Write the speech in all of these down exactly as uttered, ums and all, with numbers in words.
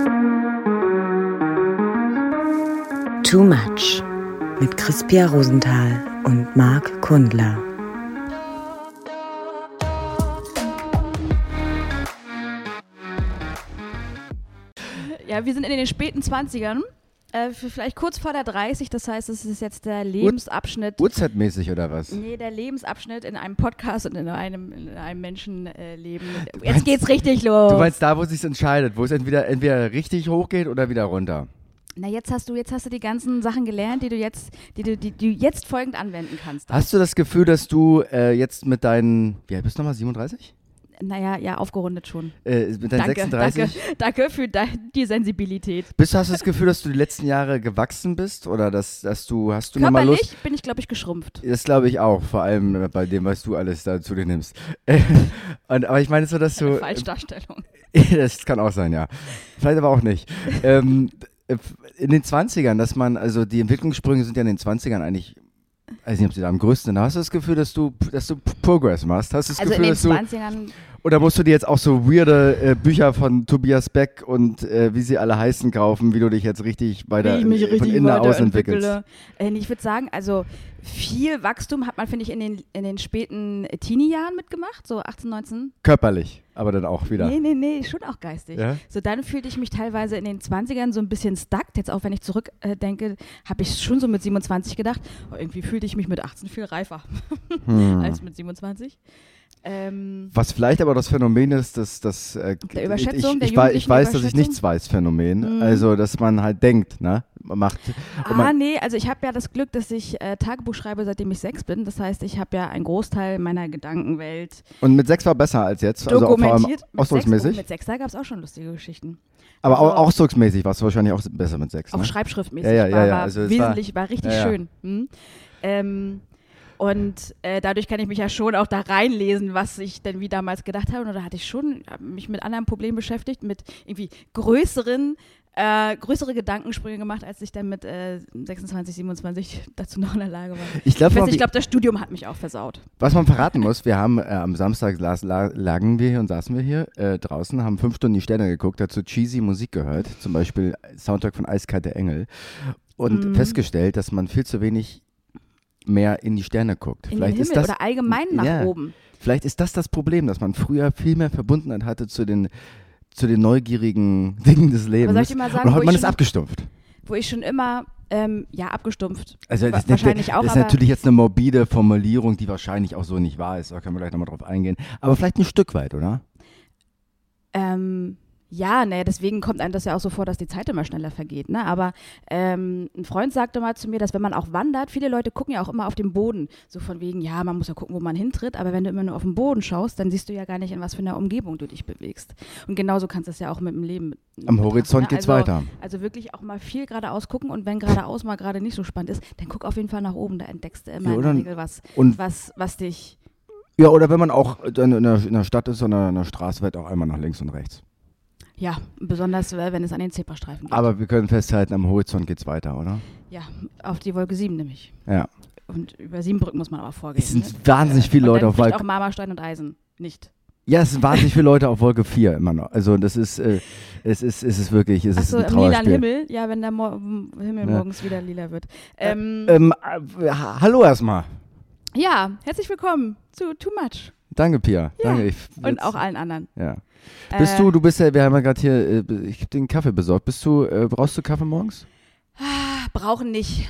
Too Much mit Crispia Rosenthal und Marc Kundler. Ja, wir sind in den späten zwanzigern, äh, vielleicht kurz vor der dreißig, das heißt, es ist jetzt der Lebensabschnitt. Uhrzeitmäßig oder was? Nee, der Lebensabschnitt in einem Podcast und in einem, in einem Menschenleben. Äh, jetzt geht's richtig los. Du meinst da, wo es sich entscheidet, wo es entweder, entweder richtig hochgeht oder wieder runter? Na, jetzt hast du, jetzt hast du die ganzen Sachen gelernt, die du jetzt, die du, die, die du jetzt folgend anwenden kannst. Hast du das Gefühl, dass du äh, jetzt mit deinen, wie alt bist du nochmal, siebenunddreißig? Naja, ja, aufgerundet schon. Äh, mit deinen danke, sechsunddreißig? Danke, danke für de- die Sensibilität. Bist, hast du das Gefühl, dass du die letzten Jahre gewachsen bist? Oder dass, dass du, hast du nochmal Lust? Körperlich bin ich, glaube ich, geschrumpft. Das glaube ich auch, vor allem bei dem, was du alles da zu dir nimmst. Und, aber ich meine so, dass du... Eine Falschdarstellung. Das kann auch sein, ja. Vielleicht aber auch nicht. ähm, in den zwanzigern, dass man, also die Entwicklungssprünge sind ja in den zwanzigern eigentlich, ich weiß nicht, ob sie da am größten sind. Hast du das Gefühl, dass du, dass du Progress machst? Hast du das Also Gefühl, in den dass du, zwanzigern... oder musst du dir jetzt auch so weirde äh, Bücher von Tobias Beck und äh, wie sie alle heißen kaufen, wie du dich jetzt richtig weiter wie ich mich von richtig innen nach außen entwickelst? Äh, ich würde sagen, also viel Wachstum hat man, finde ich, in den, in den späten Teenie-Jahren mitgemacht, so achtzehn, neunzehn. Körperlich, aber dann auch wieder. Nee, nee, nee, schon auch geistig. Ja? So, dann fühlte ich mich teilweise in den zwanzigern so ein bisschen stuck. Jetzt auch, wenn ich zurückdenke, äh, habe ich schon so mit siebenundzwanzig gedacht, oh, irgendwie fühlte ich mich mit achtzehn viel reifer hm. als mit siebenundzwanzig. Ähm, Was vielleicht aber das Phänomen ist, dass das äh, der Überschätzung, ich, der ich, ich, ich weiß, dass ich Überschätzung? nichts weiß, Phänomen. Mhm. Also, dass man halt denkt, ne? Man macht. Ah, man, nee, also ich habe ja das Glück, dass ich äh, Tagebuch schreibe, seitdem ich sechs bin. Das heißt, ich habe ja einen Großteil meiner Gedankenwelt und mit sechs war besser als jetzt, also dokumentiert. vor allem ausdrucksmäßig. Mit sechs, oh, mit sechs da gab es auch schon lustige Geschichten. Aber also, auch ausdrucksmäßig war es wahrscheinlich auch besser mit sechs. Auch ne? schreibschriftmäßig ja, ja, war, ja, ja. war Also wesentlich, war, war richtig ja, ja. schön. Hm? Ähm, Und äh, dadurch kann ich mich ja schon auch da reinlesen, was ich denn wie damals gedacht habe. Und da hatte ich schon hab mich mit anderen Problemen beschäftigt, mit irgendwie größeren, äh, größere Gedankensprünge gemacht, als ich dann mit äh, sechsundzwanzig, siebenundzwanzig dazu noch in der Lage war. Ich glaube, ich glaube, das Studium hat mich auch versaut. Was man verraten muss, wir haben äh, am Samstag las, la, lagen wir hier und saßen wir hier äh, draußen, haben fünf Stunden die Sterne geguckt, dazu cheesy Musik gehört, zum Beispiel Soundtrack von Eiskalte Engel und Mhm. festgestellt, dass man viel zu wenig mehr in die Sterne guckt. In Vielleicht den ist Himmel das, oder allgemein nach ja, oben. Vielleicht ist das das Problem, dass man früher viel mehr Verbundenheit hatte zu den, zu den neugierigen Dingen des Lebens. soll ich dir mal sagen, und wo heute man ich ist schon- abgestumpft. Wo ich schon immer, ähm, ja, abgestumpft. Also das, Wa- wahrscheinlich das, auch, das ist aber natürlich jetzt eine morbide Formulierung, die wahrscheinlich auch so nicht wahr ist. Da können wir gleich nochmal drauf eingehen. Aber vielleicht ein Stück weit, oder? Ähm, ja, ne, deswegen kommt einem das ja auch so vor, dass die Zeit immer schneller vergeht, ne? Aber ähm, ein Freund sagte mal zu mir, dass wenn man auch wandert, viele Leute gucken ja auch immer auf den Boden, so von wegen, ja, man muss ja gucken, wo man hintritt, aber wenn du immer nur auf den Boden schaust, dann siehst du ja gar nicht, in was für einer Umgebung du dich bewegst. Und genauso kannst du es ja auch mit dem Leben Am betrachten, Horizont ne? geht's also, weiter. Also wirklich auch mal viel geradeaus gucken und wenn geradeaus mal gerade nicht so spannend ist, dann guck auf jeden Fall nach oben, da entdeckst du immer Ja, in oder- der Regel was, Und was, was dich, ja, oder wenn man auch dann in der, in der Stadt ist oder in der Straße, wird auch einmal nach links und rechts. ja, besonders äh, wenn es an den Zebrastreifen geht. Aber wir können festhalten, am Horizont geht's weiter, oder? Ja, auf die Wolke sieben nämlich. Ja. Und über Siebenbrücken muss man aber vorgehen. Es sind ne? wahnsinnig viele und Leute dann auf fliegt Wolke. auch Marmor, Stein und Eisen nicht. Ja, es sind wahnsinnig viele Leute auf Wolke vier immer noch. Also das ist, äh, es ist, es ist wirklich, es ist Achso, ein im lilanen Trauerspiel. Himmel, ja, wenn der Mo m- Himmel Ja. morgens wieder lila wird. Ähm, Ähm, äh, ha- hallo erstmal. ja, herzlich willkommen zu Too Much. Danke, Pia. Ja, Danke. Ich, Und jetzt- auch allen anderen. Ja. Bist Äh, du, du bist ja, wir haben ja gerade hier, äh, ich hab den Kaffee besorgt. Bist du, äh, brauchst du Kaffee morgens? Brauchen nicht.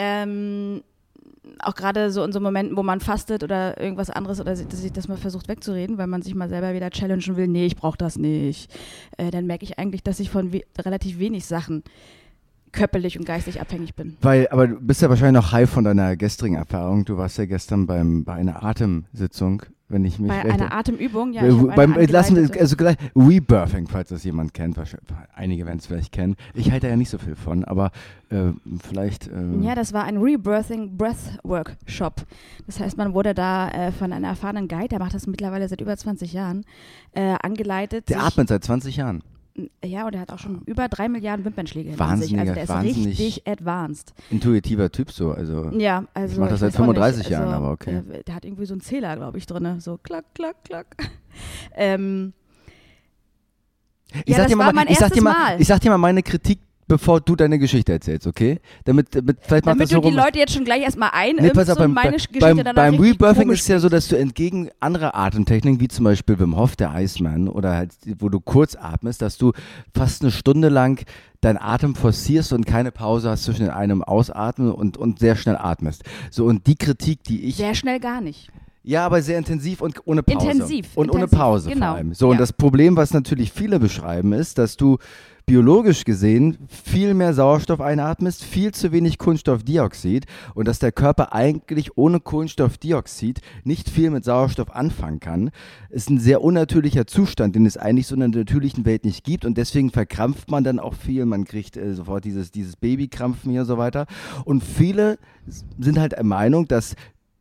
Ähm, auch gerade so in so Momenten, wo man fastet oder irgendwas anderes oder si- dass sich das mal versucht wegzureden, weil man sich mal selber wieder challengen will, nee, ich brauche das nicht. Äh, dann merke ich eigentlich, dass ich von we relativ wenig Sachen körperlich und geistig abhängig bin. Weil, aber du bist ja wahrscheinlich noch high von deiner gestrigen Erfahrung. Du warst ja gestern beim, bei einer Atemsitzung, wenn ich mich Bei recht einer Atemübung, ja. Äh, Ich hab beim, eine äh, lassen wir, angeleitete- also gleich Rebirthing, falls das jemand kennt. wahrscheinlich- Einige werden es vielleicht kennen. Ich halte ja nicht so viel von, aber äh, vielleicht. Äh, Ja, das war ein Rebirthing Breathwork-Shop. Das heißt, man wurde da äh, von einem erfahrenen Guide, der macht das mittlerweile seit über zwanzig Jahren, äh, angeleitet. der sich- atmet seit zwanzig Jahren. Ja, und er hat auch schon über drei Milliarden Wimpernschläge hinter sich. Wahnsinniger, Also der ist wahnsinnig- richtig advanced. Intuitiver Typ so. Also. Ja, also Ich mach das seit weiß auch nicht. fünfunddreißig Jahren, Also, aber okay. äh, der hat irgendwie so einen Zähler, glaube ich, drin. So klack, klack, klack. ähm, Ich Ja, sag das dir war mal, mein ich sag erstes dir mal, Mal. ich sag dir mal meine Kritik, bevor du deine Geschichte erzählst, okay? Damit, damit vielleicht macht Damit das so du die rum. Leute jetzt schon gleich erstmal Nee, einimpfst pass auf, und beim, meine beim, Geschichte beim, dann beim richtig Rebirthing komisch ist es ja so, dass du entgegen anderer Atemtechniken, wie zum Beispiel Wim Hof, der Iceman, oder halt, wo du kurz atmest, dass du fast eine Stunde lang deinen Atem forcierst und keine Pause hast zwischen einem Ausatmen und, und sehr schnell atmest. So, und die Kritik, die ich... Sehr schnell gar nicht. Ja, aber sehr intensiv und ohne Pause. Intensiv, Und ohne intensiv, Pause genau. vor allem. So, und Ja. das Problem, was natürlich viele beschreiben, ist, dass du biologisch gesehen viel mehr Sauerstoff einatmest, viel zu wenig Kohlenstoffdioxid und dass der Körper eigentlich ohne Kohlenstoffdioxid nicht viel mit Sauerstoff anfangen kann. Ist ein sehr unnatürlicher Zustand, den es eigentlich so in der natürlichen Welt nicht gibt und deswegen verkrampft man dann auch viel, man kriegt äh, sofort dieses, dieses Babykrampfen hier und so weiter und viele sind halt der Meinung, dass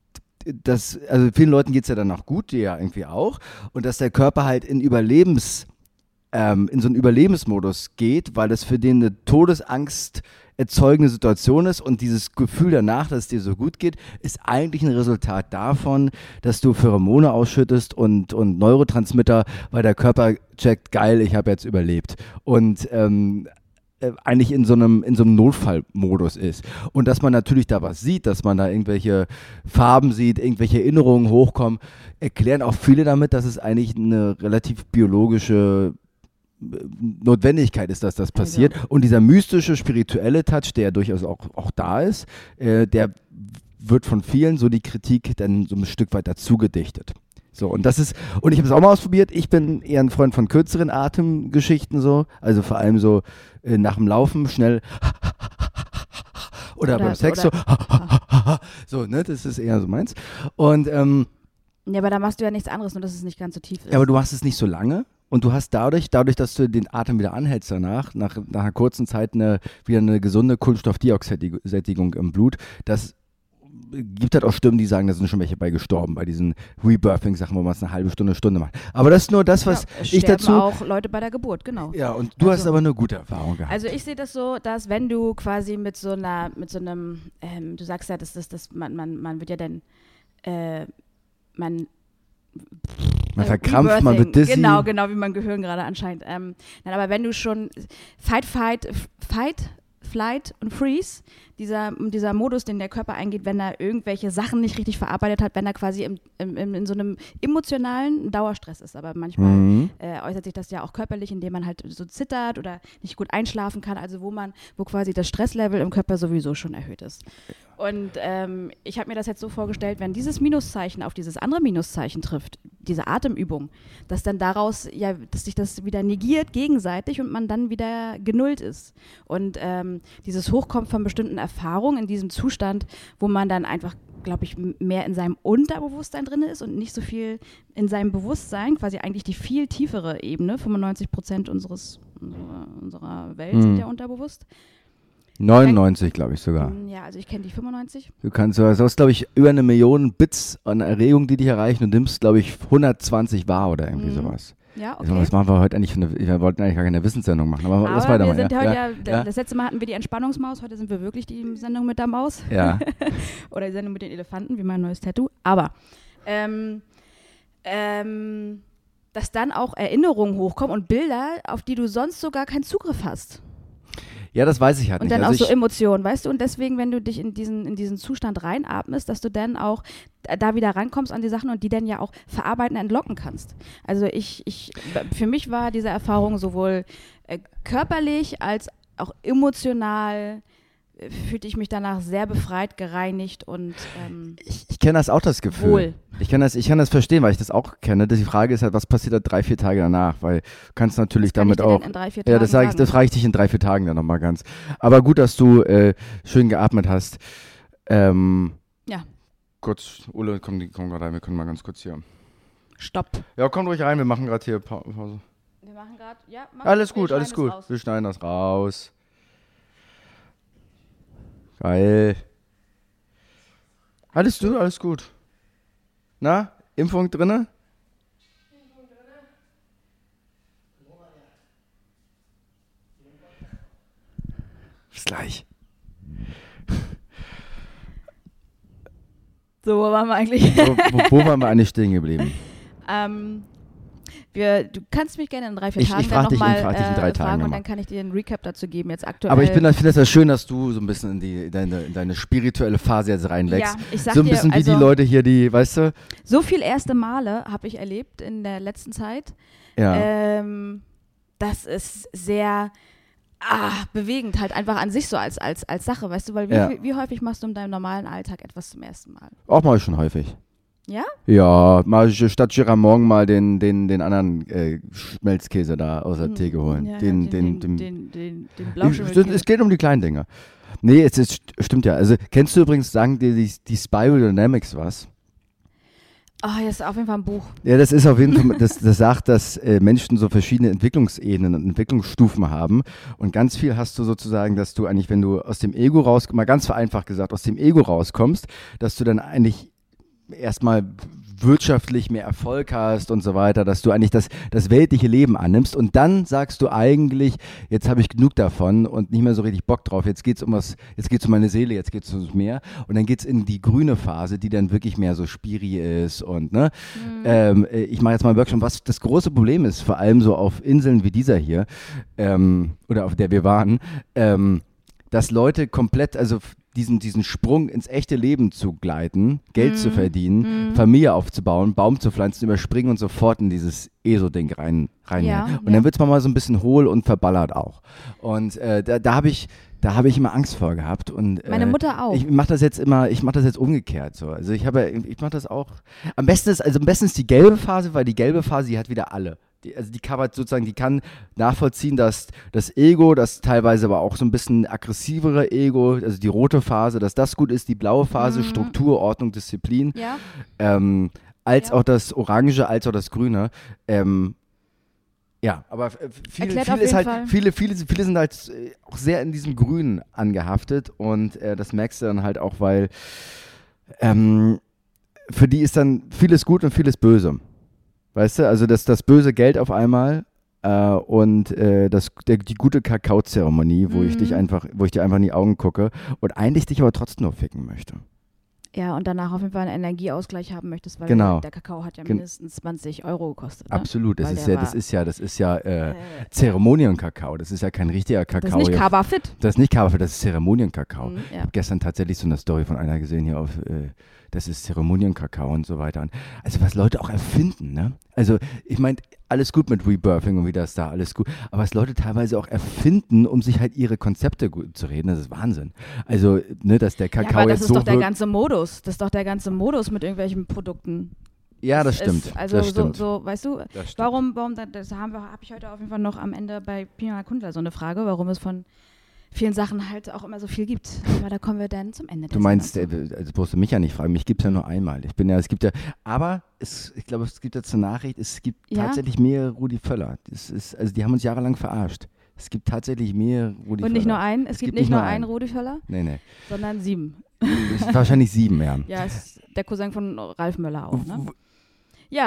das, also vielen Leuten geht es ja dann auch gut, dir ja irgendwie auch und dass der Körper halt in Überlebens Ähm, in so einen Überlebensmodus geht, weil das für den eine Todesangst erzeugende Situation ist und dieses Gefühl danach, dass es dir so gut geht, ist eigentlich ein Resultat davon, dass du Pheromone ausschüttest und, und Neurotransmitter, weil der Körper checkt, geil, ich habe jetzt überlebt und ähm, äh, eigentlich in so einem in so einem Notfallmodus ist und dass man natürlich da was sieht, dass man da irgendwelche Farben sieht, irgendwelche Erinnerungen hochkommen, erklären auch viele damit, dass es eigentlich eine relativ biologische Notwendigkeit ist, dass das passiert. Also. Und dieser mystische, spirituelle Touch, der durchaus auch, auch da ist, äh, der wird von vielen, so die Kritik, dann so ein Stück weit dazu gedichtet. So, und das ist, und ich habe es auch mal ausprobiert, ich bin eher ein Freund von kürzeren Atemgeschichten so, also vor allem so äh, nach dem Laufen schnell oder, oder beim Sex oder, so, so, ne, das ist eher so meins. Und, ähm, ja, aber da machst du ja nichts anderes, nur dass es nicht ganz so tief ist. ja, aber du machst es nicht so lange. Und du hast dadurch, dadurch, dass du den Atem wieder anhältst danach, nach, nach einer kurzen Zeit eine, wieder eine gesunde Kohlenstoffdioxidsättigung im Blut, das gibt halt auch Stimmen, die sagen, da sind schon welche bei gestorben, bei diesen Rebirthing-Sachen, wo man es eine halbe Stunde, Stunde macht. Aber das ist nur das, was ja, es ich dazu... auch Leute bei der Geburt, genau. Ja, und du also, hast aber eine gute Erfahrung gehabt. Also ich sehe das so, dass wenn du quasi mit so einer, mit so einem, ähm, du sagst ja, dass das, das, man, man, man wird ja dann, äh, man Man verkrampft, man wird dizzy. Genau, genau, wie mein Gehirn gerade anscheinend. Ähm, nein, aber wenn du schon Fight, Fight, Fight, Flight und Freeze, dieser, dieser Modus, den der Körper eingeht, wenn er irgendwelche Sachen nicht richtig verarbeitet hat, wenn er quasi im, im, im, in so einem emotionalen Dauerstress ist. Aber manchmal Mhm. äh, äußert sich das ja auch körperlich, indem man halt so zittert oder nicht gut einschlafen kann, also wo man, wo quasi das Stresslevel im Körper sowieso schon erhöht ist. Und ähm, ich habe mir das jetzt so vorgestellt, wenn dieses Minuszeichen auf dieses andere Minuszeichen trifft, diese Atemübung, dass dann daraus, ja, dass sich das wieder negiert gegenseitig und man dann wieder genullt ist. Und ähm, dieses Hochkommen von bestimmten Erfahrungen in diesem Zustand, wo man dann einfach, glaube ich, mehr in seinem Unterbewusstsein drin ist und nicht so viel in seinem Bewusstsein, quasi eigentlich die viel tiefere Ebene, fünfundneunzig Prozent unseres, unserer, unserer Welt Mhm. sind ja unterbewusst. neunundneunzig, glaube ich sogar. Ja, also ich kenne die fünfundneunzig. Du kannst, du hast, glaube ich, über eine Million Bits an Erregung, die dich erreichen und nimmst, glaube ich, hundertzwanzig wahr oder irgendwie Mhm. sowas. Ja, okay. Also, das machen wir heute eigentlich, eine, wir wollten eigentlich gar keine Wissenssendung machen, aber, lass Aber wir weitermachen. sind ja. heute ja. ja, ja. das letzte Mal hatten wir die Entspannungsmaus, heute sind wir wirklich die Sendung mit der Maus. Ja. Oder die Sendung mit den Elefanten, wie mein neues Tattoo. Aber, ähm, ähm, dass dann auch Erinnerungen hochkommen und Bilder, auf die du sonst so gar keinen Zugriff hast. Ja, das weiß ich halt Und nicht. dann Also auch so ich, Emotionen, weißt du? Und deswegen, wenn du dich in diesen, in diesen Zustand reinatmest, dass du dann auch da wieder rankommst an die Sachen und die dann ja auch verarbeiten, entlocken kannst. Also ich, ich, für mich war diese Erfahrung sowohl äh, körperlich als auch emotional, äh, fühlte ich mich danach sehr befreit, gereinigt und ähm, ich, ich kenne das auch, das Gefühl. wohl. Ich kann das, ich kann das verstehen, weil ich das auch kenne. Die Frage ist halt, was passiert da drei, vier Tage danach? Weil du kannst natürlich Was kann damit ich dir denn auch... in drei, vier Ja, Tagen das, sag ich, sagen? das frage ich dich in drei, vier Tagen dann nochmal ganz. Aber gut, dass du äh, schön geatmet hast. Ähm, Ja. Kurz, Ulle, komm, die kommen gerade rein, wir können mal ganz kurz hier. Stopp. Ja, komm ruhig rein, wir machen gerade hier Pa- Pause. Wir machen gerade, ja, mach, Alles wir gut, schneiden alles das gut. raus. Wir schneiden das raus. Geil. Alles du, alles gut. Na, Impfung drinne? Bis gleich. So, wo waren wir eigentlich? Wo, wo, wo waren wir eigentlich stehen geblieben? ähm, Wir, du kannst mich gerne in drei, vier Ich- Tagen ich frag dann dich in- nochmal frag dich in drei äh, Tagen fragen noch und mal. dann kann ich dir einen Recap dazu geben, jetzt aktuell. Aber ich finde das, find das ja schön, dass du so ein bisschen in, die, in, deine, in deine spirituelle Phase jetzt reinwächst. Ja, ich sag so ein dir, bisschen wie also, die Leute hier, die, weißt du? so viel erste Male habe ich erlebt in der letzten Zeit. Ja. Ähm, das ist sehr ah, bewegend, halt einfach an sich so als, als, als Sache, weißt du, weil wie, Ja. wie, wie häufig machst du in deinem normalen Alltag etwas zum ersten Mal? Auch mal schon häufig. Ja? Ja, mal statt Giramon mal den, den, den anderen äh, Schmelzkäse da aus der Theke holen. Ja, den, ja, den, den, den, den, den, den es, Blauschimmelkäse. es geht um die kleinen Dinge. Nee, es ist, stimmt ja. Also kennst du übrigens, sagen dir die, die Spiral Dynamics was? Oh, hier ist auf jeden Fall ein Buch. Ja, das ist auf jeden Fall, das, das sagt, dass äh, Menschen so verschiedene Entwicklungsebenen und Entwicklungsstufen haben. Und ganz viel hast du sozusagen, dass du eigentlich, wenn du aus dem Ego raus, mal ganz vereinfacht gesagt, aus dem Ego rauskommst, dass du dann eigentlich erstmal wirtschaftlich mehr Erfolg hast und so weiter, dass du eigentlich das, das weltliche Leben annimmst und dann sagst du eigentlich, jetzt habe ich genug davon und nicht mehr so richtig Bock drauf, jetzt geht's um was, jetzt geht's um meine Seele, jetzt geht's ums Meer und dann geht's in die grüne Phase, die dann wirklich mehr so Spiri ist und ne, Mhm. ähm, ich mache jetzt mal einen Workshop, was das große Problem ist, vor allem so auf Inseln wie dieser hier, ähm, oder auf der wir waren, ähm, dass Leute komplett, also diesen, diesen Sprung ins echte Leben zu gleiten, Geld Mhm. zu verdienen, Mhm. Familie aufzubauen, Baum zu pflanzen, überspringen und sofort in dieses E S O-Ding rein, rein. Ja, und ja. dann wird es mal so ein bisschen hohl und verballert auch. Und äh, da, da habe ich, da habe ich immer Angst vor gehabt. Und, äh, Meine Mutter auch. Ich mache das jetzt immer, ich mache das jetzt umgekehrt. So. Also ich habe, ich mache das auch. Am besten ist, also am besten ist die gelbe Phase, weil die gelbe Phase, die hat wieder alle. Die, also die covert sozusagen, die kann nachvollziehen, dass das Ego, das teilweise aber auch so ein bisschen aggressivere Ego, also die rote Phase, dass das gut ist, die blaue Phase, Mhm. Struktur, Ordnung, Disziplin, Ja? ähm, als Ja. auch das Orange, als auch das Grüne. Ähm, ja, aber äh, viele, Erklärt viele, auf ist jeden halt, Fall. viele, viele, viele sind halt äh, auch sehr in diesem Grün angehaftet und äh, das merkst du dann halt auch, weil ähm, für die ist dann vieles gut und vieles böse. Weißt du, also das, das böse Geld auf einmal äh, und äh, das, der, die gute Kakaozeremonie, wo ich Mhm. dich einfach, wo ich dir einfach in die Augen gucke und eigentlich dich aber trotzdem nur ficken möchte. Ja, und danach auf jeden Fall einen Energieausgleich haben möchtest, weil Genau. der Kakao hat ja Gen- mindestens zwanzig Euro gekostet. Ne? Absolut, das Weil ist der ja, das war- ist ja, das ist ja äh, Äh, Zeremonienkakao. Das ist ja kein richtiger das Kakao. ist nicht hier. Kaba-Fit. Das ist nicht Kaffee, das ist Zeremonienkakao. Mhm, Ich ja. habe gestern tatsächlich so eine Story von einer gesehen hier auf, äh, das ist Zeremonienkakao und so weiter. Und also was Leute auch erfinden, ne? Also ich meine, alles gut mit Rebirthing und wie das da, alles gut. Aber was Leute teilweise auch erfinden, um sich halt ihre Konzepte gut zu reden, das ist Wahnsinn. Also, ne, dass der Ja, Kakao aber das jetzt ist so doch der wirkt. ganze Modus. Das ist doch der ganze Modus mit irgendwelchen Produkten. Ja, das Es stimmt. Ist, also das so, stimmt. so, weißt du, Das stimmt. warum, warum, da- das haben wir, habe ich heute auf jeden Fall noch am Ende bei Pina Kundler so eine Frage, warum es von vielen Sachen halt auch immer so viel gibt. Aber da kommen wir dann zum Ende. Du der meinst, äh, Sendung zu. also brauchst du mich ja nicht fragen, mich gibt es ja nur einmal. Ich bin ja, es gibt ja, aber es, ich glaube, es gibt jetzt eine Nachricht, es gibt Ja? tatsächlich mehrere Rudi Völler. Das ist, also die haben uns jahrelang verarscht. Es gibt tatsächlich mehrere Rudi Völler. Und nicht nur einen, es, Es gibt, gibt nicht nur nur einen einen. Rudi Völler, Nee, nee. sondern sieben. Es ist wahrscheinlich sieben, ja. Ja, es ist der Cousin von Ralf Möller auch, ne? W- Ja.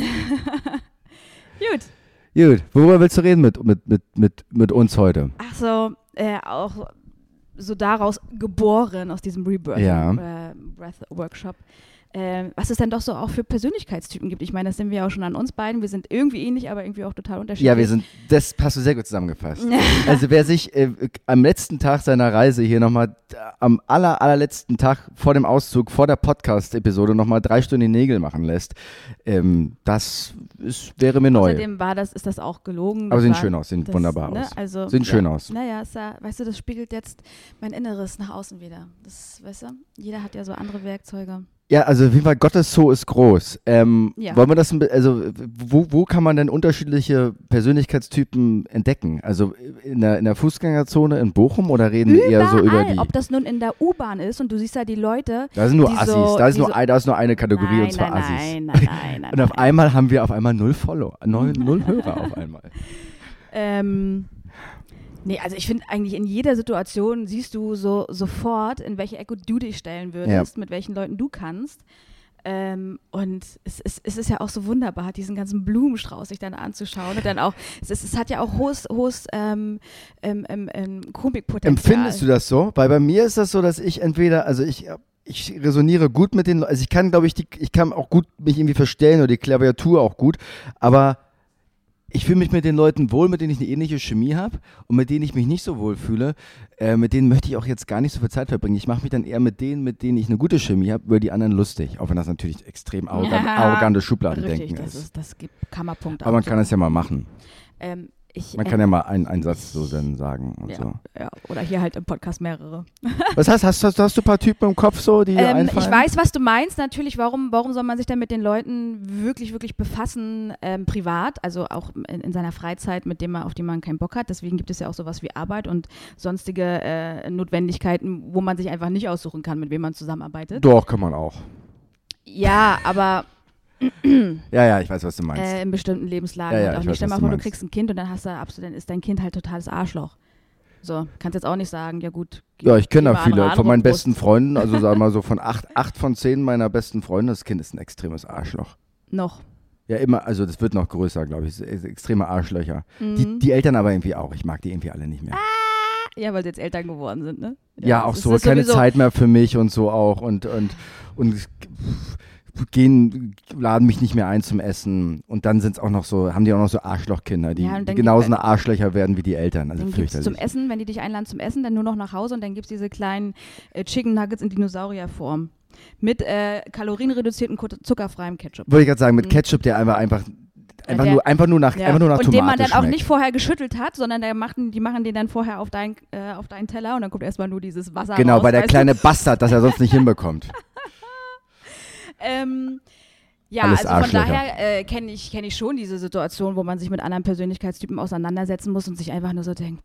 Gut. Gut, worüber willst du reden mit, mit, mit, mit, mit uns heute? Ach so, äh, auch so daraus geboren, aus diesem Rebirth Ja. äh, Breath Workshop. Ähm, was es denn doch so auch für Persönlichkeitstypen gibt. Ich meine, das sind wir ja auch schon an uns beiden. Wir sind irgendwie ähnlich, aber irgendwie auch total unterschiedlich. Ja, wir sind, das hast du sehr gut zusammengefasst. Also wer sich äh, am letzten Tag seiner Reise hier nochmal, am aller, allerletzten Tag vor dem Auszug, vor der Podcast-Episode nochmal drei Stunden die Nägel machen lässt, ähm, das ist, wäre mir neu. Außerdem war das, ist das auch gelogen. Aber Das sehen war, schön aus, sehen das, wunderbar ne, aus. Also, Sehen ja, schön aus. Naja, es sah, weißt du, das spiegelt jetzt mein Inneres nach außen wieder. Das, weißt du, jeder hat ja so andere Werkzeuge. Ja, also auf jeden Fall, Gottes Zoo ist groß. Ähm, Ja. Wollen wir das, ein bi- also wo, wo kann man denn unterschiedliche Persönlichkeitstypen entdecken? Also in der, in der Fußgängerzone in Bochum oder reden wir eher so über Überall, die... ob das nun in der U-Bahn ist und du siehst ja die Leute. Da sind nur die Assis, so- da, ist die nur so- ein, da ist nur eine Kategorie nein, und zwar nein, Assis. nein, nein, nein, nein, Und auf nein. einmal haben wir auf einmal null Follower, null, null Hörer auf einmal. Ähm, nee, also ich finde eigentlich in jeder Situation siehst du so sofort, in welche Ecke du dich stellen würdest, mit welchen Leuten du kannst. Ähm, und es, es, es ist ja auch so wunderbar, diesen ganzen Blumenstrauß sich dann anzuschauen. Und dann auch, es, ist, es hat ja auch hohes, hohes ähm, ähm, ähm, ähm, Komikpotenzial. Empfindest du das so? Weil bei mir ist das so, dass ich entweder, also ich, ich resoniere gut mit den Leuten, also ich kann, glaube ich, die, ich kann auch gut mich irgendwie verstellen oder die Klaviatur auch gut, aber ich fühle mich mit den Leuten wohl, mit denen ich eine ähnliche Chemie habe und mit denen ich mich nicht so wohl fühle, äh, mit denen möchte ich auch jetzt gar nicht so viel Zeit verbringen. Ich mache mich dann eher mit denen, mit denen ich eine gute Chemie habe, über die anderen lustig. Auch wenn das natürlich extrem arrogant, Ja, arrogante Schubladendenken richtig, das ist. ist. Das gibt Kammerpunkte. Aber man kann es ja mal machen. Ähm, ich, Man äh, kann ja mal einen, einen Satz so dann sagen und ja, so. ja, oder hier halt im Podcast mehrere. Was heißt, hast, hast, hast du ein paar Typen im Kopf so, die dir Ähm, einfallen? ich weiß, was du meinst. Natürlich, warum, warum soll man sich denn mit den Leuten wirklich, wirklich befassen, ähm, privat, also auch in, in seiner Freizeit, mit dem man, auf die man keinen Bock hat. Deswegen gibt es ja auch sowas wie Arbeit und sonstige äh, Notwendigkeiten, wo man sich einfach nicht aussuchen kann, mit wem man zusammenarbeitet. Doch, kann man auch. Ja, aber Ja, ja, ich weiß, was du meinst. äh, in bestimmten Lebenslagen Ja, ja, halt auch ich nicht. weiß, Stell mal was du vor, du meinst. kriegst ein Kind und dann hast du absolut, dann ist dein Kind halt totales Arschloch. So, kannst jetzt auch nicht sagen, ja gut. geh- Ja, ich kenne geh da mal viele andere von meinen Brust. besten Freunden, also sagen wir mal so von acht, acht von zehn meiner besten Freunde, das Kind ist ein extremes Arschloch. Noch. Ja, immer, also das wird noch größer, glaube ich, es ist extreme Arschlöcher. Mhm. Die, die Eltern aber irgendwie auch, ich mag die irgendwie alle nicht mehr. Ja, weil sie jetzt Eltern geworden sind, ne? Ja, das auch ist- so, das ist keine sowieso- Zeit mehr für mich und so auch und, und, und pff, gehen, laden mich nicht mehr ein zum Essen und dann sind es auch noch so, haben die auch noch so Arschlochkinder, die, Ja, und die dann genauso gibt- eine Arschlöcher werden wie die Eltern, also Dann gibt's fürchterlich. zum Essen, wenn die dich einladen zum Essen, dann nur noch nach Hause und dann gibt es diese kleinen äh, Chicken Nuggets in Dinosaurierform. Mit äh, kalorienreduzierten, Ko- zuckerfreiem Ketchup. Wollte ich gerade sagen, mit Mhm. Ketchup, der einfach, einfach, einfach, der- nur, einfach nur nach, Ja. einfach nur nach und Tomate den man dann auch schmeckt. nicht vorher geschüttelt hat, sondern der machen, die machen den dann vorher auf, dein, äh, auf deinen Teller und dann kommt erstmal nur dieses Wasser Genau, raus. weil der weißt kleine Bastard, das er sonst nicht hinbekommt. du? Ähm, ja, Alles also von Arschlöcher. daher äh, kenne ich, kenn ich schon diese Situation, wo man sich mit anderen Persönlichkeitstypen auseinandersetzen muss und sich einfach nur so denkt,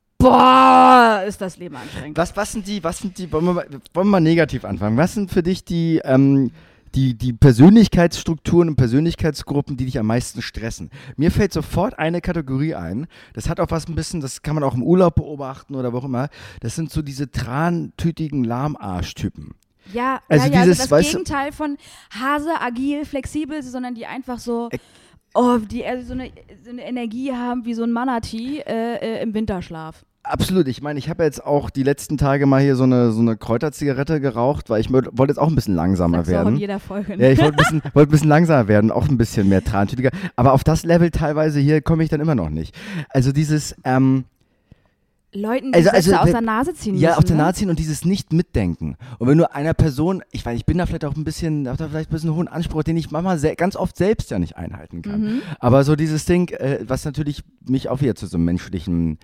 boah, ist das Leben anstrengend. Was, was sind die, was sind die, wollen wir, mal, wollen wir mal negativ anfangen, was sind für dich die, ähm, die, die Persönlichkeitsstrukturen und Persönlichkeitsgruppen, die dich am meisten stressen? Mir fällt sofort eine Kategorie ein, das hat auch was ein bisschen, das kann man auch im Urlaub beobachten oder wo auch immer, das sind so diese trantütigen Lahmarschtypen. Ja, Also ja, ja, dieses, also das weißt du- Gegenteil von Hase, agil, flexibel, sondern die einfach so, oh, die äh, so eine, so eine Energie haben wie so ein Manatee äh, äh, im Winterschlaf. Absolut. Ich meine, ich habe jetzt auch die letzten Tage mal hier so eine, so eine Kräuterzigarette geraucht, weil ich mö- wollte jetzt auch ein bisschen langsamer Sagst du auch in werden. jeder Folge. Ja, ich wollte ein, bisschen- wollte ein bisschen langsamer werden, auch ein bisschen mehr trantütiger. Aber auf das Level teilweise hier komme ich dann immer noch nicht. Also dieses, ähm, Leuten, die Also- Sätze also, aus wenn- der Nase ziehen ja, müssen. auf der ne? Nase ziehen und dieses Nicht-Mitdenken. Und wenn du einer Person, ich weiß, ich bin da vielleicht auch ein bisschen, hab da vielleicht ein bisschen einen hohen Anspruch, den ich manchmal sel- ganz oft selbst ja nicht einhalten kann. Mhm. Aber so dieses Ding, äh, was natürlich mich auch wieder zu so einem menschlichen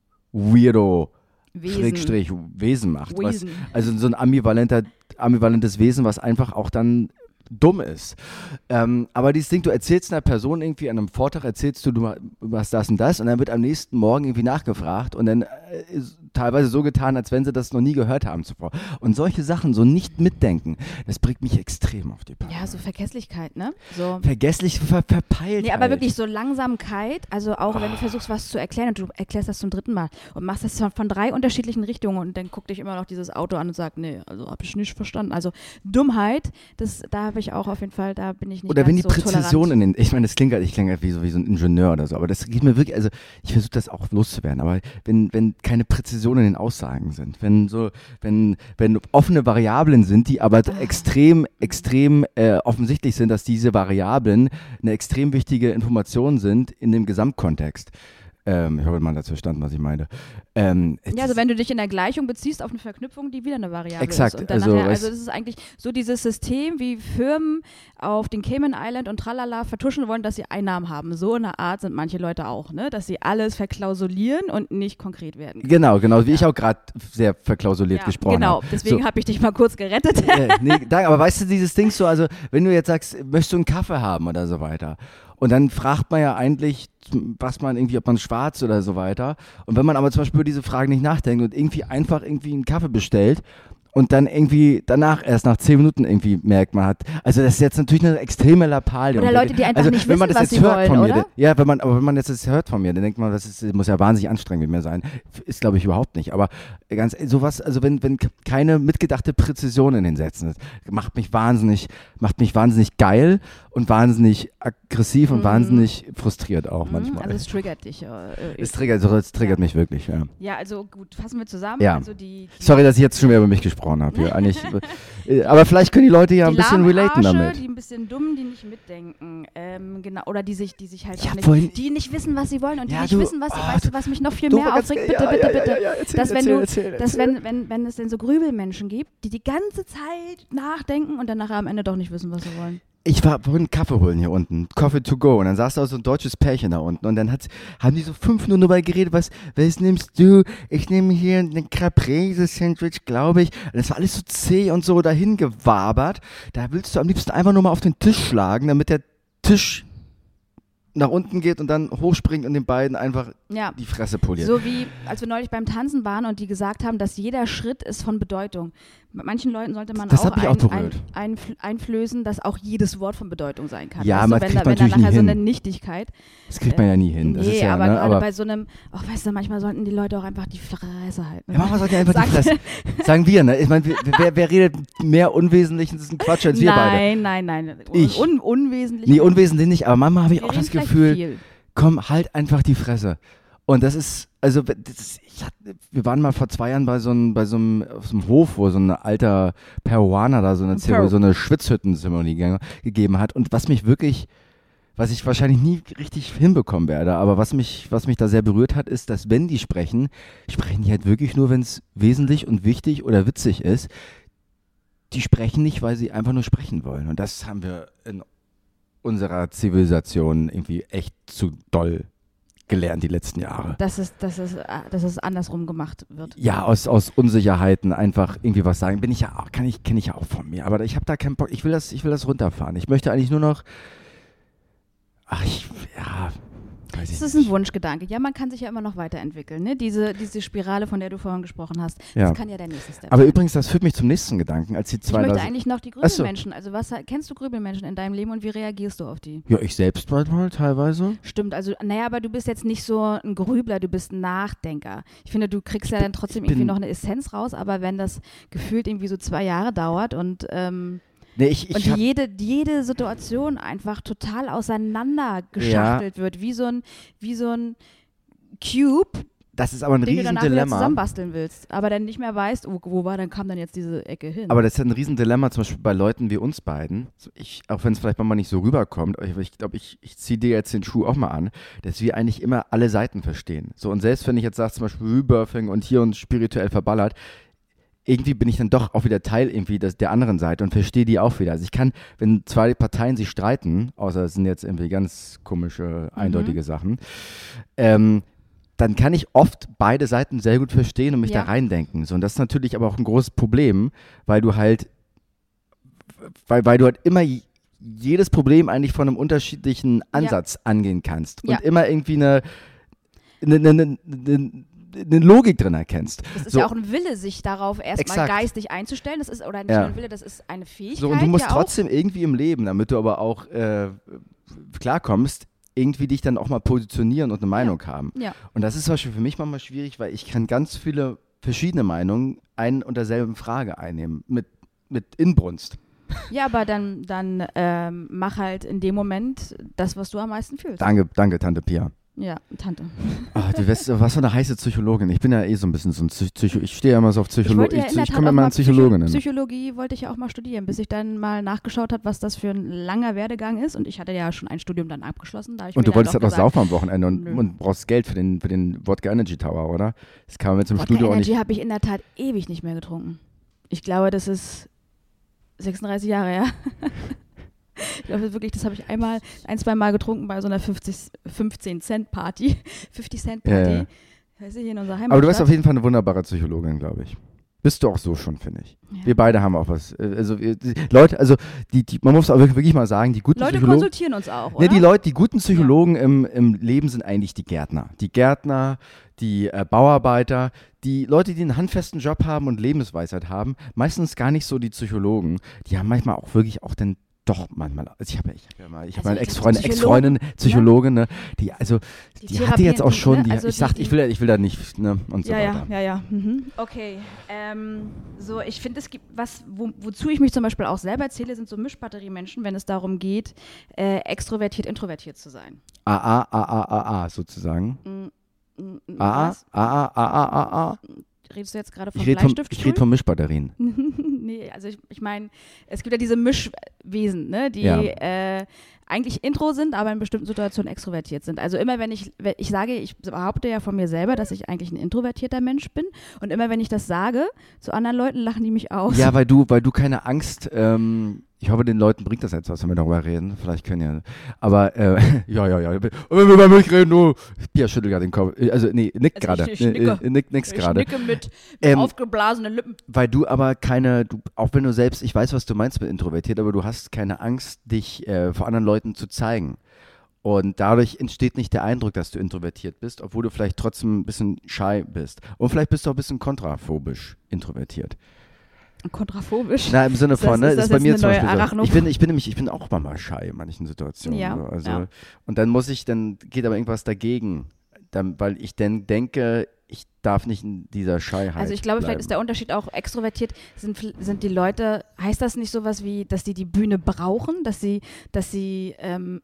Weirdo Wesen. Schrägstrich Wesen macht. Was, Wesen. also so ein ambivalenter, ambivalentes Wesen, was einfach auch dann dumm ist. Ähm, aber dieses Ding, du erzählst einer Person irgendwie an einem Vortag, erzählst du, du machst das und das und dann wird am nächsten Morgen irgendwie nachgefragt und dann äh, ist teilweise so getan, als wenn sie das noch nie gehört haben zuvor. Und solche Sachen, so nicht mitdenken, das bringt mich extrem auf die Palme. Ja, so Vergesslichkeit, ne? So. Vergesslich, ver verpeilt. Nee, aber halt. wirklich so Langsamkeit, also auch wenn du versuchst, was zu erklären und du erklärst das zum dritten Mal und machst das von, von drei unterschiedlichen Richtungen und dann guckt dich immer noch dieses Auto an und sagt, nee, also hab ich nicht verstanden. Also Dummheit, das, da habe ich auch auf jeden Fall, da bin ich nicht Oder wenn die ganz so Präzision tolerant. in den, ich meine, das klingt halt, ich klinge halt wie so, wie so ein Ingenieur oder so, aber das geht mir wirklich, also ich versuche das auch loszuwerden, aber wenn, wenn keine Präzision in den Aussagen sind, wenn so, wenn, wenn offene Variablen sind, die aber Ah. extrem, extrem äh, offensichtlich sind, dass diese Variablen eine extrem wichtige Information sind in dem Gesamtkontext. Ähm, ich hoffe, man hat verstanden, was ich meine. Ähm, Ja, also wenn du dich in der Gleichung beziehst auf eine Verknüpfung, die wieder eine Variable Exakt, ist. Und dann also, nachher, weißt- also das ist eigentlich so dieses System, wie Firmen auf den Cayman Island und tralala vertuschen wollen, dass sie Einnahmen haben. So eine Art sind manche Leute auch, ne? Dass sie alles verklausulieren und nicht konkret werden können. Genau, genau, wie ich auch gerade sehr verklausuliert Ja, gesprochen genau, habe. deswegen So. habe ich dich mal kurz gerettet. äh, nee, danke, aber weißt du, dieses Ding so, also wenn du jetzt sagst, möchtest du einen Kaffee haben oder so weiter und dann fragt man ja eigentlich, was man irgendwie, ob man schwarz oder so weiter und wenn man aber zum Beispiel über diese Fragen nicht nachdenkt und irgendwie einfach irgendwie einen Kaffee bestellt und dann irgendwie danach erst nach zehn Minuten irgendwie merkt man hat, also das ist jetzt natürlich eine extreme Lappalie. Oder Und Leute, die einfach also, nicht wenn man wissen, das was jetzt sie hört wollen, von mir, oder? ja, wenn man, aber wenn man jetzt das hört von mir, dann denkt man, das ist, muss ja wahnsinnig anstrengend mit mir sein. Ist, glaube ich, überhaupt nicht. Aber ganz sowas, also wenn, wenn keine mitgedachte Präzision in den Sätzen ist, macht mich wahnsinnig, macht mich wahnsinnig geil und wahnsinnig aggressiv und Mhm. wahnsinnig frustriert auch Mhm, manchmal. Also es triggert dich. Äh, es triggert, also es triggert Ja. mich wirklich, ja. ja, also gut, fassen wir zusammen. Ja. Also die, die Sorry, dass ich jetzt schon wieder über mich gesprochen gesprochen habe hier. Eigentlich, äh, aber vielleicht können die Leute ja die ein bisschen relaten Arsche, damit. Die ein bisschen dumm, die nicht mitdenken. Ähm, genau, oder die sich, die sich halt Ja, auch vorhin- nicht, die nicht wissen, was sie wollen und die Ja, nicht du- wissen, was sie, oh, weißt du, was mich noch viel du, mehr ganz- aufregt, ja, bitte, ja, bitte, ja, bitte, ja, ja, erzähl, dass wenn erzähl, du, erzähl, dass erzähl. wenn, wenn, wenn es denn so Grübelmenschen gibt, die die ganze Zeit nachdenken und dann nachher am Ende doch nicht wissen, was sie wollen. Ich war vorhin einen Kaffee holen hier unten, Coffee to go, und dann saß da so ein deutsches Pärchen da unten und dann hat, haben die so fünf Minuten darüber geredet, was, was nimmst du? Ich nehme hier ein Caprese-Sandwich, glaube ich. Und das war alles so zäh und so dahin gewabert. Da willst du am liebsten einfach nur mal auf den Tisch schlagen, damit der Tisch nach unten geht und dann hochspringt und den beiden einfach Ja. die Fresse poliert. So wie, als wir neulich beim Tanzen waren und die gesagt haben, dass jeder Schritt ist von Bedeutung. Mit manchen Leuten sollte man Das auch, hat mich ein, auch berührt. ein, einfl- einflößen, dass auch jedes Wort von Bedeutung sein kann. Ja, weißt man du, wenn kriegt da, man wenn da natürlich nie nachher so hin. eine Nichtigkeit. Das kriegt man ja nie hin. Das nee, ist ja, aber ne, gerade aber bei so einem, auch weißt du, manchmal sollten die Leute auch einfach die Fresse halten. ja, manchmal sollte einfach Sag- die Fresse. Sagen wir, ne? Ich meine, wer, wer redet mehr unwesentlich, das ist ein Quatsch als wir beide. Nein, nein, nein. Ich. Un unwesentlich. Nee, unwesentlich nicht, aber manchmal habe ich Wir auch reden das vielleicht Gefühl, viel. komm, halt einfach die Fresse. Und das ist, also, das ist, ich hatte, wir waren mal vor zwei Jahren bei so einem, bei so einem, auf so einem Hof, wo so ein alter Peruaner da so eine, Peru. so eine Schwitzhütten-Zeremonie ge gegeben hat. Und was mich wirklich, was ich wahrscheinlich nie richtig hinbekommen werde, aber was mich, was mich da sehr berührt hat, ist, dass wenn die sprechen, sprechen die halt wirklich nur, wenn es wesentlich und wichtig oder witzig ist. Die sprechen nicht, weil sie einfach nur sprechen wollen. Und das haben wir in unserer Zivilisation irgendwie echt zu doll gelernt die letzten Jahre. Dass es, dass, es, äh, dass es andersrum gemacht wird. Ja, aus, aus Unsicherheiten einfach irgendwie was sagen. Bin ich ja auch, kann ich, kenne ich ja auch von mir. Aber ich habe da keinen Bock. Ich will das, ich will das runterfahren. Ich möchte eigentlich nur noch. Ach, ich, ja, weiß ich Das ist nicht. ein Wunschgedanke. Ja, man kann sich ja immer noch weiterentwickeln. Ne? Diese, diese Spirale, von der du vorhin gesprochen hast, Ja. das kann ja der nächste Step Aber sein. übrigens, das führt mich zum nächsten Gedanken, als die Ich zwei möchte da- eigentlich noch die Ach so. Grübelmenschen. Also was kennst du Grübelmenschen in deinem Leben und wie reagierst du auf die? Ja, ich selbst manchmal teilweise. Stimmt, also naja, aber du bist jetzt nicht so ein Grübler, du bist ein Nachdenker. Ich finde, du kriegst ja bin- dann trotzdem ich bin- irgendwie noch eine Essenz raus, aber wenn das gefühlt irgendwie so zwei Jahre dauert und ähm, Nee, ich, ich und hab, jede, jede Situation einfach total auseinandergeschachtelt wird, wie so ein, wie so ein Cube, das ist aber ein den du danach wieder Riesendilemma. zusammenbasteln willst, aber dann nicht mehr weißt, oh, wo war, dann kam dann jetzt diese Ecke hin. Aber das ist ja ein Riesendilemma, zum Beispiel bei Leuten wie uns beiden. So, Ich, auch wenn es vielleicht manchmal nicht so rüberkommt, aber ich glaube, ich, glaub, ich, ich ziehe dir jetzt den Schuh auch mal an, dass wir eigentlich immer alle Seiten verstehen. So, und selbst wenn ich jetzt sage, zum Beispiel Rebirthing und hier und spirituell verballert, irgendwie bin ich dann doch auch wieder Teil irgendwie des, der anderen Seite und verstehe die auch wieder. Also ich kann, wenn zwei Parteien sich streiten, außer es sind jetzt irgendwie ganz komische, eindeutige Sachen, ähm, dann kann ich oft beide Seiten sehr gut verstehen und mich Ja. da reindenken. So, und das ist natürlich aber auch ein großes Problem, weil du halt, weil, weil du halt immer j- jedes Problem eigentlich von einem unterschiedlichen Ansatz angehen kannst und Ja. immer irgendwie eine, eine, eine, eine, eine Logik drin erkennst. das ist so. ja auch ein Wille, sich darauf erstmal Exakt. geistig einzustellen. Das ist, oder nicht Ja. nur ein Wille, das ist eine Fähigkeit. So, und du musst ja auch. trotzdem irgendwie im Leben, damit du aber auch äh, klarkommst, irgendwie dich dann auch mal positionieren und eine Meinung haben. Ja. Und das ist zum Beispiel für mich manchmal schwierig, weil ich kann ganz viele verschiedene Meinungen ein und derselben Frage einnehmen, mit, mit Inbrunst. Ja, aber dann, dann ähm, mach halt in dem Moment das, was du am meisten fühlst. Danke, danke, Tante Pia. Ja, Tante. Ah, du weißt, was für eine heiße Psychologin. Ich bin ja eh so ein bisschen so ein Psycho. Ich stehe ja immer so auf Ich, wollte Psychologie. ja Ich, in der ich, Tat komme auch immer mal an Psychologinnen. Psycho Psychologie wollte ich ja auch mal studieren, bis ich dann mal nachgeschaut habe, was das für ein langer Werdegang ist. Und ich hatte ja schon ein Studium dann abgeschlossen. Da hab ich Und mir du wolltest dann halt doch noch gesagt, saufen am Wochenende und, Nö. und brauchst Geld für den, für den Wodka Energy Tower, oder? Das kam mir zum Wodka Studio auch Energy nicht. habe ich in der Tat ewig nicht mehr getrunken. Ich glaube, das ist sechsunddreißig Jahre her. Ich glaube wirklich, das habe ich einmal, ein, zwei Mal getrunken bei so einer fünfzehn Cent Party. fünfzig Cent Party. Ja, ja. Weißt du, hier in unserer Heimatstadt. Aber du bist auf jeden Fall eine wunderbare Psychologin, glaube ich. Bist du auch so schon, finde ich. Ja. Wir beide haben auch was. äh, Also wir, die Leute, also die, die, man muss auch wirklich, wirklich mal sagen, die guten Leute Psychologen. konsultieren uns auch, oder? Ne, die Leute, die guten Psychologen im, im Leben sind eigentlich die Gärtner. Die Gärtner, die äh, Bauarbeiter, die Leute, die einen handfesten Job haben und Lebensweisheit haben, meistens gar nicht so die Psychologen. Die haben manchmal auch wirklich auch dann doch manchmal, also ich habe ja, ich hab ja mal, ich habe Also mal eine ich glaub, Ex-Freundin, Psychologen, Ex-Freundin, Psychologin, ne, die, also, Die die, hatte jetzt auch Therapien, schon, ne? die, Also ich die- sagte, die- ich will, da- ich will da nicht, ne, und so ja, weiter. ja, ja, ja. Mhm. Okay. Ähm, so, ich finde, es gibt was, wo, wozu ich mich zum Beispiel auch selber zähle, sind so Mischbatteriemenschen, wenn es darum geht, äh, extrovertiert, introvertiert zu sein. A, A, A, A, A, A, sozusagen. Mm, mm, A, A, was? A, A, A, A, A, A. redest du jetzt gerade vom Ich rede vom, Bleistiftstuhl? ich red von Mischbatterien. Nee, also ich, ich meine, es gibt ja diese Mischwesen, ne, die Ja. äh, eigentlich Intro sind, aber in bestimmten Situationen extrovertiert sind. Also immer wenn ich, wenn ich sage, ich behaupte ja von mir selber, dass ich eigentlich ein introvertierter Mensch bin und immer wenn ich das sage zu anderen Leuten, lachen die mich aus. Ja, weil du, weil du keine Angst, ähm, ich hoffe, den Leuten bringt das etwas, wenn wir darüber reden. Vielleicht können ja, aber, äh, ja, ja, ja, wenn wir über mich reden, oh, Pia schüttelt gerade den Kopf, also, nee, nickt Also gerade, ich- ich nicke. äh, nick, nix ich gerade. nicke mit, mit Ähm, aufgeblasenen Lippen. Weil du aber keine, du, auch wenn du selbst, ich weiß, was du meinst mit introvertiert, aber du hast keine Angst, dich äh, vor anderen Leuten zu zeigen. Und dadurch entsteht nicht der Eindruck, dass du introvertiert bist, obwohl du vielleicht trotzdem ein bisschen shy bist. Und vielleicht bist du auch ein bisschen kontraphobisch introvertiert. Kontraphobisch. Na, im Sinne Ist das- von, ne, ist das das ist bei jetzt mir eine zum neue Beispiel so. Arachnophobie? Ich bin, ich bin nämlich, ich bin auch manchmal shy in manchen Situationen. Ja, so. Also, ja. Und dann muss ich, dann geht aber irgendwas dagegen, dann, weil ich dann denke, ich darf nicht in dieser Shyheit Also ich glaube, bleiben. vielleicht ist der Unterschied auch extrovertiert, sind, sind die Leute, heißt das nicht sowas wie, dass die die Bühne brauchen, dass sie, dass sie ähm,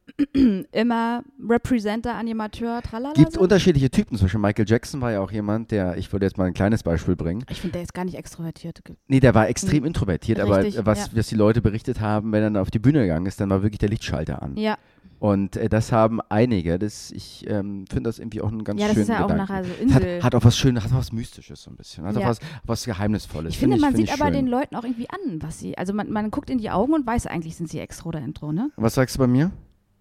immer Representer, Animateur, tralala Gibt sind? unterschiedliche Typen. Zum Beispiel Michael Jackson war ja auch jemand, der, ich würde jetzt mal ein kleines Beispiel bringen. Ich finde, der ist gar nicht extrovertiert. Nee, der war extrem Hm. introvertiert, Richtig, aber was, ja. was die Leute berichtet haben, wenn er dann auf die Bühne gegangen ist, dann war wirklich der Lichtschalter an. Ja, Und äh, das haben einige. Das, ich ähm, finde das irgendwie auch einen ganz ja das schönen ist ja auch Gedanken. nachher so Hat, Insel. hat auch was Schönes, hat auch was Mystisches so ein bisschen. Hat auch Ja. was, was Geheimnisvolles. ich finde, man find sieht ich aber schön. den Leuten auch irgendwie an, was sie, also man, man guckt in die Augen und weiß eigentlich, sind sie Extro oder Intro, ne? Was sagst du bei mir?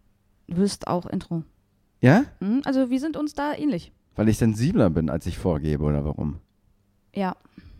Du bist auch Intro. Ja? Hm? Also wir sind uns da ähnlich. Weil ich sensibler bin, als ich vorgebe, oder warum? Ja.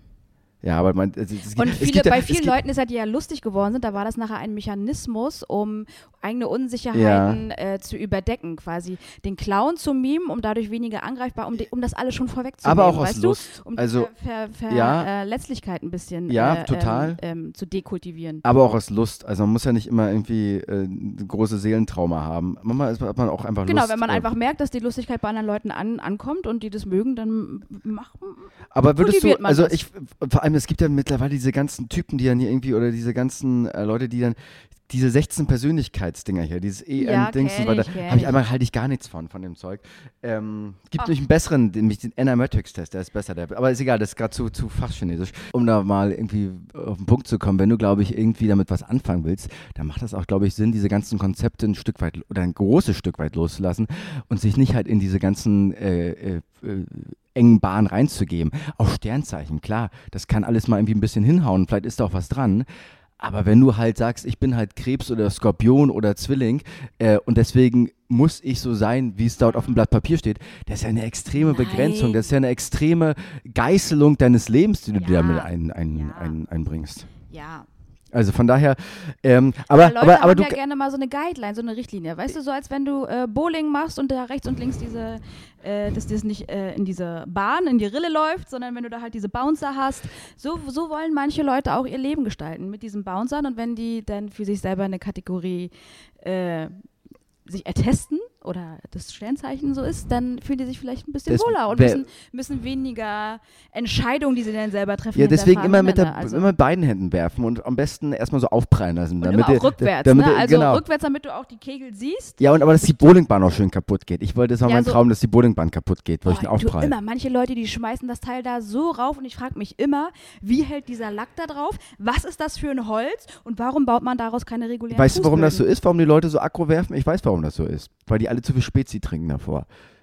Ja, aber man, es, es, Und es viele, gibt ja, bei es vielen gibt, Leuten ist ja, die ja lustig geworden sind, da war das nachher ein Mechanismus, um eigene Unsicherheiten äh, zu überdecken, quasi den Clown zu mimen, um dadurch weniger angreifbar, um, die, um das alles schon vorwegzunehmen, aber auch aus weißt Lust. du? Um Also, die Ver, Ver, ja. Verletzlichkeit ein bisschen Ja, äh, total. Ähm, ähm, zu dekultivieren. aber auch aus Lust. Also man muss ja nicht immer irgendwie äh, ein große Seelentrauma haben. Manchmal ist- hat man auch einfach Genau, Lust. wenn man äh, einfach merkt, dass die Lustigkeit bei anderen Leuten an, ankommt und die das mögen, dann machen. Aber würdest du, kultiviert man also das. ich, vor allem, es gibt ja mittlerweile diese ganzen Typen, die dann hier irgendwie, oder diese ganzen äh, Leute, die dann diese sechzehn Persönlichkeitsdinger hier, dieses E Ja, M-Dings und kenn so weiter, ich, kenn habe ich ich. einmal, halte ich gar nichts von, von dem Zeug. Ähm, gibt Ach. nämlich einen besseren, den, nämlich den Anna-Matrix-Test, der ist besser, der, aber ist egal, das ist gerade zu, zu fachchinesisch. Um da mal irgendwie auf den Punkt zu kommen, wenn du, glaube ich, irgendwie damit was anfangen willst, dann macht das auch, glaube ich, Sinn, diese ganzen Konzepte ein Stück weit, oder ein großes Stück weit loszulassen und sich nicht halt in diese ganzen äh, äh, äh, engen Bahn reinzugeben. Auch Sternzeichen, klar, das kann alles mal irgendwie ein bisschen hinhauen, vielleicht ist da auch was dran. Aber wenn du halt sagst, ich bin halt Krebs oder Skorpion oder Zwilling äh, und deswegen muss ich so sein, wie es dort auf dem Blatt Papier steht, das ist ja eine extreme Nein. Begrenzung, das ist ja eine extreme Geißelung deines Lebens, die du Ja. dir damit ein, ein, Ja. ein, einbringst. Ja. Also von daher, ähm, aber, Leute aber, aber haben du, ja gerne mal so eine Guideline, so eine Richtlinie. Weißt du, so als wenn du äh, Bowling machst und da rechts und links diese, äh, dass das nicht äh, in diese Bahn, in die Rille läuft, sondern wenn du da halt diese Bouncer hast. So, so wollen manche Leute auch ihr Leben gestalten mit diesen Bouncern und wenn die dann für sich selber eine Kategorie äh, sich ertesten oder das Sternzeichen so ist, dann fühlen die sich vielleicht ein bisschen Das wohler und wär- müssen, müssen weniger Entscheidungen, die sie dann selber treffen, ja, deswegen hinterfragen immer mit, der, miteinander. Also- immer mit beiden Händen werfen und am besten erstmal so aufprallen lassen. und damit immer ihr- auch rückwärts, damit ne? ihr- Also genau. rückwärts, damit du auch die Kegel siehst. Ja, und aber dass die Bowlingbahn auch schön kaputt geht. Ich wollte, das war Ja, mein so- Traum, dass die Bowlingbahn kaputt geht, weil ich den Boah, du, aufprall. immer, manche Leute, die schmeißen das Teil da so rauf und ich frage mich immer, wie hält dieser Lack da drauf? Was ist das für ein Holz und warum baut man daraus keine regulären Weißt du, warum das so Fußböden? ist? Warum die Leute so Akku werfen? Ich weiß, warum das so ist. Weil die alle zu viel Spezi trinken davor.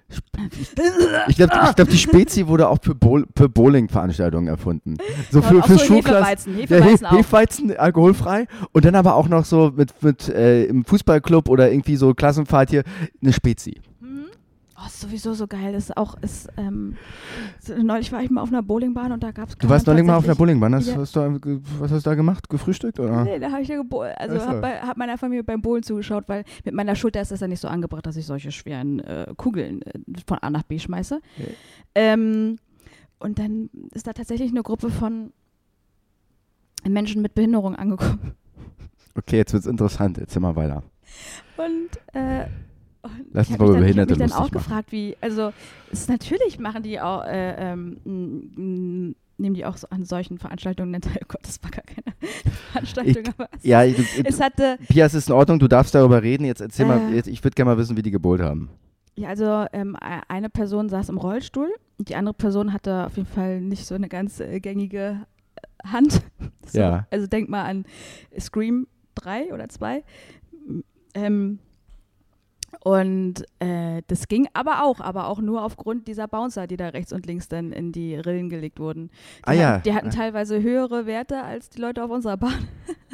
Ich glaube, ich glaub, die Spezi wurde auch für, Bowl, für Bowling-Veranstaltungen erfunden. So Ja, für, und auch für so Schulklassen. Hefeweizen, Ja, Hefeweizen Hef- auch. Hefeweizen, alkoholfrei. Und dann aber auch noch so mit, mit äh, im Fußballclub oder irgendwie so Klassenfahrt hier eine Spezi. Oh, ist sowieso so geil. Das ist auch, ist, ähm, so, neulich war ich mal auf einer Bowlingbahn und da gab es Du warst neulich mal auf einer Bowlingbahn. Hast, Ja. hast du, da- was hast du da gemacht? Gefrühstückt? Oder? Nee, da habe ich ja gebo- also Ach so. hab, bei, hab meiner Familie beim Bowlen zugeschaut, weil mit meiner Schulter ist das ja nicht so angebracht, dass ich solche schweren äh, Kugeln äh, von A nach B schmeiße. Ja. Ähm, und dann ist da tatsächlich eine Gruppe von Menschen mit Behinderung angekommen. Okay, jetzt wird's interessant. Erzähl mal weiter. Und äh, und Lass ich uns hab mal mich über dann, ich Behinderte hab mich dann auch lustig machen. gefragt, wie, also es ist natürlich machen die auch, äh, ähm, m- m- nehmen die auch so an solchen Veranstaltungen teil. Oh Gott, das war gar keine Veranstaltung, Ich- aber es, Ja, ich, es hatte, Pia, es ist in Ordnung, du darfst darüber reden. Jetzt erzähl mal, Äh. jetzt, ich würde gerne mal wissen, wie die gebohlt haben. Ja, also ähm, eine Person saß im Rollstuhl und die andere Person hatte auf jeden Fall nicht so eine ganz äh, gängige Hand. So, Ja. Also denk mal an Scream drei oder zwei. Ähm, und äh, das ging aber auch, aber auch nur aufgrund dieser Bouncer, die da rechts und links dann in die Rillen gelegt wurden. Die Ah ja. hatten, die hatten teilweise höhere Werte als die Leute auf unserer Bahn.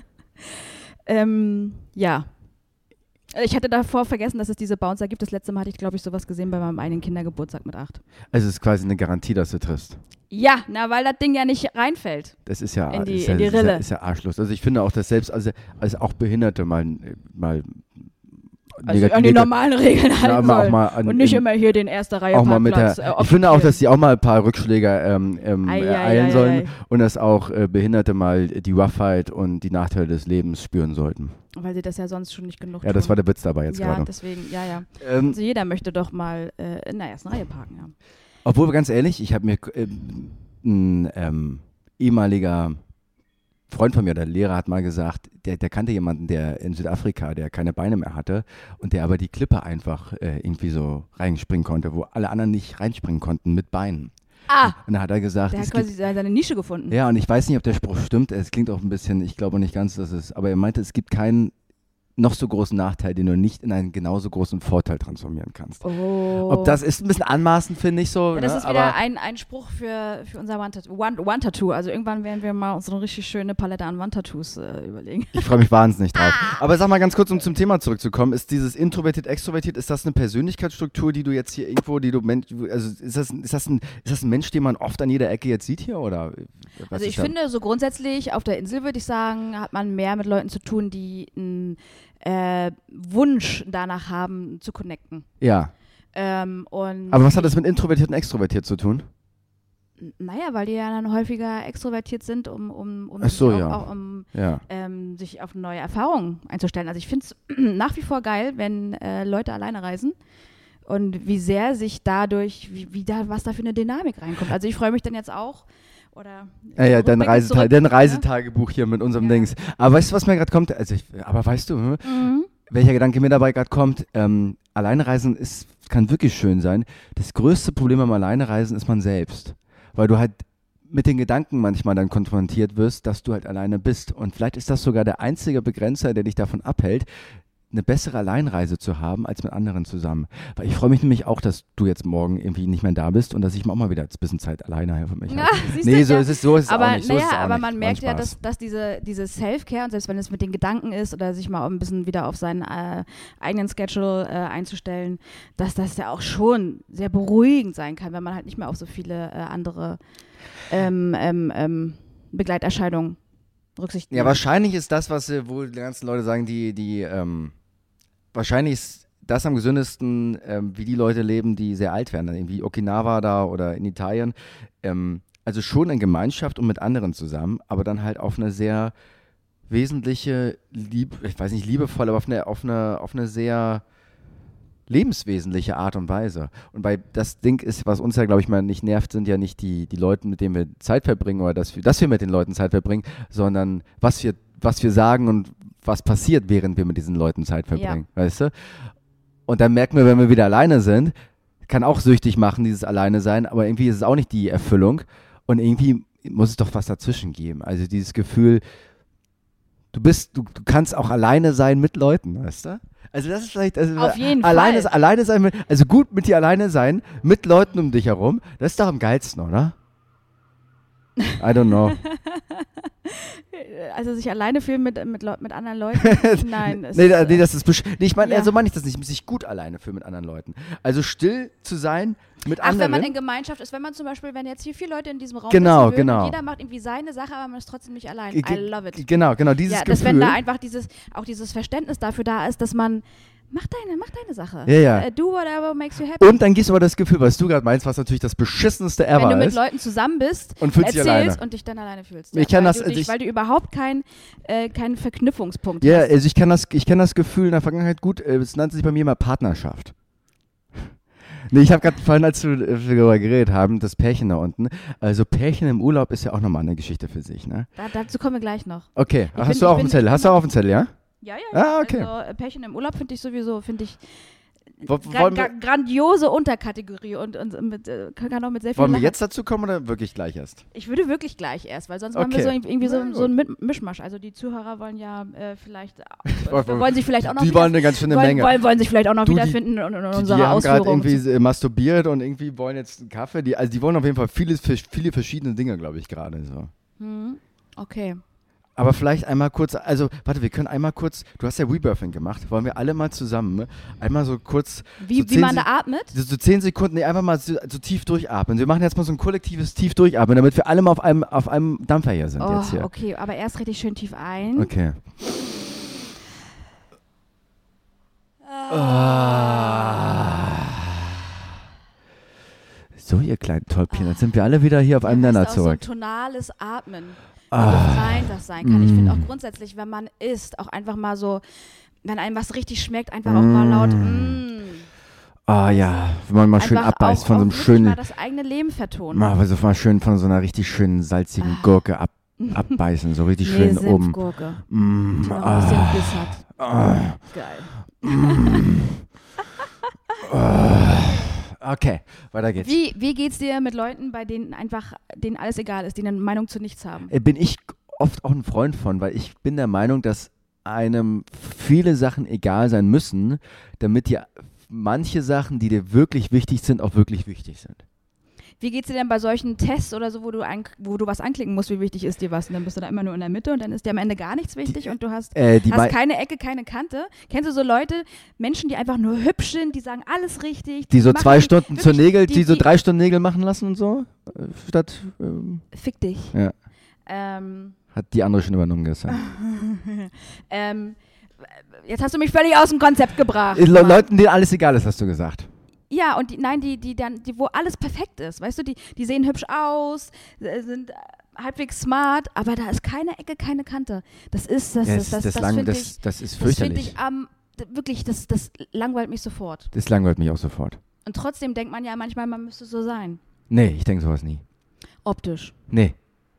ähm, ja. Ich hatte davor vergessen, dass es diese Bouncer gibt. Das letzte Mal hatte ich, glaube ich, sowas gesehen bei meinem eigenen Kindergeburtstag mit acht. Also es ist quasi eine Garantie, dass du triffst. Ja, na, weil das Ding ja nicht reinfällt. Das ist ja, In die- ist ja, in die ist ja, Rille. ist ja arschlos. Also ich finde auch, dass selbst also, also auch Behinderte mal, mal Also negat- an die negat- normalen Regeln Ja, halten aber auch sollen. mal an, Und nicht in, immer hier den erste Reihe auch mal mit der, Parkplatz, äh, ich finde auch, okkupieren. dass die auch mal ein paar Rückschläge ähm, ähm, Ei, ei, ereilen ei, sollen ei. und dass auch äh, Behinderte mal die Roughheit und die Nachteile des Lebens spüren sollten. Weil sie das ja sonst schon nicht genug Ja, das tun. war der Witz dabei jetzt Ja, gerade. deswegen, ja, ja. Ähm, Also jeder möchte doch mal äh, in der ersten Reihe parken, ja. Obwohl, ganz ehrlich, ich habe mir ähm, ein ähm, ehemaliger Freund von mir, der Lehrer, hat mal gesagt, der, der kannte jemanden, der in Südafrika, der keine Beine mehr hatte und der aber die Klippe einfach äh, irgendwie so reinspringen konnte, wo alle anderen nicht reinspringen konnten mit Beinen. Ah, Und da hat er gesagt, der hat es quasi gibt, seine Nische gefunden. ja, und ich weiß nicht, ob der Spruch stimmt, es klingt auch ein bisschen, ich glaube nicht ganz, dass es, aber er meinte, es gibt keinen noch so großen Nachteil, den du nicht in einen genauso großen Vorteil transformieren kannst. Oh. Ob das ist ein bisschen anmaßend, finde ich so. Ja, das ne? ist wieder aber ein, ein Spruch für, für unser One-Tattoo. One, One-Tattoo. Also irgendwann werden wir mal uns so eine richtig schöne Palette an One-Tattoos äh, überlegen. ich freue mich wahnsinnig drauf. Aber sag mal ganz kurz, um zum Thema zurückzukommen, ist dieses introvertiert, extrovertiert, ist das eine Persönlichkeitsstruktur, die du jetzt hier irgendwo, die du, Men- also ist das, ist, das ein, ist das ein Mensch, den man oft an jeder Ecke jetzt sieht hier, oder? Was Also ist ich da? finde, so grundsätzlich auf der Insel, würde ich sagen, hat man mehr mit Leuten zu tun, die einen äh, Wunsch danach haben, zu connecten. Ja, Ähm, und aber was hat das mit introvertiert und extrovertiert zu tun? Naja, weil die ja dann häufiger extrovertiert sind, um, um, um, Ach so, sich, auch, ja. auch, um Ja. ähm, sich auf neue Erfahrungen einzustellen. Also ich finde es nach wie vor geil, wenn äh, Leute alleine reisen und wie sehr sich dadurch, wie, wie da, was da für eine Dynamik reinkommt. Also ich freue mich dann jetzt auch, oder Ja, ja, dein, rückblickend Reisetag, zurück, dein ne? Reisetagebuch hier mit unserem Ja. Dings. Aber weißt du, was mir gerade kommt? Also ich, aber weißt du, hm, Mhm. welcher Gedanke mir dabei gerade kommt? Ähm, Alleinereisen ist, kann wirklich schön sein. Das größte Problem beim Alleinereisen ist man selbst. Weil du halt mit den Gedanken manchmal dann konfrontiert wirst, dass du halt alleine bist. Und vielleicht ist das sogar der einzige Begrenzer, der dich davon abhält, eine bessere Alleinreise zu haben, als mit anderen zusammen. Weil ich freue mich nämlich auch, dass du jetzt morgen irgendwie nicht mehr da bist und dass ich auch mal wieder ein bisschen Zeit alleine hier für mich Ja, habe. siehst Nee, du, so ja. ist es, so ist es aber auch nicht. So naja, ist es auch aber nicht. man War merkt ein ja, Spaß. dass, dass diese, diese Self-Care, und selbst wenn es mit den Gedanken ist oder sich mal ein bisschen wieder auf seinen äh, eigenen Schedule äh, einzustellen, dass das ja auch schon sehr beruhigend sein kann, wenn man halt nicht mehr auf so viele äh, andere ähm, ähm, ähm, Begleiterscheinungen Rücksicht Ja, nimmt. wahrscheinlich ist das, was äh, wohl die ganzen Leute sagen, die, die, ähm, wahrscheinlich ist das am gesündesten, ähm, wie die Leute leben, die sehr alt werden, irgendwie Okinawa da oder in Italien. Ähm, also schon in Gemeinschaft und mit anderen zusammen, aber dann halt auf eine sehr wesentliche, lieb, ich weiß nicht liebevoll, aber auf eine, auf eine, auf eine sehr lebenswesentliche Art und Weise. Und weil das Ding ist, was uns ja, glaube ich, mal nicht nervt, sind ja nicht die, die Leute, mit denen wir Zeit verbringen oder dass wir, dass wir mit den Leuten Zeit verbringen, sondern was wir, was wir sagen und was passiert, während wir mit diesen Leuten Zeit verbringen, weißt du? Und dann merken wir, wenn wir wieder alleine sind, kann auch süchtig machen, dieses Alleine sein, aber irgendwie ist es auch nicht die Erfüllung und irgendwie muss es doch was dazwischen geben. Also dieses Gefühl, du bist, du, du kannst auch alleine sein mit Leuten, weißt du? Also das ist vielleicht, also Auf jeden alleine, Fall. alleine sein, mit, also gut mit dir alleine sein, mit Leuten um dich herum, das ist doch am geilsten, oder? I don't know. Also sich alleine fühlen mit, mit, Leu- mit anderen Leuten? Nein. es nee, ist, da- nee, äh, das ist besch- nee, ich meine, ja. also meine ich das nicht, sich gut alleine fühlen mit anderen Leuten. Also still zu sein mit Ach, anderen. wenn man in Gemeinschaft ist, wenn man zum Beispiel, wenn jetzt hier vier Leute in diesem Raum Genau, sitzen würden genau. und jeder macht irgendwie seine Sache, aber man ist trotzdem nicht allein. Ge- I love it. Genau, genau, dieses Ja, dass Gefühl. wenn da einfach dieses, auch dieses Verständnis dafür da ist, dass man, mach deine, mach deine Sache. Ja, ja. Äh, do whatever makes you happy. Und dann gehst du aber das Gefühl, was du gerade meinst, was natürlich das beschissenste ever wenn du mit ist. Leuten zusammen bist, Und fühlst dich erzählst alleine. und dich dann alleine fühlst. Ich kann weil, das- du also dich, ich- weil du überhaupt kein, äh, keinen Verknüpfungspunkt Ja, hast. also ich kann das, ich kenn das Gefühl in der Vergangenheit gut, äh, es nannte sich bei mir mal Partnerschaft. Nee, ich habe gerade vorhin, als wir äh, darüber geredet haben, das Pärchen da unten, also Pärchen im Urlaub ist ja auch nochmal eine Geschichte für sich, ne? Da, dazu kommen wir gleich noch. Okay, Ich hast bin- du auch ich auf dem bin Zettel, hast du auch auf dem Zettel, ja? Ja, ja, Ah, okay. Also äh, Pärchen im Urlaub finde ich sowieso, finde ich Wo, Gra wollen gra wir, grandiose Unterkategorie und, und mit, äh, kann auch mit sehr viel wollen wir Lachen. jetzt dazu kommen oder wirklich gleich erst? Ich würde wirklich gleich erst, weil sonst Okay. machen wir so irgendwie so, Na so ein Mit- Mischmasch. Also die Zuhörer wollen ja äh, vielleicht, äh, Wollen- wollen sich vielleicht auch noch Die wieder, wollen eine ganz schöne wollen, Menge. wollen, wollen sich vielleicht auch noch Du, die- wiederfinden in, in Die, die unserer haben gerade Ausführung. irgendwie äh, masturbiert und irgendwie wollen jetzt einen Kaffee. Die, also die wollen auf jeden Fall viele, viele verschiedene Dinge, glaube ich, gerade so. Hm, okay. Aber vielleicht einmal kurz, also warte, wir können einmal kurz, du hast ja Rebirthing gemacht, wollen wir alle mal zusammen, ne? Einmal so kurz, Wie, so wie zehn man Se- da atmet? so, so zehn Sekunden, nee, einfach mal so, so tief durchatmen. Wir machen jetzt mal so ein kollektives tief durchatmen, damit wir alle mal auf einem, auf einem Dampfer hier sind Oh, jetzt hier. okay, aber erst richtig schön tief ein. Okay. Ah. So, ihr kleinen Täubchen, jetzt sind wir alle wieder hier auf einem Ja, Nenner das ist auch zurück. so ein tonales Atmen, wie Ah. befreiend das sein kann. Ich finde Mm. auch grundsätzlich, wenn man isst, auch einfach mal so, wenn einem was richtig schmeckt, einfach auch mal laut mm. Ah ja, wenn man mal schön Einfach abbeißt auch, von so auch einem wirklich schönen, mal das eigene Leben vertonen. mal, also mal schön von so einer richtig schönen salzigen Ah. Gurke ab, abbeißen, so richtig Nee, schön oben. Senfgurke, Mm, die noch ein bisschen ah, Biss hat. ah, Geil. ah. Okay, weiter geht's. Wie, wie geht's dir mit Leuten, bei denen einfach, denen alles egal ist, die eine Meinung zu nichts haben? Äh, Bin ich oft auch ein Freund von, weil ich bin der Meinung, dass einem viele Sachen egal sein müssen, damit dir manche Sachen, die dir wirklich wichtig sind, auch wirklich wichtig sind. Wie geht's dir denn bei solchen Tests oder so, wo du, ein, wo du was anklicken musst, wie wichtig ist dir was? Und dann bist du da immer nur in der Mitte und dann ist dir am Ende gar nichts wichtig und du hast, Äh, die hast mei- keine Ecke, keine Kante. Kennst du so Leute, Menschen, die einfach nur hübsch sind, die sagen alles richtig? die so machen zwei Stunden wirklich- zur Nägel, die, die- so die- drei Stunden Nägel machen lassen und so, äh, statt, ähm, Fick dich. Ja. Ähm, hat die andere schon übernommen gestern. ähm, jetzt hast du mich völlig aus dem Konzept gebracht. Äh, Le Mann. Leuten, denen alles egal ist, hast du gesagt. Ja, und die, nein, die, die dann, die, wo alles perfekt ist, weißt du, die, die sehen hübsch aus, äh, sind äh, halbwegs smart, aber da ist keine Ecke, keine Kante. Das ist, das, Ja, das, das, das, das lang, finde das, ich, das ist das finde fürchterlich. ich am, d- wirklich, das, das langweilt mich sofort. Das langweilt mich auch sofort. Und trotzdem denkt man ja manchmal, man müsste so sein. Nee, ich denke sowas nie. Optisch. Nee,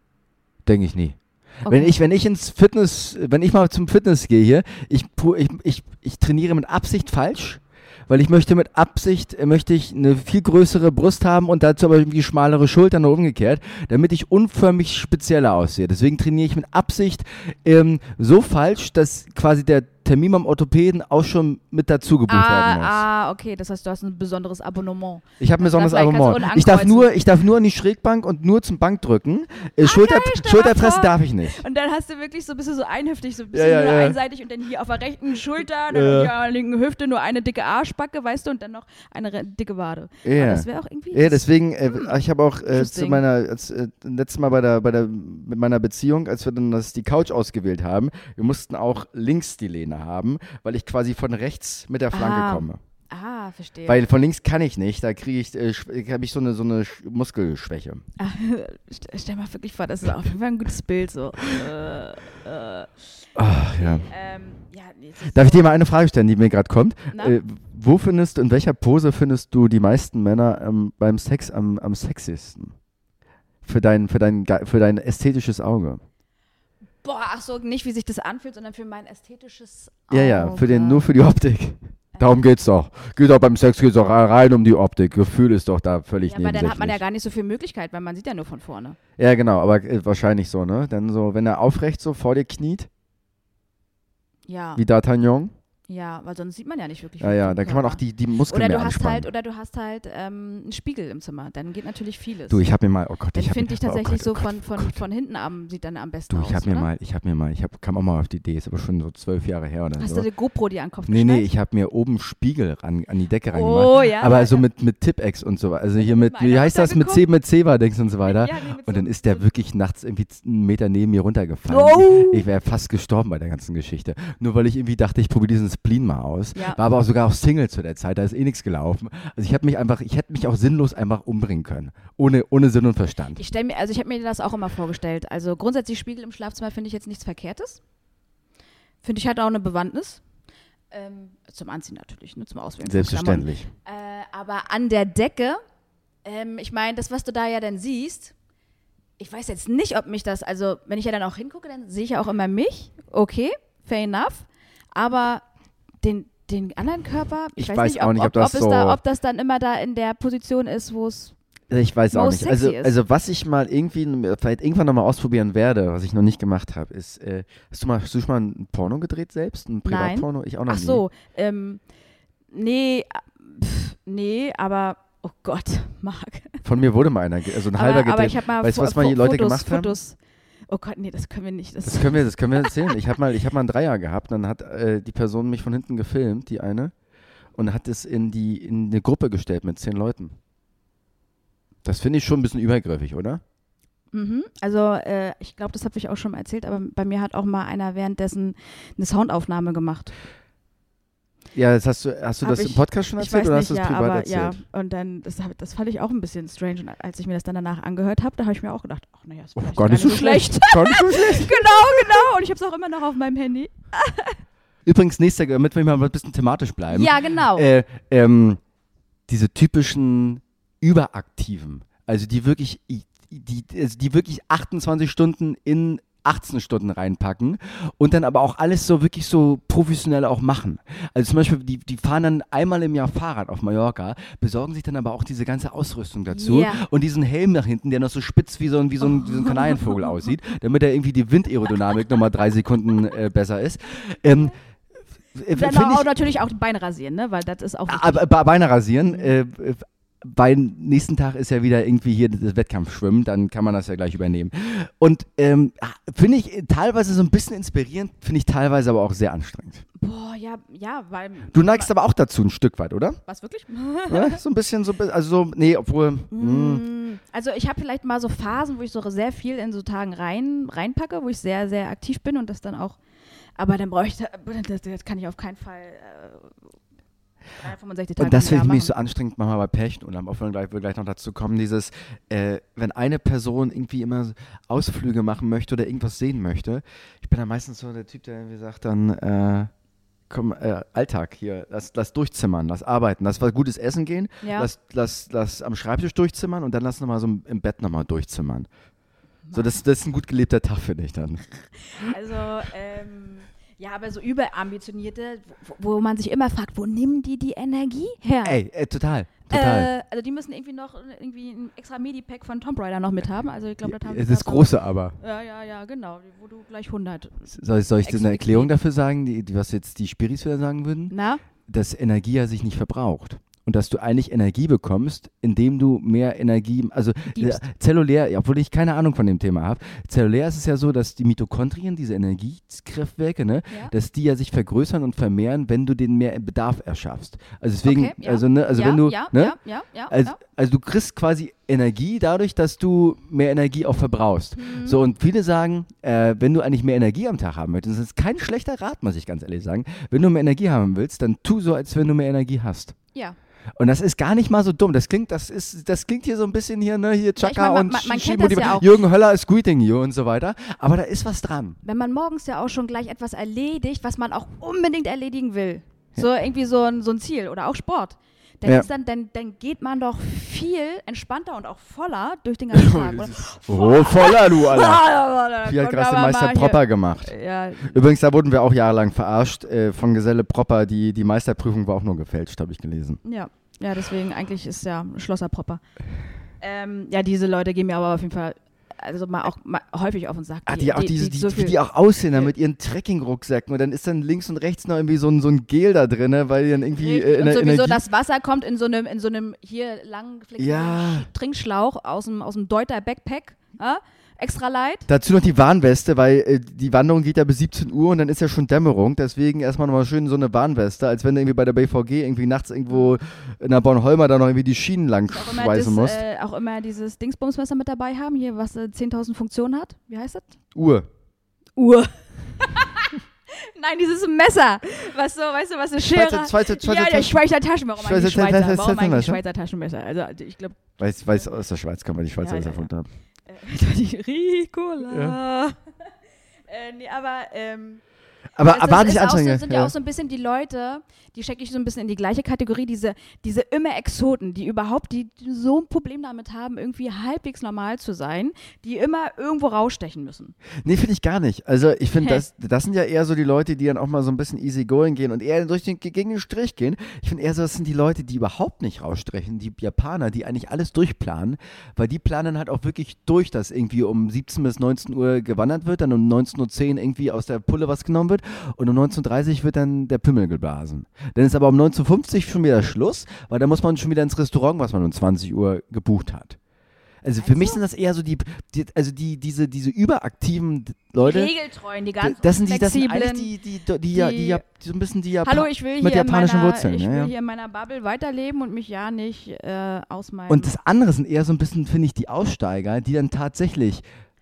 denke ich nie. Okay. Wenn ich, wenn ich ins Fitness, wenn ich mal zum Fitness gehe hier, ich, pu- ich, ich, ich trainiere mit Absicht falsch, weil ich möchte mit Absicht, äh, möchte ich eine viel größere Brust haben und dazu aber irgendwie schmalere Schultern oder umgekehrt, damit ich unförmig spezieller aussehe. Deswegen trainiere ich mit Absicht ähm, so falsch, dass quasi der Termin beim Orthopäden auch schon mit dazu gebucht werden muss. Ah, ah, okay, das heißt, du hast ein besonderes Abonnement. Ich habe ein besonderes Vielleicht kannst du Abonnement. unten Ich darf, ankreuzen. nur, ich darf nur an die Schrägbank und nur zum Bankdrücken. Äh, Schulter, geil, stell mal Schulterpressen vor. darf ich nicht. Und dann hast du wirklich so, bist du so einhüftig, so ein bisschen Ja, ja, nur ja. einseitig und dann hier auf der rechten Schulter, dann Ja. hier an der linken Hüfte nur eine dicke Arschbacke, weißt du, und dann noch eine re- dicke Wade. Ja. Aber das wäre auch irgendwie... Ja, deswegen, äh, ich habe auch äh, zu Interesting. meiner, als, äh, letztes Mal bei der, bei der, mit meiner Beziehung, als wir dann das, die Couch ausgewählt haben, wir mussten auch links die Lehne haben, weil ich quasi von rechts mit der Flanke Ah. komme. Ah, verstehe. Weil von links kann ich nicht, da kriege ich, äh, habe ich so eine, so eine Sch- Muskelschwäche. Ah, st- stell mal wirklich vor, das ist auf jeden Fall ein gutes Bild so. Äh, äh, Ach ja. ähm, ja, nee, das ist Darf ich so- dir mal eine Frage stellen, die mir gerade kommt? Na? Äh, wo findest du, in welcher Pose findest du die meisten Männer ähm, beim Sex am, am sexiesten? Für dein, für, dein, ge- für dein ästhetisches Auge. Boah, ach so, nicht wie sich das anfühlt, sondern für mein ästhetisches Ja, ja, für den, Auge. nur für die Optik. Darum geht's doch. Geht doch beim Sex geht's doch rein um die Optik. Gefühl ist doch da völlig Ja, aber dann hat man ja nebensächlich. gar nicht so viel Möglichkeit, weil man sieht ja nur von vorne. Ja, genau, aber äh, wahrscheinlich so, ne? Dann so, wenn er aufrecht so vor dir kniet, Ja, wie D'Artagnan. ja, weil sonst sieht man ja nicht wirklich Ja, viel ja, vom dann kann man auch Körper. die, die Muskeln Oder mehr du hast anspannen. halt, oder du hast halt ähm, einen Spiegel im Zimmer. Dann geht natürlich vieles. Du, ich habe mir mal, oh Gott, dann ich habe finde ich oh tatsächlich Gott, so oh Gott, von, oh von, Gott. von hinten am sieht dann am besten Du, aus. ich habe mir oder? mal, ich habe mir mal, ich hab, kam auch mal auf die Idee, ist aber schon so zwölf Jahre her oder Hast so. du eine GoPro dir an den Kopf Nee, nee, geschnallt? ich habe mir oben Spiegel ran, an die Decke reingemacht. Oh, ja. aber ja, so ja. mit, mit Tipp-Ex und so weiter. Also hier mit, Mit wie meiner heißt das, mit C, mit Zebra-Dings und so weiter. Ja, nee, mit Und so- dann ist der wirklich nachts irgendwie einen Meter neben mir runtergefallen. Oh. Ich, ich wäre fast gestorben bei der ganzen Geschichte. Nur weil ich irgendwie dachte, ich probiere diesen Spleen mal aus. Ja. War aber auch sogar auch Single zu der Zeit, da ist eh nichts gelaufen. Also ich habe mich einfach, ich hätte mich auch sinnlos einfach umbringen können. Ohne, ohne Sinn und Verstand. Ich stelle mir, also ich habe mir das auch immer vorgestellt. Also grundsätzlich Spiegel im Schlafzimmer finde ich jetzt nichts Verkehrtes. Finde ich hat auch eine Bewandtnis. Ähm, zum Anziehen natürlich, ne, zum Auswählen. von Selbstverständlich. Klamotten. Äh, aber an der Decke, ähm, ich meine, das, was du da ja dann siehst, ich weiß jetzt nicht, ob mich das, also wenn ich ja dann auch hingucke, dann sehe ich ja auch immer mich. Okay, fair enough. Aber den, den anderen Körper, ich, Ich weiß, weiß nicht, auch ob, nicht, ob ob, das ob, es so- da, ob das dann immer da in der Position ist, wo es Ich weiß auch Most nicht. Also, sexy ist. also was ich mal irgendwie, vielleicht irgendwann nochmal ausprobieren werde, was ich noch nicht gemacht habe, ist, äh, hast du mal, hast du schon mal ein Porno gedreht selbst? Ein Nein. Privatporno? Ich auch noch Ach nie. so, ähm, nee, pff, nee, aber, oh Gott, Marc. Von mir wurde mal einer, ge- also ein Aber, halber aber gedreht. ich habe mal Weißt du, Fo- was mal die Fo- Leute Fotos, gemacht haben? Fotos. Oh Gott, nee, das können wir nicht. Das, Das können wir, das können wir erzählen. Ich habe mal, ich hab mal einen Dreier gehabt, dann hat äh, die Person mich von hinten gefilmt, die eine, und hat es in, die, in eine Gruppe gestellt mit zehn Leuten. Das finde ich schon ein bisschen übergriffig, oder? mhm. Also, äh, ich glaube, das habe ich auch schon mal erzählt, aber bei mir hat auch mal einer währenddessen eine Soundaufnahme gemacht. Ja, das hast du, hast du Hab das im ich- Podcast schon Ich erzählt weiß oder nicht, hast du es ja, privat aber erzählt? ja. Und dann, das, hab- das fand ich auch ein bisschen strange. Und als ich mir das dann danach angehört habe, da habe ich mir auch gedacht, ach naja, ist Oh, vielleicht gar nicht so schlecht. Gar nicht so schlecht. genau, genau. Und ich habe es auch immer noch auf meinem Handy. Übrigens, nächster, damit wir mal ein bisschen thematisch bleiben. Ja, genau. Äh, ähm, diese typischen Überaktiven, also die wirklich, die, also die wirklich achtundzwanzig Stunden in achtzehn Stunden reinpacken und dann aber auch alles so wirklich so professionell auch machen. Also zum Beispiel, die, die fahren dann einmal im Jahr Fahrrad auf Mallorca, besorgen sich dann aber auch diese ganze Ausrüstung dazu Ja. und diesen Helm nach hinten, der noch so spitz wie so ein, wie so ein, wie so ein Kanarienvogel aussieht, damit er irgendwie die Windaerodynamik nochmal drei Sekunden äh, besser ist. Ähm, äh, Dann find auch ich- natürlich auch die Beine rasieren, ne? Weil das ist auch wichtig. aber Be- Beine rasieren. Äh, äh, beim nächsten Tag ist ja wieder irgendwie hier das Wettkampfschwimmen, dann kann man das ja gleich übernehmen. Und ähm, finde ich äh, teilweise so ein bisschen inspirierend, finde ich teilweise aber auch sehr anstrengend. Boah, ja, ja, weil. Du neigst aber auch dazu ein Stück weit, oder? Was wirklich? Ja, so ein bisschen, so, also so, nee, obwohl, mh, Mm, Also ich habe vielleicht mal so Phasen, wo ich so sehr viel in so Tagen rein, reinpacke, wo ich sehr, sehr aktiv bin und das dann auch, aber dann brauche ich, da- das, das kann ich auf keinen Fall äh, dreihundertfünfundsechzig Tage und das im finde Jahr ich nämlich machen. so anstrengend manchmal bei Pärchenurlaub, auch wenn wir gleich, wir gleich noch dazu kommen, dieses, äh, wenn eine Person irgendwie immer Ausflüge machen möchte oder irgendwas sehen möchte, ich bin dann meistens so der Typ, der irgendwie sagt dann, äh, komm, äh, Alltag hier, lass, lass durchzimmern, lass arbeiten, lass was gutes Essen gehen, Ja. lass, lass, lass am Schreibtisch durchzimmern und dann lass nochmal so im Bett nochmal durchzimmern. So, das, das ist ein gut gelebter Tag, finde ich dann. Also, ähm, ja, aber so überambitionierte, wo, wo man sich immer fragt, wo nehmen die die Energie her? Ey, äh, total, total. Äh, also die müssen irgendwie noch irgendwie ein extra Medipack von Tomb Raider noch mit haben. Also ich glaube, das haben Es die ist da große aber. So, ja, ja, ja, genau, wo du gleich hundert. Soll, soll ich dir eine Explizit. Erklärung dafür sagen, die, die, was jetzt die Spiris wieder sagen würden? Na? Dass Energie ja sich nicht verbraucht. Und dass du eigentlich Energie bekommst, indem du mehr Energie, also Gibst. äh, zellulär, ja, obwohl ich keine Ahnung von dem Thema habe, zellulär ist es ja so, dass die Mitochondrien, diese Energiekraftwerke, ne, Ja. dass die ja sich vergrößern und vermehren, wenn du den mehr Bedarf erschaffst. Also deswegen, Okay, ja. also, ne, also ja, wenn du, ja, ne, ja, ja, ja, also, ja. also du kriegst quasi Energie dadurch, dass du mehr Energie auch verbrauchst. Mhm. So, und viele sagen, äh, wenn du eigentlich mehr Energie am Tag haben möchtest, das ist kein schlechter Rat, muss ich ganz ehrlich sagen, wenn du mehr Energie haben willst, dann tu so, als wenn du mehr Energie hast. Ja. Und das ist gar nicht mal so dumm. Das klingt, das ist, das klingt hier so ein bisschen hier, ne, hier Chaka ich mein, man- und man- man kennt Shimo, das ja auch. Jürgen Höller ist greeting you und so weiter. Aber da ist was dran. Wenn man morgens ja auch schon gleich etwas erledigt, was man auch unbedingt erledigen will. So irgendwie so ein, so ein Ziel oder auch Sport. Dann, Ja. ist dann, dann, dann geht man doch viel entspannter und auch voller durch den ganzen Tag. Oder? Oh, voller, du, Alter. Ah, Hier hat kommt gerade der aber Meister mal hier- Propper gemacht. Ja, Übrigens, da wurden wir auch jahrelang verarscht äh, von Geselle Propper. Die, die Meisterprüfung war auch nur gefälscht, habe ich gelesen. ja, ja, deswegen eigentlich ist ja Schlosser Propper. Ähm, ja, diese Leute gehen mir aber auf jeden Fall also mal auch mal häufig auf den Sack. Ah, die, auch diese, die, so wie viel- die auch aussehen, da mit ihren Trekking-Rucksäcken und dann ist dann links und rechts noch irgendwie so ein, so ein Gel da drin, weil die dann irgendwie äh, in und der sowieso Energie... das Wasser kommt in so einem, in so einem hier lang gefleckten Ja. Trinkschlauch aus dem, aus dem Deuter Backpack. Ja? Extra light. Dazu noch die Warnweste, weil äh, die Wanderung geht ja bis siebzehn Uhr und dann ist ja schon Dämmerung. Deswegen erstmal nochmal schön so eine Warnweste, als wenn du irgendwie bei der B V G irgendwie nachts irgendwo in der Bornholmer da noch irgendwie die Schienen lang Auch immer, schweißen das, musst. äh, auch immer dieses Dingsbumsmesser mit dabei haben, hier, was äh, zehntausend Funktionen hat. Wie heißt das? Uhr. Uhr. Nein, dieses Messer. Was so, weißt du, was eine Schere. Schweizer, Schweizer, Schweizer ja, der Taschen- Schweizer Taschen. Warum Schweizer eigentlich Schweizer? Taschen- Warum eigentlich Taschenmesser? Schweizer Taschenmesser? Also ich glaube, Weiß, weiß, aus der Schweiz kann man die Schweizer Ja, das ja, erfunden haben. äh, die Ricola. äh, nee, aber ähm, Aber, Es aber ist, nicht ist auch so, anstrengend. sind ja auch so ein bisschen die Leute, die stecke ich so ein bisschen in die gleiche Kategorie, diese, diese immer Exoten, die überhaupt, die, die so ein Problem damit haben, irgendwie halbwegs normal zu sein, die immer irgendwo rausstechen müssen. Nee, finde ich gar nicht. Also ich finde, Hä? das, das sind ja eher so die Leute, die dann auch mal so ein bisschen easy going gehen und eher durch den, gegen den Strich gehen. Ich finde eher so, das sind die Leute, die überhaupt nicht rausstechen, die Japaner, die eigentlich alles durchplanen, weil die planen halt auch wirklich durch, dass irgendwie um siebzehn bis neunzehn Uhr gewandert wird, dann um neunzehn Uhr zehn irgendwie aus der Pulle was genommen wird und um neunzehn Uhr dreißig wird dann der Pimmel geblasen. Dann ist aber um neunzehn Uhr fünfzig schon wieder Schluss, weil dann muss man schon wieder ins Restaurant, was man um zwanzig Uhr gebucht hat. Also für Meinst mich du? sind das eher so die, die also die, diese, diese überaktiven Leute. Die Regeltreuen, die ganz das sind die, das sind flexiblen. eigentlich die, die, die, die, ja- die, ja- die so ein bisschen die Japa- Hallo, ich will, mit hier in, japanischen meiner, Wurzeln. ich ja, will ja. hier in meiner Bubble weiterleben und mich ja nicht äh, aus meinem... Und das andere sind eher so ein bisschen, finde ich, die Aussteiger, die dann tatsächlich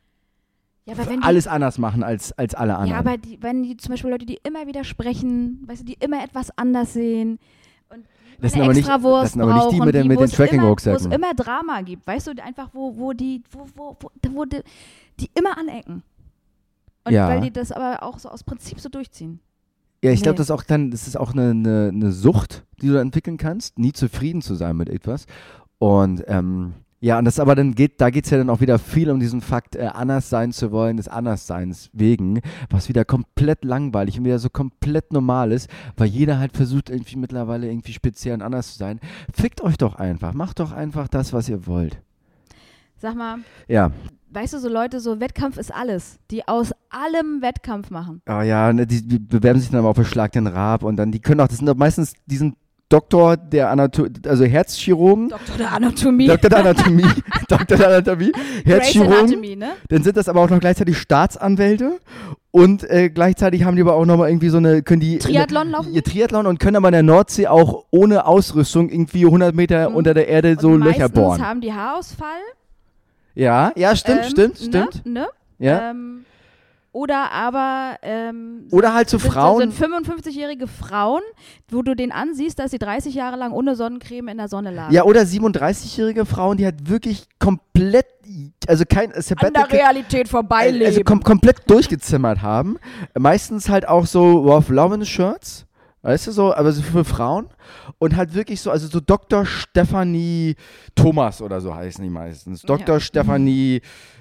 ja, aber wenn die, alles anders machen als, als alle anderen. Ja, aber die, wenn die zum Beispiel Leute, die immer widersprechen, weißt du, die immer etwas anders sehen und Das sind eine aber nicht- Extrawurst das sind aber nicht die brauchen, mit den- mit wo den es immer- Tracking-Rucksäcken. Wo es immer Drama gibt, weißt du, einfach wo, wo die, wo, wo, wo, wo die, die immer anecken. Und Ja. weil die das aber auch so aus Prinzip so durchziehen. Ja, ich glaube, Nee. das ist auch dann, das ist auch eine, eine, eine Sucht, die du entwickeln kannst, nie zufrieden zu sein mit etwas. Und ähm, ja, und das aber dann geht, da geht es ja dann auch wieder viel um diesen Fakt, äh, anders sein zu wollen, des Andersseins wegen, was wieder komplett langweilig und wieder so komplett normal ist, weil jeder halt versucht, irgendwie mittlerweile irgendwie speziell und anders zu sein. Fickt euch doch einfach, macht doch einfach das, was ihr wollt. Sag mal, Ja, weißt du, so Leute, so Wettkampf ist alles, die aus allem Wettkampf machen. oh ja, ne, die, die bewerben sich dann aber auf Verschlag den Raab und dann, die können auch, das sind doch meistens, die sind Doktor der Anatomie, also Herzchirurgen, Doktor der Anatomie. Doktor der Anatomie, Doktor der Anatomie, Grey's Herzchirurgen, Anatomy, ne? dann sind das aber auch noch gleichzeitig Staatsanwälte und äh, gleichzeitig haben die aber auch nochmal irgendwie so eine, können die Triathlon laufen? ihr Triathlon und können aber in der Nordsee auch ohne Ausrüstung irgendwie hundert Meter Mhm. unter der Erde so Und Löcher meistens bohren. haben die Haarausfall. Ja, ja, stimmt, ähm, stimmt, ne, stimmt. Ne? Ja. Ähm, oder aber ähm, Oder halt so sind, Frauen, sind fünfundfünfzigjährige Frauen, wo du denen ansiehst, dass sie dreißig Jahre lang ohne Sonnencreme in der Sonne lagen. ja, oder siebenunddreißigjährige Frauen, die halt wirklich komplett, also kein An der Sabbatical, Realität vorbeileben. also kom komplett durchgezimmert haben. Meistens halt auch so Ralph Lauren Shirts, weißt du so, aber so für Frauen und halt wirklich so, also so Doktor Stephanie Thomas oder so heißen die meistens. Doktor Ja. Stephanie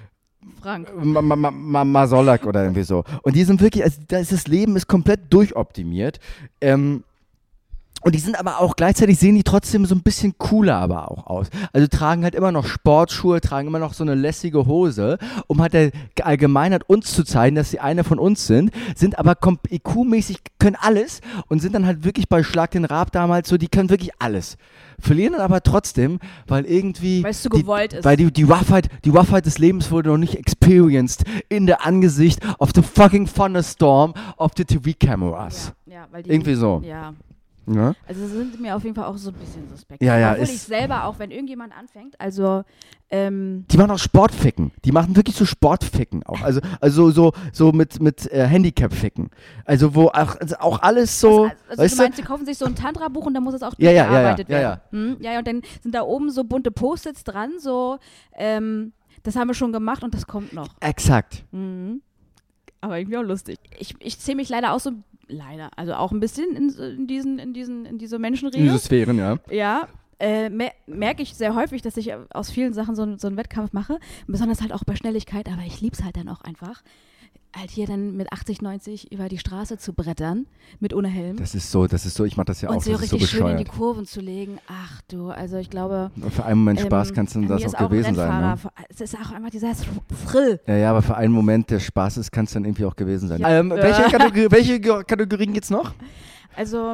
Frank. Ma Ma Ma Ma Masolak oder irgendwie so. Und die sind wirklich, also da ist das Leben ist komplett durchoptimiert. Ähm, und die sind aber auch, gleichzeitig sehen die trotzdem so ein bisschen cooler aber auch aus. Also tragen halt immer noch Sportschuhe, tragen immer noch so eine lässige Hose, um halt der Allgemeinheit uns zu zeigen, dass sie eine von uns sind, sind aber I Q-mäßig, können alles und sind dann halt wirklich bei Schlag den Raab damals so, die können wirklich alles. Verlieren dann aber trotzdem, weil irgendwie Weil es zu die, gewollt ist. weil die, die Roughheit, die Roughheit des Lebens wurde noch nicht experienced in der Angesicht of the fucking thunderstorm of the T V-Cameras. Ja, ja, weil die, Irgendwie so. Ja. Ja? Also sind mir auf jeden Fall auch so ein bisschen suspekt. Ja, ja, Obwohl ist- ich selber, auch wenn irgendjemand anfängt, also ähm, Die machen auch Sportficken. Die machen wirklich so Sportficken auch. Also, also so, so mit, mit äh, Handicap-Ficken. Also wo auch, also auch alles so, also, also weißt du meinst, sie kaufen sich so ein Tantra-Buch und dann muss es auch Ja, ja, ja, ja, durchgearbeitet ja, werden. Hm? Ja, ja, und dann sind da oben so bunte Post-its dran, so, ähm, das haben wir schon gemacht und das kommt noch. du? Exakt. Mhm. Aber irgendwie auch lustig. Ich, ich zähle mich leider auch so, leider, also auch ein bisschen in, so- in diesen, in diesen, in diese Menschenregel. Diese Sphären, ja. Ja, äh, mer merke ich sehr häufig, dass ich aus vielen Sachen so, so einen Wettkampf mache. Besonders halt auch bei Schnelligkeit, aber ich liebe es halt dann auch einfach. Halt hier dann mit achtzig, neunzig über die Straße zu brettern, mit ohne Helm. Das ist so, das ist so, ich mach das ja und auch, so das ist so richtig schön in die bescheuert. Kurven zu legen. Ach du, also ich glaube. Und für einen Moment Spaß ähm, kann es dann mir das ist auch gewesen ein sein. Rennfahrer, Ne? vor- Es ist auch einfach dieser Thrill. Ja, ja, aber für einen Moment des Spaßes kann es dann irgendwie auch gewesen sein. Ja. Ähm, welche, Kategorie, welche Ge- Kategorien gibt's noch? Also,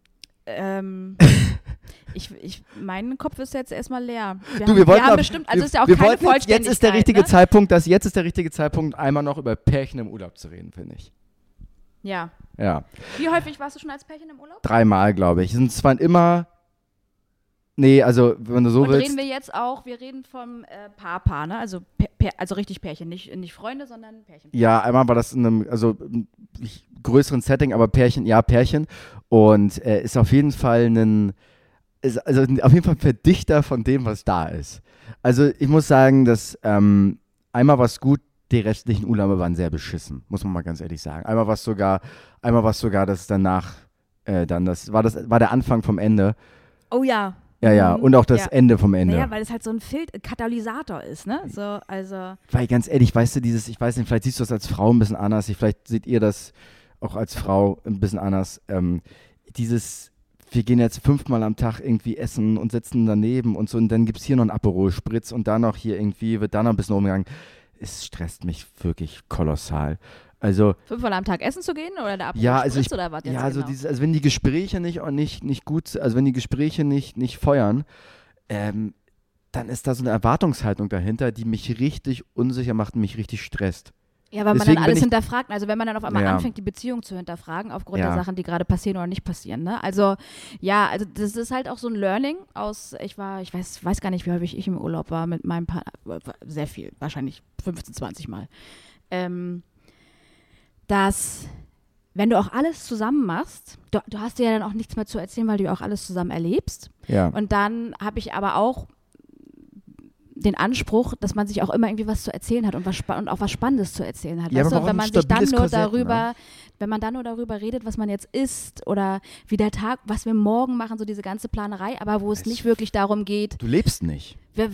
ähm, ich, ich, mein Kopf ist jetzt erstmal leer. Wir Du, haben, wir wollten haben ab- bestimmt, also wir, ist ja auch wir keine wollten jetzt, Vollständigkeit. jetzt ist der richtige ne? Zeitpunkt, dass jetzt ist der richtige Zeitpunkt, einmal noch über Pärchen im Urlaub zu reden, finde ich. Ja. Ja, Wie häufig warst du schon als Pärchen im Urlaub? dreimal, glaube ich. Es sind zwar immer, nee, also wenn du so Und willst, reden wir jetzt auch, wir reden vom äh, Paar-Paar, ne? Also, Pär- Pär- also richtig Pärchen, nicht, nicht Freunde, sondern Pärchen. ja, einmal war das in einem, also im größeren Setting, aber Pärchen, ja, Pärchen. Und äh, ist auf jeden Fall ein, ist also auf jeden Fall ein Verdichter von dem, was da ist. Also ich muss sagen, dass ähm, einmal war es gut, die restlichen Urlaube waren sehr beschissen, muss man mal ganz ehrlich sagen. Einmal war es sogar, einmal war es sogar, dass danach, äh, dann, das war das, war der Anfang vom Ende. Oh ja. Ja, ja, und auch das ja. Ende vom Ende. Naja, weil es halt so ein Fil- Katalysator ist, ne? So, also. Weil ganz ehrlich, weißt du, dieses, ich weiß nicht, vielleicht siehst du das als Frau ein bisschen anders, vielleicht seht ihr das auch als Frau ein bisschen anders. Ähm, dieses, wir gehen jetzt fünfmal am Tag irgendwie essen und sitzen daneben und so und dann gibt es hier noch einen Aperol Spritz und dann noch hier irgendwie, wird da noch ein bisschen umgegangen. Es stresst mich wirklich kolossal. Also fünfmal am Tag essen zu gehen oder der Aperol ja, also Spritz ich, oder was jetzt ja, also genau? dieses, also wenn die Gespräche nicht nicht nicht gut, also wenn die Gespräche nicht nicht feuern, ähm, dann ist da so eine Erwartungshaltung dahinter, die mich richtig unsicher macht und mich richtig stresst. Ja, weil man Deswegen dann bin alles ich- hinterfragt. Also wenn man dann auf einmal Ja. anfängt, die Beziehung zu hinterfragen, aufgrund Ja. der Sachen, die gerade passieren oder nicht passieren. Ne? Also ja, also das ist halt auch so ein Learning aus, ich war, ich weiß, weiß gar nicht, wie häufig ich im Urlaub war mit meinem Partner, sehr viel, wahrscheinlich fünfzehn, zwanzig Mal. Ähm, dass wenn du auch alles zusammen machst, du, du hast dir ja dann auch nichts mehr zu erzählen, weil du ja auch alles zusammen erlebst. Ja. Und dann habe ich aber auch den Anspruch, dass man sich auch immer irgendwie was zu erzählen hat und, was spa- und auch was Spannendes zu erzählen hat. Ja, Weißt aber du? auch Und wenn ein man sich dann stabiles nur Korsett, darüber, ne? wenn man dann nur darüber redet, was man jetzt isst oder wie der Tag, was wir morgen machen, so diese ganze Planerei, aber wo es Es- nicht wirklich darum geht, Du lebst nicht.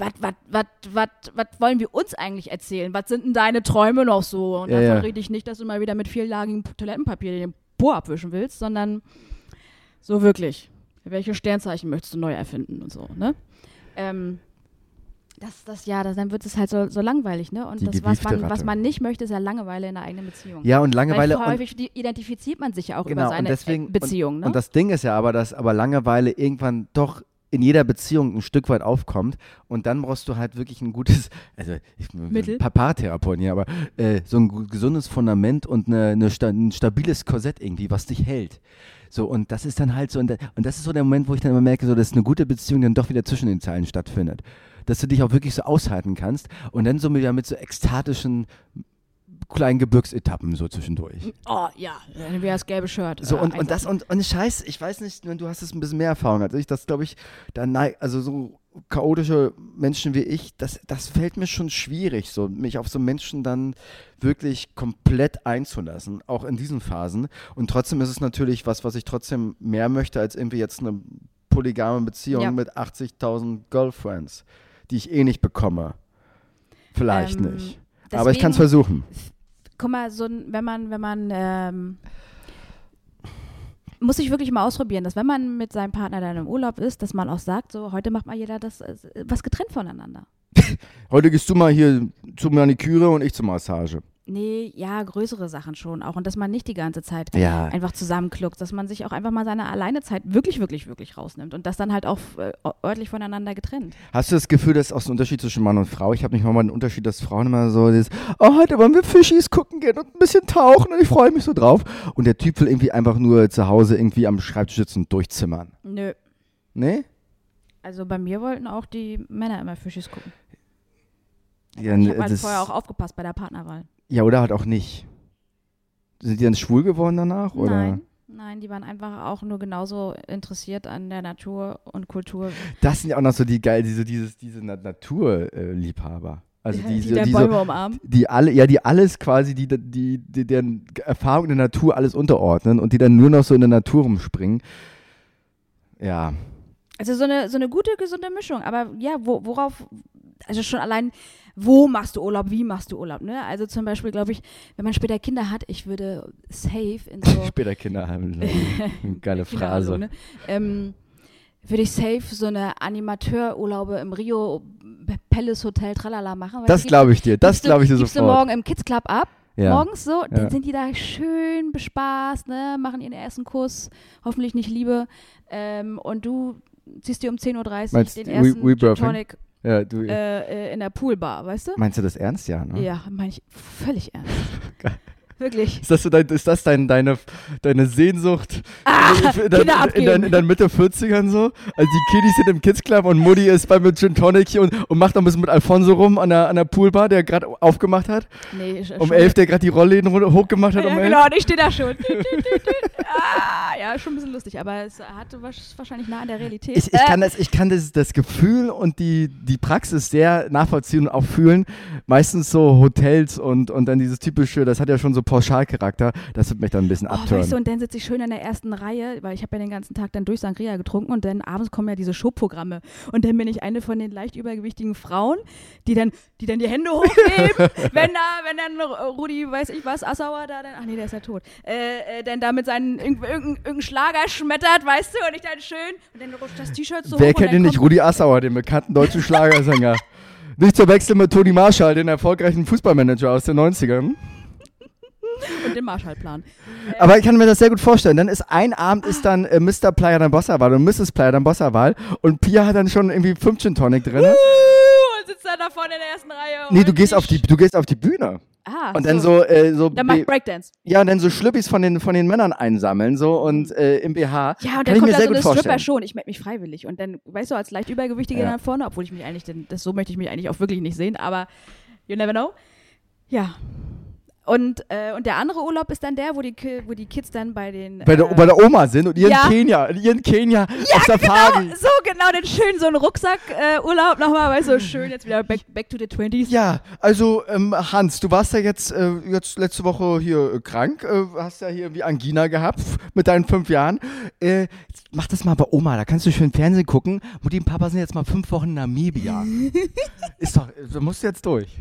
was wollen wir uns eigentlich erzählen? Was sind denn deine Träume noch so? Und Ja, davon ja. rede ich nicht, dass du mal wieder mit viellagigem Toilettenpapier den Po abwischen willst, sondern so wirklich. Welche Sternzeichen möchtest du neu erfinden und so, ne? Ähm, das, das, ja, das, dann wird es halt so, so langweilig, ne? Und Die das, was gewiefte man, was Ratte. man nicht möchte, ist ja Langeweile in der eigenen Beziehung. Ja, und Langeweile. Weil und, häufig die- identifiziert man sich ja auch genau, über seine und deswegen, äh, Beziehung, und, ne? und das Ding ist ja aber, dass aber Langeweile irgendwann doch in jeder Beziehung ein Stück weit aufkommt und dann brauchst du halt wirklich ein gutes, also ich Mittel? Pa- Paartherapeuten hier, aber äh, so ein gu- gesundes Fundament und eine, eine sta ein stabiles Korsett irgendwie, was dich hält. So, und das ist dann halt so, und, da- und das ist so der Moment, wo ich dann immer merke, so, dass eine gute Beziehung dann doch wieder zwischen den Zeilen stattfindet. Dass du dich auch wirklich so aushalten kannst und dann so mit, ja, mit so ekstatischen kleinen Gebirgsetappen so zwischendurch. Oh, ja, dann wäre das gelbe Shirt. So, äh, und, und das, einsaugen. und, und Scheiß, ich weiß nicht, du hast es ein bisschen mehr Erfahrung als ich, das glaube ich, da neig, also so chaotische Menschen wie ich, das, das fällt mir schon schwierig, so mich auf so Menschen dann wirklich komplett einzulassen, auch in diesen Phasen. Und trotzdem ist es natürlich was, was ich trotzdem mehr möchte, als irgendwie jetzt eine polygame Beziehung Ja. mit achtzigtausend Girlfriends, die ich eh nicht bekomme. Vielleicht Ähm, nicht. Aber ich kann es deswegen- versuchen. Guck mal, so ein, wenn man, wenn man, ähm, muss ich wirklich mal ausprobieren, dass wenn man mit seinem Partner dann im Urlaub ist, dass man auch sagt, so, heute macht mal jeder das, äh, was getrennt voneinander. Heute gehst du mal hier zur Maniküre und ich zur Massage. Nee, ja, größere Sachen schon auch. Und dass man nicht die ganze Zeit Ja. einfach zusammenkluckt, dass man sich auch einfach mal seine Alleinezeit wirklich, wirklich, wirklich rausnimmt und das dann halt auch äh, örtlich voneinander getrennt. Hast du das Gefühl, dass auch so ein Unterschied zwischen Mann und Frau? Ich habe nicht mal den Unterschied, dass Frauen immer so dieses, oh, heute wollen wir Fischis gucken gehen und ein bisschen tauchen und ich freue mich so drauf. Und der Typ will irgendwie einfach nur zu Hause irgendwie am Schreibtisch sitzen und durchzimmern. Nö. Nee? Also bei mir wollten auch die Männer immer Fischis gucken. Ja, Ich habe halt das- vorher auch aufgepasst bei der Partnerwahl. ja, oder halt auch nicht. Sind die dann schwul geworden danach? Oder? Nein, nein, die waren einfach auch nur genauso interessiert an der Natur und Kultur. Das sind ja auch noch so die geil, diese, dieses, diese Na- Naturliebhaber. Also die, die so, der die, Bäume so, umarmen. die alle, ja, die alles quasi, die, die, die deren Erfahrung in der Natur alles unterordnen und die dann nur noch so in der Natur rumspringen. Ja. Also so eine, so eine gute, gesunde Mischung. Aber ja, wo, worauf, also schon allein, wo machst du Urlaub, wie machst du Urlaub, ne? Also zum Beispiel, glaube ich, wenn man später Kinder hat, ich würde safe in so Später Kinder haben. Geile Keine Phrase. Ahnung, ne? ähm, würde ich safe so eine Animateururlaube im Rio Palace Hotel Tralala machen. weil Das die glaube ich dir. Das gibst du- glaube ich dir gibst du sofort. morgen im Kids Club ab. Ja. Morgens so, Ja. dann sind die da schön bespaßt, ne, machen ihren ersten Kuss, hoffentlich nicht Liebe. Ähm, und du ziehst dir um zehn Uhr dreißig Meinst den du ersten Re- Gin Rebirthing? Tonic Ja, du, äh, äh, in der Poolbar, weißt du? Meinst du das ernst, ja? Ne? Ja, meine ich völlig ernst. Geil. Wirklich. Ist das, so dein, ist das dein, deine, deine Sehnsucht Ah, in, dein, Kinder in, abgeben. dein, in deinen Mitte vierzigern so? Also die Kiddies sind im Kids Club und Mutti ist beim Gin Tonic hier und, und macht noch ein bisschen mit Alfonso rum an der, an der Poolbar, der gerade aufgemacht hat. Nee, sch- Um schon- elf, der gerade die Rollläden run- hochgemacht hat. Ja, um elf. genau, und ich stehe da schon. Tü, tü, tü, tü. Ah, ja, schon ein bisschen lustig, aber es hatte wahrscheinlich nah an der Realität. Ich, ich kann, das, ich kann das, das Gefühl und die, die Praxis sehr nachvollziehen und auch fühlen. Meistens so Hotels und, und dann dieses typische, das hat ja schon so Pauschalcharakter, das wird mich dann ein bisschen oh, abtören. weißt du, und dann sitze ich schön in der ersten Reihe, weil ich habe ja den ganzen Tag dann durch Sangria getrunken und dann abends kommen ja diese Showprogramme und dann bin ich eine von den leicht übergewichtigen Frauen, die dann die, dann die Hände hochheben, wenn da, wenn dann Rudi, weiß ich was, Assauer da dann, ach nee, der ist ja tot, äh, äh, dann da mit seinen irgendeinen irgendein Schlager schmettert, weißt du, und ich dann schön, und dann rutscht das T-Shirt so Wer hoch. kennt ihn nicht? Rudi Assauer, den bekannten deutschen Schlagersänger. Nicht zu wechseln mit Toni Marshall, den erfolgreichen Fußballmanager aus den neunzigern. Und den Marshallplan. Äh, Aber ich kann mir das sehr gut vorstellen. Dann ist ein Abend ist dann äh, Mister Playa dann Bossa-Wahl und Misses Playa dann Bossa-Wahl und Pia hat dann schon irgendwie fünf Gin Tonic drin. Uh, und sitzt dann da vorne in der ersten Reihe. Nee, du gehst auf die, du gehst auf die Bühne. Ah, und dann so, äh, so dann macht Breakdance. Ja, und dann so Schlüppis von den, von den Männern einsammeln so und äh, im B H. Ja, und kann dann ich kommt mir da sehr so gut eine vorstellen. Stripper schon. Ich melde mich freiwillig. Und dann, weißt du, als leicht Übergewichtige Ja. dann vorne, obwohl ich mich eigentlich, denn, das so möchte ich mich eigentlich auch wirklich nicht sehen, aber you never know. Ja. Und, äh, und der andere Urlaub ist dann der, wo die, Ki- wo die Kids dann bei den... Bei der, äh, bei der Oma sind und ihren ja. Kenia, ihren Kenia ja, auf Safari. genau, so genau, den schönen so einen Rucksack-Urlaub nochmal, weißt du, so schön jetzt wieder back, back to the twenties. Ja, also ähm, Hans, du warst ja jetzt, äh, jetzt letzte Woche hier äh, krank, äh, hast ja hier wie Angina gehabt f- mit deinen fünf Jahren. Äh, mach das mal bei Oma, da kannst du schön Fernsehen gucken. Mutti und Papa sind jetzt mal fünf Wochen in Namibia. Ist doch, da musst du jetzt durch.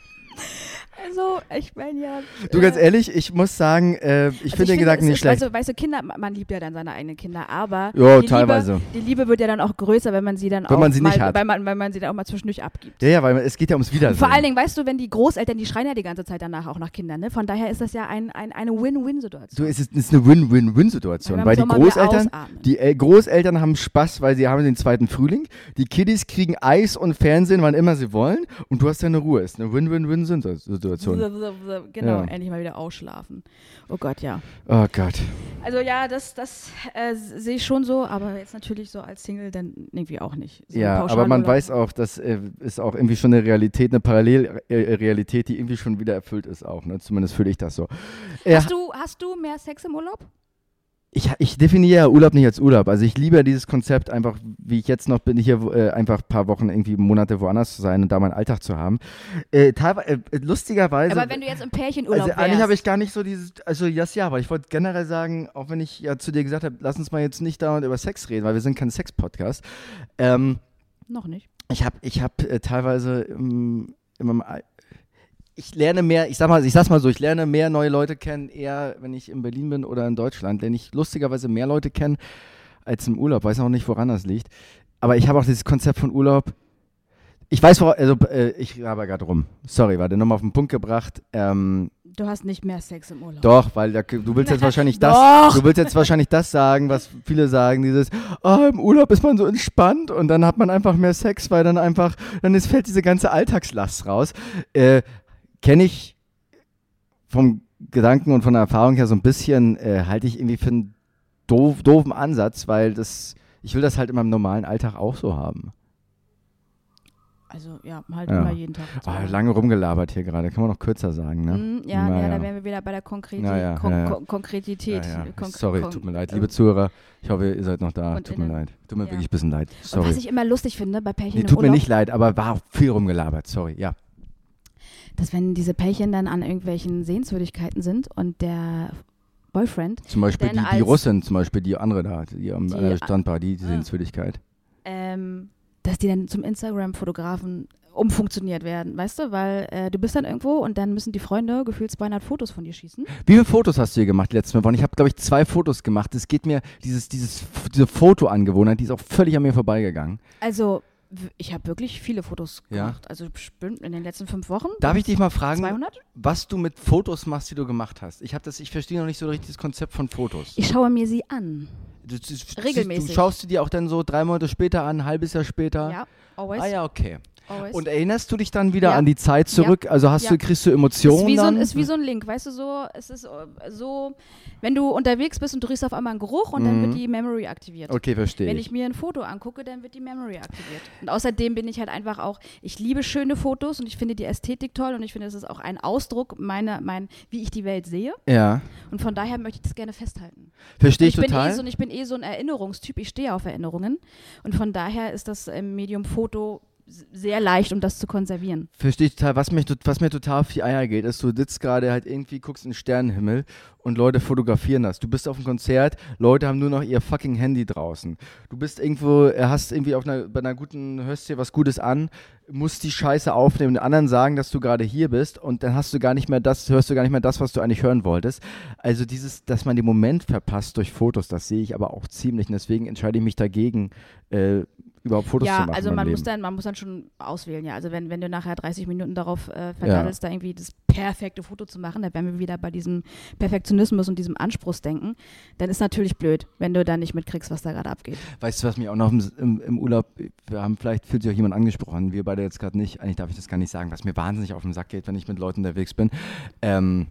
Also, ich meine ja... Du, ganz ehrlich, ich muss sagen, äh, ich Also finde den Gedanken es nicht ist, schlecht. Weißt du, weißt du, Kinder, man liebt ja dann seine eigenen Kinder, aber Ja, die, teilweise. Liebe, die Liebe wird ja dann auch größer, wenn man sie dann Wenn auch man sie mal, nicht hat. Weil man, weil man sie dann auch mal zwischendurch abgibt. Ja, ja, weil es geht ja ums Und Wiedersehen. vor allen Dingen, weißt du, wenn die Großeltern, die schreien ja die ganze Zeit danach auch nach Kindern, ne? Von daher ist das ja ein, ein, eine Win-Win-Situation. Du, es ist, es ist eine Win-Win-Win-Situation, Weil weil die man im Sommer wieder Großeltern, ausatmen. die äh, Großeltern haben Spaß, weil sie haben den zweiten Frühling. Die Kiddies kriegen Eis und Fernsehen, wann immer sie wollen. Und du hast deine Ruhe. Es ist eine Win-Win-Win-Situation. Genau, Ja. endlich mal wieder ausschlafen. Oh Gott, ja. Oh Gott. Also ja, das, das äh, sehe ich schon so, aber jetzt natürlich so als Single dann irgendwie auch nicht. So Ja, pauschal aber man oder- weiß auch, das äh, ist auch irgendwie schon eine Realität, eine Parallelrealität, die irgendwie schon wieder erfüllt ist auch. Ne? Zumindest fühle ich das so. Äh, Hast du, hast du mehr Sex im Urlaub? Ich, ich definiere ja Urlaub nicht als Urlaub. Also ich liebe ja dieses Konzept einfach, wie ich jetzt noch bin, hier äh, einfach ein paar Wochen, irgendwie Monate woanders zu sein und da meinen Alltag zu haben. Äh, teilweise, äh, lustigerweise... Aber wenn du jetzt im Pärchenurlaub Also eigentlich habe wärst. ich gar nicht so dieses, also das ja, aber ich wollte generell sagen, auch wenn ich ja zu dir gesagt habe, lass uns mal jetzt nicht dauernd über Sex reden, weil wir sind kein Sex-Podcast. Ähm, Noch nicht. ich habe ich hab, äh, teilweise ähm, in meinem Al- ich lerne mehr, ich sag mal, ich sag's mal so, ich lerne mehr neue Leute kennen, eher wenn ich in Berlin bin oder in Deutschland, lerne ich lustigerweise mehr Leute kennen als im Urlaub, weiß auch nicht, woran das liegt. Aber ich habe auch dieses Konzept von Urlaub. Ich weiß, worauf, also äh, ich raber gerade rum. Sorry, war der nochmal auf den Punkt gebracht. Ähm, Du hast nicht mehr Sex im Urlaub. Doch, weil da, du willst jetzt wahrscheinlich das, Doch. du willst jetzt wahrscheinlich das sagen, was viele sagen, dieses, oh, im Urlaub ist man so entspannt und dann hat man einfach mehr Sex, weil dann einfach, dann ist, fällt diese ganze Alltagslast raus. Äh, Kenne ich vom Gedanken und von der Erfahrung her so ein bisschen, äh, halte ich irgendwie für einen doof, doofen Ansatz, weil das, ich will das halt in meinem normalen Alltag auch so haben. Also ja, halt Ja. immer jeden Tag. Oh, lange rumgelabert hier gerade, kann man noch kürzer sagen, ne? Mm, ja, Na ja, ja. da wären wir wieder bei der Konkreti Na ja, Kon ja, ja. Kon Konkretität. Ja, ja. Kon Sorry, Kon tut mir leid, äh, liebe Zuhörer. Ich hoffe, ihr seid noch da. und Tut mir innen. leid. Tut mir Ja. wirklich ein bisschen leid. Und Sorry. was ich immer lustig finde bei Pärchen Nee, im tut mir Urlaub, nicht leid, aber war auch viel rumgelabert. Sorry, ja. dass wenn diese Pärchen dann an irgendwelchen Sehenswürdigkeiten sind und der Boyfriend Zum Beispiel Denn die, die als- Russin, zum Beispiel die andere da, die am Die- an der Strandbar, die Ah. Sehenswürdigkeit. ähm, dass die dann zum Instagram-Fotografen umfunktioniert werden, weißt du? Weil äh, du bist dann irgendwo und dann müssen die Freunde gefühlt zweihundert Fotos von dir schießen. Wie viele Fotos hast du hier gemacht die letzten Wochen? Ich habe, glaube ich, zwei Fotos gemacht. Es geht mir, dieses, dieses, diese Fotoangewohnheit, die ist auch völlig an mir vorbeigegangen. Also, w- ich habe wirklich viele Fotos Ja. gemacht. Also bestimmt in den letzten fünf Wochen. Darf ich dich mal fragen, zweihundert? was du mit Fotos machst, die du gemacht hast? Ich habe das, ich verstehe noch nicht so richtig das Konzept von Fotos. Ich schaue mir sie an. Du, du, Regelmäßig. Du schaust du dir auch dann so drei Monate später an, ein halbes Jahr später? Ja, always. Ah ja, okay. always. Und erinnerst du dich dann wieder Ja. an die Zeit zurück? Ja. Also hast Ja. du, kriegst du Emotionen ist wie, so ein, dann? ist wie so ein Link, weißt du, so, es ist äh, so, wenn du unterwegs bist und du riechst auf einmal einen Geruch und Mhm. dann wird die Memory aktiviert. Okay, verstehe Wenn ich. ich mir ein Foto angucke, dann wird die Memory aktiviert. Und außerdem bin ich halt einfach auch, ich liebe schöne Fotos und ich finde die Ästhetik toll und ich finde, es ist auch ein Ausdruck meiner, mein, wie ich die Welt sehe. Ja, Und von daher möchte ich das gerne festhalten. verstehe ich ich, bin total. eh so, ich bin eh so ein Erinnerungstyp, ich stehe auf Erinnerungen. Und von daher ist das ähm, Medium Foto s- sehr leicht, um das zu konservieren. Verstehe ich total. Was, mich, tot- was mir total auf die Eier geht, ist, du sitzt gerade halt irgendwie, guckst in den Sternenhimmel und Leute fotografieren das. Du bist auf einem Konzert, Leute haben nur noch ihr fucking Handy draußen. Du bist irgendwo, äh, hast irgendwie auf einer, bei einer guten, hörst dir was Gutes an, musst die Scheiße aufnehmen, den anderen sagen, dass du gerade hier bist und dann hast du gar nicht mehr das, hörst du gar nicht mehr das, was du eigentlich hören wolltest. Also dieses, dass man den Moment verpasst durch Fotos, das sehe ich aber auch ziemlich und deswegen entscheide ich mich dagegen, äh, überhaupt Fotos zu Ja, machen. also in meinem man muss, Leben. dann, man muss dann schon auswählen, ja. Also wenn, wenn du nachher dreißig Minuten darauf äh, verdattelst, da irgendwie das perfekte Foto zu machen, da wären wir wieder bei diesem Perfektionismus und diesem Anspruchsdenken, dann ist natürlich blöd, wenn du da nicht mitkriegst, was da gerade abgeht. Weißt du, was mich auch noch im, im, im Urlaub, wir haben vielleicht, fühlt sich auch jemand angesprochen, wir beide jetzt gerade nicht, eigentlich darf ich das gar nicht sagen, was mir wahnsinnig auf den Sack geht, wenn ich mit Leuten unterwegs bin. Ähm,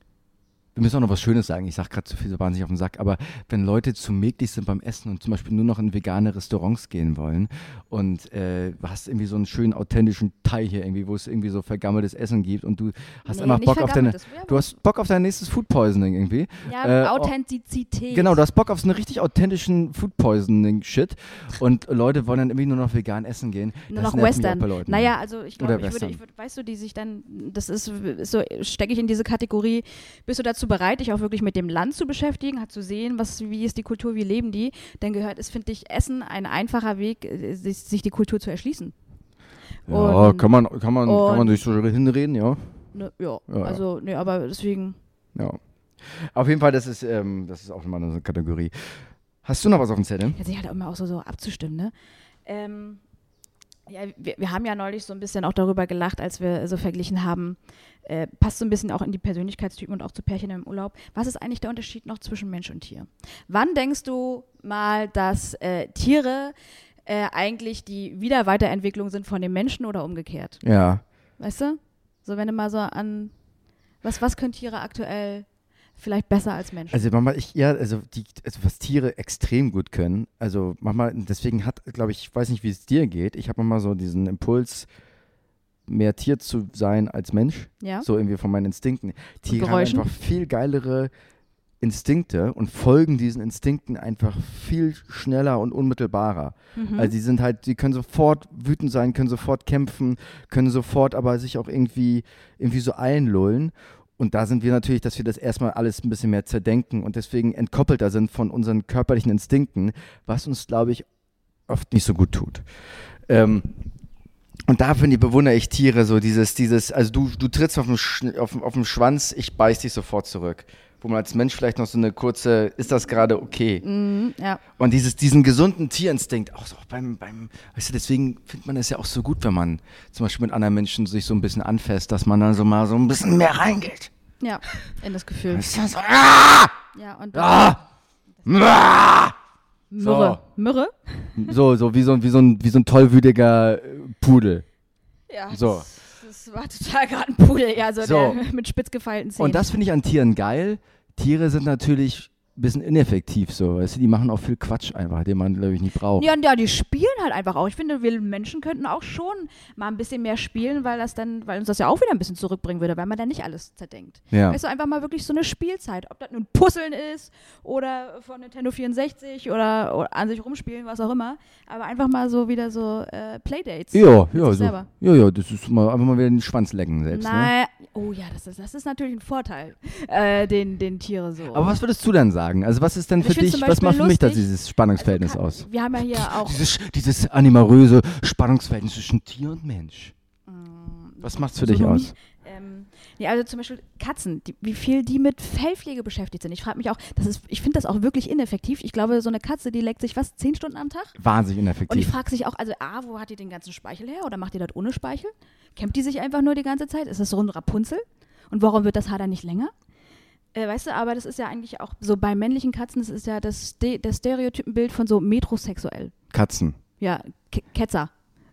wir müssen auch noch was Schönes sagen, ich sage gerade zu viel, so wahnsinnig auf den Sack, aber wenn Leute zu mäglich sind beim Essen und zum Beispiel nur noch in vegane Restaurants gehen wollen und äh, hast irgendwie so einen schönen authentischen Teil hier irgendwie, wo es irgendwie so vergammeltes Essen gibt und du hast Nee, einfach nicht Bock auf deine, vergammeltes, ja, du hast Bock auf dein nächstes Food Poisoning irgendwie. Ja, Äh, Authentizität. Genau, du hast Bock auf so einen richtig authentischen Food Poisoning Shit und Leute wollen dann irgendwie nur noch vegan essen gehen. Nur Das noch nervt mich auch Western. bei Leuten. Naja, also ich glaube, Oder ich würde, Western. ich würde, weißt du, die sich dann, das ist, ist so, stecke ich in diese Kategorie, bist du dazu bereit, dich auch wirklich mit dem Land zu beschäftigen, hat zu sehen, was, wie ist die Kultur, wie leben die, dann gehört es, finde ich, Essen ein einfacher Weg, äh, sich, sich die Kultur zu erschließen. Ja, Und- kann man, kann man, kann man und- durch so hinreden, ja. Ne, ja, Ja, ja. also, ne, aber deswegen, ja. Auf jeden Fall, das ist, ähm, das ist auch nochmal eine Kategorie. Hast du noch was auf dem Zettel? ja, sich halt immer auch so, so abzustimmen, ne? Ähm, ja, wir, wir haben ja neulich so ein bisschen auch darüber gelacht, als wir so verglichen haben, äh, passt so ein bisschen auch in die Persönlichkeitstypen und auch zu Pärchen im Urlaub. Was ist eigentlich der Unterschied noch zwischen Mensch und Tier? Wann denkst du mal, dass äh, Tiere äh, eigentlich die Wiederweiterentwicklung sind von den Menschen oder umgekehrt? Ja. Weißt du? So, wenn du mal so an, was, was können Tiere aktuell vielleicht besser als Menschen? Also manchmal, ich, ja, also, die, also was Tiere extrem gut können, also manchmal, deswegen hat, glaube ich, ich weiß nicht, wie es dir geht, ich habe manchmal so diesen Impuls, mehr Tier zu sein als Mensch, ja? so irgendwie von meinen Instinkten. Tiere haben Geräuschen? einfach viel geilere Instinkte und folgen diesen Instinkten einfach viel schneller und unmittelbarer. Mhm. Also die sind halt, die können sofort wütend sein, können sofort kämpfen, können sofort aber sich auch irgendwie, irgendwie so einlullen. Und da sind wir natürlich, dass wir das erstmal alles ein bisschen mehr zerdenken und deswegen entkoppelter sind von unseren körperlichen Instinkten, was uns, glaube ich, oft nicht so gut tut. Ähm, und da finde ich, bewundere ich Tiere so dieses, dieses, also du, du trittst auf dem, Sch- auf, auf dem Schwanz, ich beiß dich sofort zurück. Wo man als Mensch vielleicht noch so eine kurze, ist das gerade okay? Mhm, ja. Und dieses, diesen gesunden Tierinstinkt, auch so beim, beim, weißt du, deswegen findet man es ja auch so gut, wenn man zum Beispiel mit anderen Menschen sich so ein bisschen anfasst, dass man dann so mal so ein bisschen mehr reingeht. Ja, in das Gefühl. Das ist so, ah! Ja, und Ah! Ah! Mürre. Mürre? So, so wie so, ein- wie so ein, wie so ein tollwütiger äh, Pudel. Ja, So. das, das war total gerade ein Pudel, ja, so, So. Der mit spitz gefeilten Zähnen. Und das finde ich an Tieren geil. Tiere sind natürlich ein bisschen ineffektiv so, weißt du, die machen auch viel Quatsch einfach, den man, glaube ich, nicht braucht. Ja, und ja, die spielen halt einfach auch. Ich finde, wir Menschen könnten auch schon mal ein bisschen mehr spielen, weil das dann, weil uns das ja auch wieder ein bisschen zurückbringen würde, weil man dann nicht alles zerdenkt. Ja. Weißt du, einfach mal wirklich so eine Spielzeit. Ob das nun Puzzeln ist oder von Nintendo vierundsechzig oder, oder an sich rumspielen, was auch immer. Aber einfach mal so wieder so äh, Playdates. Ja, mit ja, sich so, selber. ja, ja, das ist mal einfach mal wieder den Schwanz lecken selbst. Ne? Nein, oh ja, das ist, das ist natürlich ein Vorteil, äh, den, den Tiere so. Aber was würdest du denn sagen? Also was ist denn Ich für find's dich, zum was macht Beispiel für mich da lustig, dieses Spannungsverhältnis Also aus? kann- Wir haben ja hier auch. Dieses, dieses animaröse Spannungsverhältnis zwischen Tier und Mensch. Mm, Was macht's für dich Sonomie? aus? Ähm, nee, also zum Beispiel Katzen, die, wie viel die mit Fellpflege beschäftigt sind. Ich frage mich auch, das ist, ich finde das auch wirklich ineffektiv. Ich glaube, so eine Katze, die leckt sich was, zehn Stunden am Tag? Wahnsinnig Und ich ineffektiv. frage sich auch, also A, wo hat die den ganzen Speichel her oder macht die das ohne Speichel? Kämmt die sich einfach nur die ganze Zeit? Ist das so ein Rapunzel? Und warum wird das Haar dann nicht länger? Äh, weißt du, aber das ist ja eigentlich auch so bei männlichen Katzen, das ist ja das, Ste das Stereotypenbild von so metrosexuell. Katzen. Ja, K Ketzer.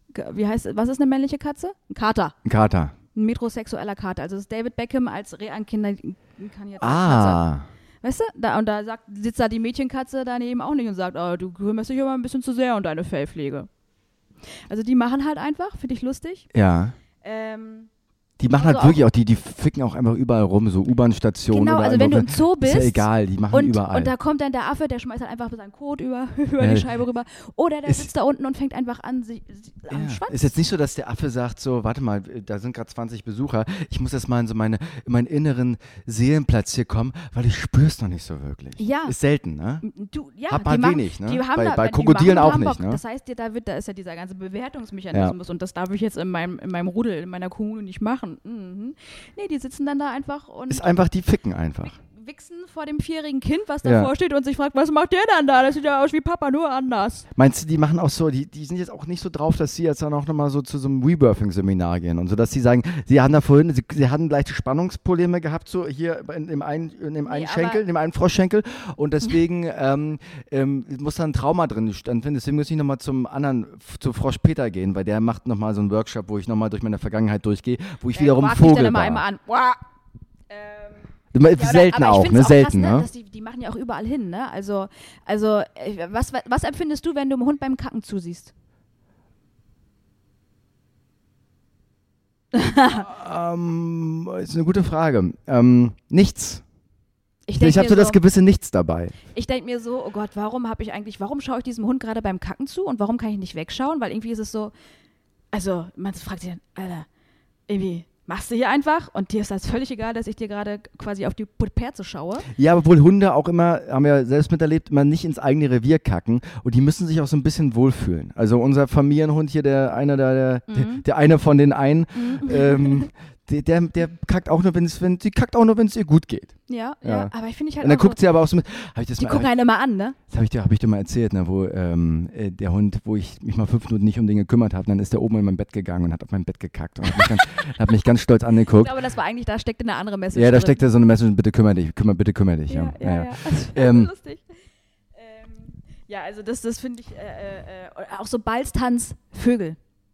Wie heißt, was ist eine männliche Katze? Ein Kater. Ein Kater. Ein metrosexueller Kater. Also das ist David Beckham als reinkarnierte Katze. Ah. Weißt du? Da, und da sagt, sitzt da die Mädchenkatze daneben auch nicht und sagt, oh, du kümmerst dich aber ein bisschen zu sehr um deine Fellpflege. Also die machen halt einfach, finde ich lustig. Ja. Ähm, Die machen also halt wirklich auch, die, die ficken auch einfach überall rum, so U-Bahn-Stationen. Genau, oder also wenn du im Zoo bist. Ist ja egal, die machen und, überall. und da kommt dann der Affe, der schmeißt halt einfach seinen Kot über, über Ja. die Scheibe rüber. Oder der Ist- sitzt da unten und fängt einfach an, sich am Ja. Schwanz. Ist jetzt nicht so, dass der Affe sagt so, warte mal, da sind gerade zwanzig Besucher, ich muss jetzt mal in so meine, in meinen inneren Seelenplatz hier kommen, weil ich spür's noch nicht so wirklich. Ja. Ist selten, ne? Du, ja, Hat die man machen, wenig, ne? Die haben Bei- da, bei die Krokodilen machen auch Hamburg. nicht, ne? Das heißt, da, wird, da ist ja dieser ganze Bewertungsmechanismus und das darf ich jetzt in meinem, in meinem Rudel, in meiner Kommune nicht machen. Mhm. Nee, die sitzen dann da einfach und Ist einfach, die ficken einfach. wichsen vor dem vierjährigen Kind, was Ja. davor steht und sich fragt, was macht der dann da? Das sieht ja aus wie Papa, nur anders. Meinst du, die machen auch so, die, die sind jetzt auch nicht so drauf, dass sie jetzt dann auch nochmal so zu so einem Rebirthing-Seminar gehen und so, dass sie sagen, sie haben da vorhin, sie, sie hatten leichte Spannungsprobleme gehabt, so hier in dem einen, in dem einen Nee, Schenkel, aber- in dem einen Froschschenkel und deswegen ähm, ähm, muss da ein Trauma drin stattfinden, deswegen muss ich nochmal zum anderen, f- zu Frosch Peter gehen, weil der macht nochmal so einen Workshop, wo ich nochmal durch meine Vergangenheit durchgehe, wo ich wiederum Äh, quakt mich Vogel dann immer war. einmal an. Uah. Ähm, Immer- Ja, oder- selten aber ich auch, find's ne, auch selten, krass, ne? Dass die, die machen ja auch überall hin, ne? Also, also äh, was, was, was empfindest du, wenn du dem Hund beim Kacken zusiehst? Ähm, ist eine gute Frage. Ähm, nichts. Ich Ich, denke habe mir so das so, gewisse Nichts dabei. ich denk mir so, oh Gott, warum habe ich eigentlich, warum schaue ich diesem Hund gerade beim Kacken zu und warum kann ich nicht wegschauen? Weil irgendwie ist es so, also man fragt sich dann, Alter, irgendwie machst du hier einfach und dir ist das völlig egal, dass ich dir gerade quasi auf die Perze schaue. Ja, obwohl Hunde auch immer, haben wir ja selbst miterlebt, immer nicht ins eigene Revier kacken und die müssen sich auch so ein bisschen wohlfühlen. Also unser Familienhund hier, der einer der, der, Mhm. der, der eine von den einen, Mhm. ähm, der, der, der kackt auch nur, wenn es, wenn, sie kackt auch nur, wenn es ihr gut geht. Ja, ja, Ja. aber ich finde ich halt Und dann auch so, guckt sie aber auch so mit, hab ich das die mal, gucken einen immer an, ne? das habe ich, dir- hab ich dir mal erzählt, ne, wo ähm, äh, der Hund, wo ich mich mal fünf Minuten nicht um den gekümmert habe, dann ist der oben in mein Bett gegangen und hat auf mein Bett gekackt und hat mich, ganz, hat mich ganz stolz Ich angeguckt. glaube, das war eigentlich, da steckte eine andere Message Ja, da drin. steckt ja so eine Message, bitte kümmere dich, kümmer, bitte kümmere dich. Ja, ja, ja. Also, Ähm, lustig. Ähm, ja, also das, das finde ich, äh, äh, auch so Balztanz, Vögel.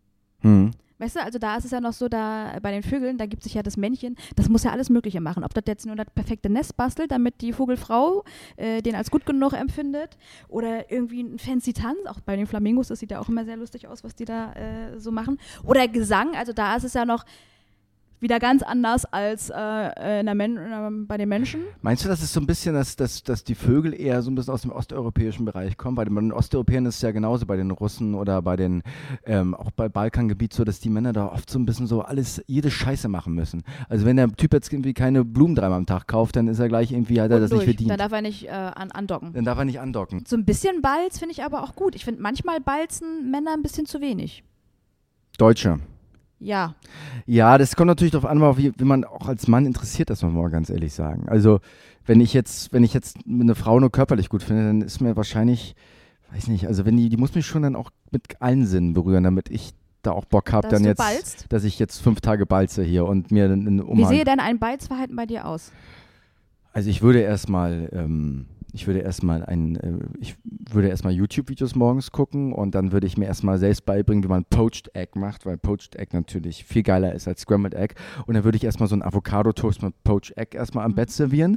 Hm. Weißt du, also da ist es ja noch so, da bei den Vögeln, da gibt sich ja das Männchen, das muss ja alles Mögliche machen. Ob das jetzt nur das perfekte Nest bastelt, damit die Vogelfrau äh, den als gut genug empfindet, oder irgendwie ein fancy Tanz, auch bei den Flamingos, das sieht ja auch immer sehr lustig aus, was die da äh, so machen. Oder Gesang, also da ist es ja noch wieder ganz anders als äh, in der Men äh, bei den Menschen. Meinst du, das ist so ein bisschen, dass, dass, dass die Vögel eher so ein bisschen aus dem osteuropäischen Bereich kommen? Bei den, bei den Osteuropäern ist es ja genauso, bei den Russen oder bei den, ähm, auch bei Balkangebiet so, dass die Männer da oft so ein bisschen so alles, jede Scheiße machen müssen. Also wenn der Typ jetzt irgendwie keine Blumen dreimal am Tag kauft, dann ist er gleich irgendwie, hat er das Und nicht durch. verdient. Dann darf er nicht äh, an, andocken. Dann darf er nicht andocken. So ein bisschen Balz finde ich aber auch gut. Ich finde, manchmal balzen Männer ein bisschen zu wenig. Deutsche. Ja. Ja, das kommt natürlich darauf an, wie, wie man auch als Mann interessiert ist, muss man mal ganz ehrlich sagen. Also wenn ich jetzt, wenn ich jetzt eine Frau nur körperlich gut finde, dann ist mir wahrscheinlich, weiß nicht, also wenn die, die muss mich schon dann auch mit allen Sinnen berühren, damit ich da auch Bock habe, Dass dann du jetzt, balzt? dass ich jetzt fünf Tage balze hier und mir dann einen Wie Umhang. sehe denn ein Balzverhalten bei dir aus? Also ich würde erstmal, ähm, ich würde erstmal ein, äh, ich würde erstmal YouTube-Videos morgens gucken und dann würde ich mir erstmal selbst beibringen, wie man Poached Egg macht, weil Poached Egg natürlich viel geiler ist als Scrambled Egg. Und dann würde ich erstmal so einen Avocado-Toast mit Poached Egg erstmal am Mhm. Bett servieren.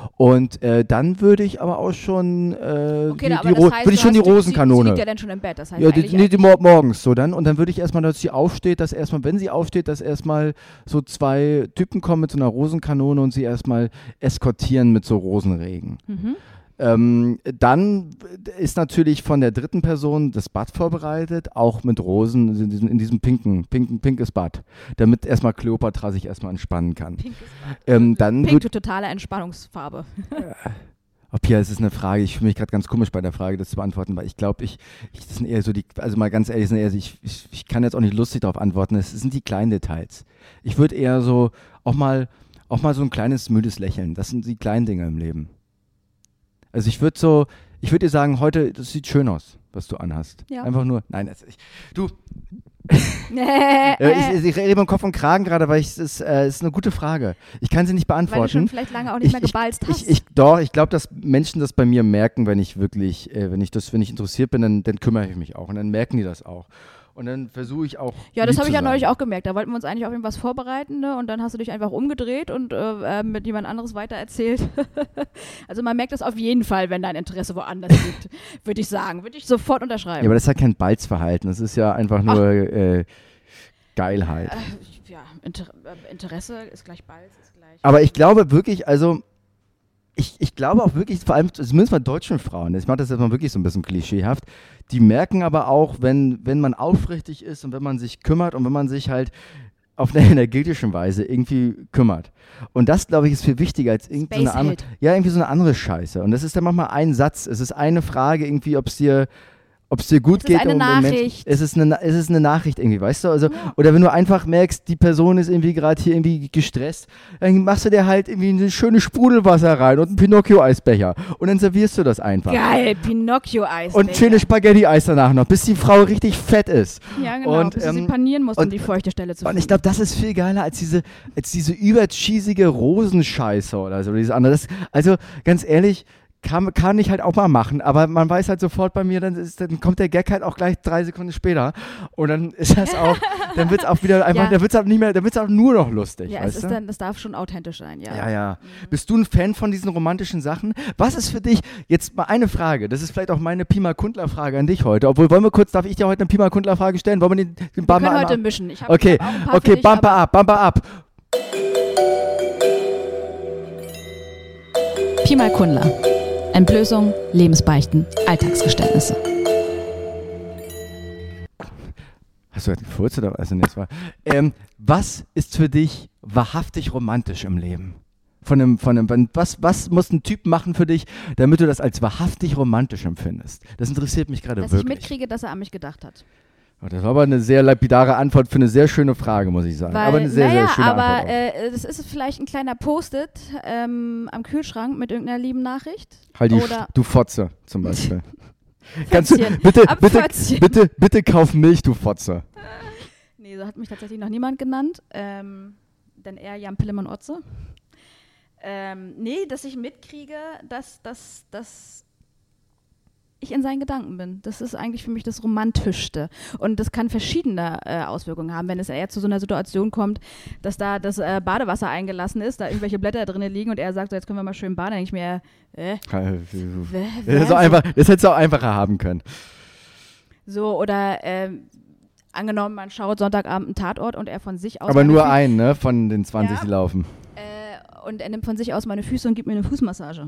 Und äh, dann würde ich aber auch schon, äh, Okay, die, aber die, das Ro- heißt, würde ich du schon die hast- sie- Rosenkanone. Sie liegt ja dann schon im Bett, das heißt Ja, die, eigentlich nee, die mor morgens so dann. Und dann würde ich erstmal, dass sie aufsteht, dass erstmal, wenn sie aufsteht, dass erstmal so zwei Typen kommen mit so einer Rosenkanone und sie erstmal eskortieren mit so Rosenregen. Mhm. Ähm, dann ist natürlich von der dritten Person das Bad vorbereitet, auch mit Rosen in diesem, in diesem pinken, pinken, pinkes Bad, damit erstmal Kleopatra sich erstmal entspannen kann. Pinkes Bad. Ähm, dann Pink, wird, totale Entspannungsfarbe. oh Pia, es ist eine Frage, ich fühle mich gerade ganz komisch bei der Frage, das zu beantworten, weil ich glaube, ich, ich, das sind eher so die, also mal ganz ehrlich, das sind eher, so- ich, ich, ich kann jetzt auch nicht lustig darauf antworten, es sind die kleinen Details. Ich würde eher so, auch mal, auch mal so ein kleines, müdes Lächeln, das sind die kleinen Dinge im Leben. Also ich würde so, ich würde dir sagen, heute, das sieht schön aus, was du anhast. Ja. Einfach nur, nein, das, ich, du, äh, äh, ich, ich rede im Kopf und Kragen gerade, weil es ist, äh, ist eine gute Frage. Ich kann sie nicht Weil du beantworten. schon vielleicht lange auch nicht mehr gebalzt hast. Ich, ich, doch, ich glaube, dass Menschen das bei mir merken, wenn ich wirklich, äh, wenn ich das, wenn ich interessiert bin, dann, dann kümmere ich mich auch und dann merken die das auch. Und dann versuche ich auch. Ja, das lieb habe ich zu ja neulich sein. auch gemerkt. Da wollten wir uns eigentlich auf irgendwas vorbereiten, ne? Und dann hast du dich einfach umgedreht und äh, äh, mit jemand anderes weitererzählt. Also man merkt das auf jeden Fall, wenn dein Interesse woanders liegt, würde ich sagen. Würde ich sofort unterschreiben. Ja, aber das ist ja kein Balzverhalten. Das ist ja einfach nur äh, Geilheit. Äh, ja, Inter äh, Interesse ist gleich Balz, ist gleich. Aber ich glaube wirklich, also ich, ich glaube auch wirklich, vor allem zumindest bei deutschen Frauen, ich mache das jetzt mal wirklich so ein bisschen klischeehaft, die merken aber auch, wenn, wenn man aufrichtig ist und wenn man sich kümmert und wenn man sich halt auf eine energetischen Weise irgendwie kümmert. Und das, glaube ich, ist viel wichtiger als irgendwie so eine andere, ja, irgendwie so eine andere Scheiße. Und das ist dann manchmal ein Satz. Es ist eine Frage irgendwie, ob es dir ob es dir gut es geht. Ist eine um Nachricht. Es ist eine, es ist eine Nachricht irgendwie, weißt du? Also, Ja. Oder wenn du einfach merkst, die Person ist irgendwie gerade hier irgendwie gestresst, dann machst du dir halt irgendwie ein schönes Sprudelwasser rein und einen Pinocchio-Eisbecher. Und dann servierst du das einfach. Geil, Pinocchio-Eis. Und schönes Spaghetti-Eis danach noch, bis die Frau richtig fett ist. Ja, genau, und, bis du sie ähm, panieren musst, um und- die feuchte Stelle zu Und finden. ich glaube, das ist viel geiler als diese, als diese übercheesige Rosenscheiße oder so. Dieses andere. Das, also ganz ehrlich, kann, kann ich halt auch mal machen, aber man weiß halt sofort bei mir, dann, ist, dann kommt der Gag halt auch gleich drei Sekunden später und dann ist das auch, dann wird es auch wieder einfach, Ja. dann wird es auch nicht mehr, dann wird es auch nur noch lustig, ja, es weißt ist du? dann, das darf schon authentisch sein, ja. Ja, ja. Bist du ein Fan von diesen romantischen Sachen? Was ist für dich, jetzt mal eine Frage, das ist vielleicht auch meine Pima-Kundler-Frage an dich heute, obwohl, wollen wir kurz, darf ich dir heute eine Pima-Kundler-Frage stellen? Wollen wir den, den Wir Bumper können einmal- heute mischen. Ich hab, Okay, ich hab auch ein paar okay, für dich, Bumper aber ab, Bumper ab. Pi mal Kundler. Entblößung, Lebensbeichten, Alltagsgeständnisse. Hast du halt gefurzt oder was? Also, war, ähm, was ist für dich wahrhaftig romantisch im Leben? Von einem, von einem, was, was muss ein Typ machen für dich, damit du das als wahrhaftig romantisch empfindest? Das interessiert mich gerade Dass ich wirklich. mitkriege, dass er an mich gedacht hat. Oh, das war aber eine sehr lapidare Antwort für eine sehr schöne Frage, muss ich sagen. Weil, aber eine sehr, naja, sehr schöne aber Antwort. Auch. äh, das ist vielleicht ein kleiner Post-it ähm, am Kühlschrank mit irgendeiner lieben Nachricht. Halt die, oder- du Fotze zum Beispiel. Kannst du, Pfötzchen. bitte, Ab bitte, Pfötzchen. bitte, bitte kauf Milch, du Fotze. Nee, so hat mich tatsächlich noch niemand genannt. Ähm, denn eher Jan Pillemann Otze. Ähm, nee, dass ich mitkriege, dass, dass, dass ich in seinen Gedanken bin. Das ist eigentlich für mich das Romantischste. Und das kann verschiedene äh, Auswirkungen haben, wenn es eher zu so einer Situation kommt, dass da das äh, Badewasser eingelassen ist, da irgendwelche Blätter drin liegen und er sagt, so, jetzt können wir mal schön baden. Dann denke ich mir, äh, wer, Das, wer ist auch einfach, das hättest du auch einfacher haben können. so, oder ähm, angenommen, man schaut Sonntagabend einen Tatort und er von sich aus Aber meine nur Fü- einen, ne, von den zwanzig, Ja. die laufen. äh, und er nimmt von sich aus meine Füße und gibt mir eine Fußmassage.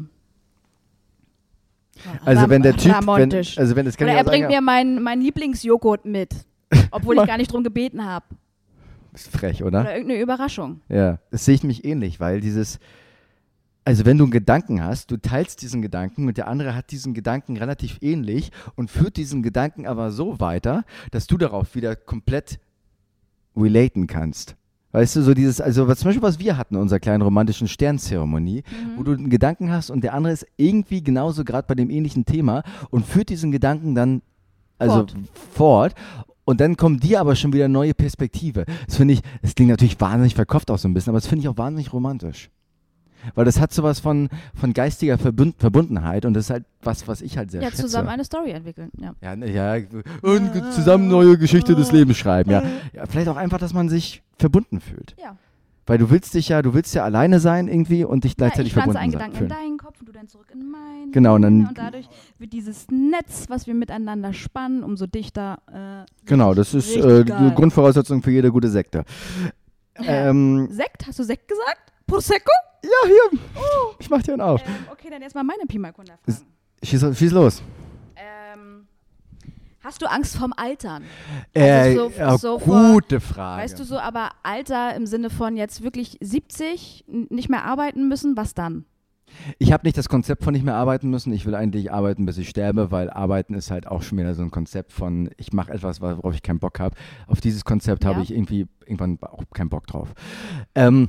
Also Ram- wenn der Typ, wenn, Ramontisch. also wenn das kann Oder ich er auch sagen, bringt mir meinen mein Lieblingsjoghurt mit, obwohl ich gar nicht drum gebeten habe. ist frech, oder? Oder irgendeine Überraschung. Ja, das sehe ich mich ähnlich, weil dieses, also wenn du einen Gedanken hast, du teilst diesen Gedanken und der andere hat diesen Gedanken relativ ähnlich und führt diesen Gedanken aber so weiter, dass du darauf wieder komplett relaten kannst. Weißt du, so dieses, also was, zum Beispiel, was wir hatten, in unserer kleinen romantischen Sternzeremonie, Mhm. wo du einen Gedanken hast und der andere ist irgendwie genauso gerade bei dem ähnlichen Thema und führt diesen Gedanken dann also Fort. fort. Und dann kommt dir aber schon wieder neue Perspektive. Das finde ich, das klingt natürlich wahnsinnig verkopft auch so ein bisschen, aber das finde ich auch wahnsinnig romantisch. Weil das hat sowas von, von geistiger Verbund, Verbundenheit und das ist halt was, was ich halt sehr Ja, schätze. zusammen eine Story entwickeln. Ja. Ja, ne, ja, und ge- zusammen neue Geschichte des Lebens schreiben, ja. Ja, vielleicht auch einfach, dass man sich verbunden fühlt. ja. Weil du willst dich ja, du willst ja alleine sein irgendwie und dich Ja, gleichzeitig ich pflanze verbunden einen sein, Gedanken fühlen. in deinen Kopf und du dann zurück in meinen. Genau, und dann- Und dadurch wird dieses Netz, was wir miteinander spannen, umso dichter. Äh, Genau, das ist richtig äh, die geil. Grundvoraussetzung für jede gute Sekte. Ähm, Sekt? Hast du Sekt gesagt? Prosecco? ja, hier. Ich mach dir einen auf. Ähm, okay, dann erstmal meine Pi mal Kunde fragen. Schieß, schieß los. Ähm, hast du Angst vorm Altern? Äh, Also so- ja, so vor- gute Frage. Weißt du so, aber Alter im Sinne von jetzt wirklich siebzig, n- nicht mehr arbeiten müssen, was dann? Ich habe nicht das Konzept von nicht mehr arbeiten müssen. Ich will eigentlich arbeiten, bis ich sterbe, weil arbeiten ist halt auch schon wieder so ein Konzept von, ich mache etwas, worauf ich keinen Bock habe. Auf dieses Konzept Ja. habe ich irgendwie irgendwann auch keinen Bock drauf. Ähm,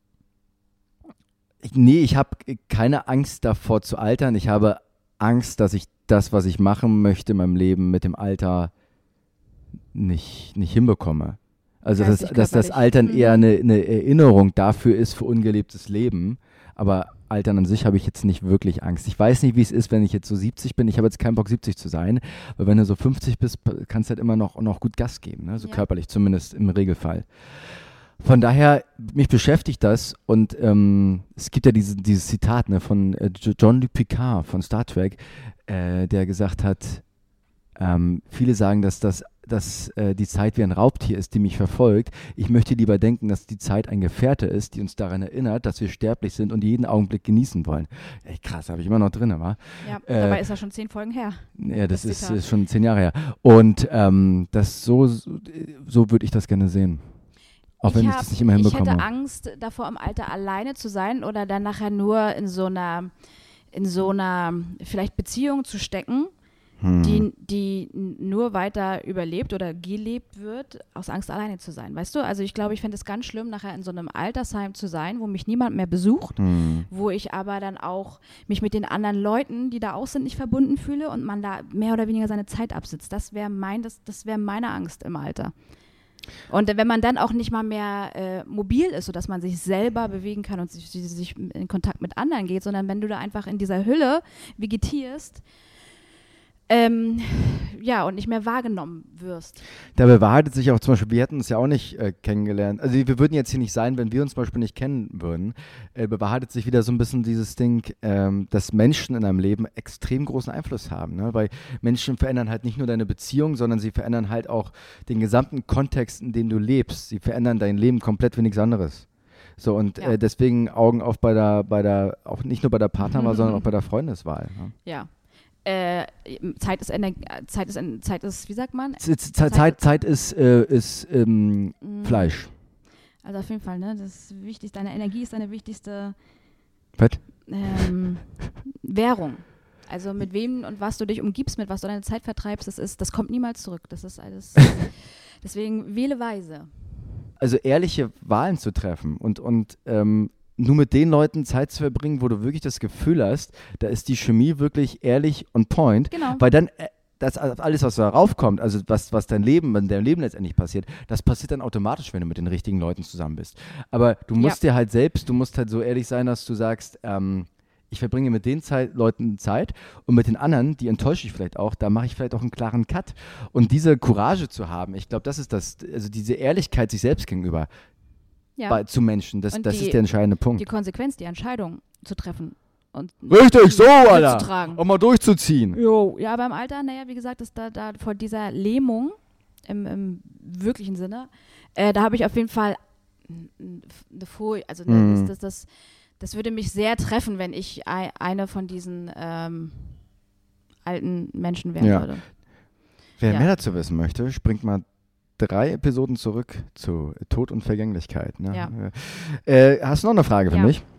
ich, nee, ich habe keine Angst davor zu altern. Ich habe Angst, dass ich das, was ich machen möchte in meinem Leben mit dem Alter nicht, nicht hinbekomme. Also, dass, Geistig, dass das körperlich. Altern Mhm. eher eine, eine Erinnerung dafür ist für ungelebtes Leben, Aber Altern an sich habe ich jetzt nicht wirklich Angst. Ich weiß nicht, wie es ist, wenn ich jetzt so siebzig bin. Ich habe jetzt keinen Bock, siebzig zu sein. Weil wenn du so fünfzig bist, kannst du halt immer noch, noch gut Gas geben. Ne? So Ja. körperlich zumindest im Regelfall. Von daher, mich beschäftigt das und ähm, es gibt ja diese, dieses Zitat ne, von äh, Jean-Luc Picard von Star Trek, äh, der gesagt hat, ähm, viele sagen, dass, das, dass äh, die Zeit wie ein Raubtier ist, die mich verfolgt. Ich möchte lieber denken, dass die Zeit ein Gefährte ist, die uns daran erinnert, dass wir sterblich sind und jeden Augenblick genießen wollen. Ey, krass, habe ich immer noch drin, wa? Ja, Äh, dabei ist er schon zehn Folgen her. Ja, das, Das ist, Zitat. ist schon zehn Jahre her. Und ähm, das so, so würde ich das gerne sehen. Auch wenn ich, hab- das nicht immer Ich hinbekomme. hätte Angst davor, im Alter alleine zu sein oder dann nachher nur in so einer, in so einer vielleicht Beziehung zu stecken, Hm. die, die n- nur weiter überlebt oder gelebt wird, aus Angst alleine zu sein. Weißt du? Also ich glaube, ich fände es ganz schlimm, nachher in so einem Altersheim zu sein, wo mich niemand mehr besucht, Hm. wo ich aber dann auch mich mit den anderen Leuten, die da auch sind, nicht verbunden fühle und man da mehr oder weniger seine Zeit absitzt. Das wäre mein, das, das wäre meine Angst im Alter. Und wenn man dann auch nicht mal mehr äh, mobil ist, sodass man sich selber bewegen kann und sich, sich in Kontakt mit anderen geht, sondern wenn du da einfach in dieser Hülle vegetierst, ähm, ja, und nicht mehr wahrgenommen wirst. Da bewahrheitet sich auch zum Beispiel, wir hätten uns ja auch nicht äh, kennengelernt, also wir würden jetzt hier nicht sein, wenn wir uns zum Beispiel nicht kennen würden, äh, bewahrheitet sich wieder so ein bisschen dieses Ding, ähm, dass Menschen in deinem Leben extrem großen Einfluss haben, ne? Weil Menschen verändern halt nicht nur deine Beziehung, sondern sie verändern halt auch den gesamten Kontext, in dem du lebst. Sie verändern dein Leben komplett wie nichts anderes. So, und Ja. äh, deswegen Augen auf bei der, bei der, auch nicht nur bei der Partnerwahl, Mhm. sondern auch bei der Freundeswahl. Ne? Ja. Äh, Zeit ist Ener Zeit ist en- Zeit ist, wie sagt man? Z- Z- Zeit, Zeit ist, äh, ist ähm, Mm, Fleisch. Also auf jeden Fall, ne? Das Wichtigste, deine Energie ist deine wichtigste Was? ähm, Währung. Also mit wem und was du dich umgibst, mit was du deine Zeit vertreibst, das ist, das kommt niemals zurück. Das ist alles. Deswegen wähle weise. Also ehrliche Wahlen zu treffen und, und ähm, nur mit den Leuten Zeit zu verbringen, wo du wirklich das Gefühl hast, da ist die Chemie wirklich ehrlich on point, Genau. weil dann äh, das alles, was darauf kommt, also was, was dein Leben, in deinem Leben letztendlich passiert, das passiert dann automatisch, wenn du mit den richtigen Leuten zusammen bist. Aber du musst dir halt selbst, du musst halt so ehrlich sein, dass du sagst, ähm, ich verbringe mit den Zeit, Leuten Zeit und mit den anderen, die enttäusche ich vielleicht auch, da mache ich vielleicht auch einen klaren Cut. Und diese Courage zu haben, ich glaube, das ist das, also diese Ehrlichkeit sich selbst gegenüber Ja. bei, zu Menschen, das, Und das die- ist der entscheidende Punkt. Die Konsequenz, die Entscheidung zu treffen und Richtig, so, Alter! mitzutragen. Um mal durchzuziehen. Jo, ja, aber im Alter, naja, wie gesagt, ist da, da vor dieser Lähmung im, im wirklichen Sinne, äh, da habe ich auf jeden Fall n- n- eine Folie, also ne, Mhm. das, das, das, das würde mich sehr treffen, wenn ich ei- eine von diesen ähm, alten Menschen werden Ja. würde. Wer Ja. mehr dazu wissen möchte, springt mal drei Episoden zurück zu Tod und Vergänglichkeit. Ne? Ja. Äh, hast du noch eine Frage für Ja. mich?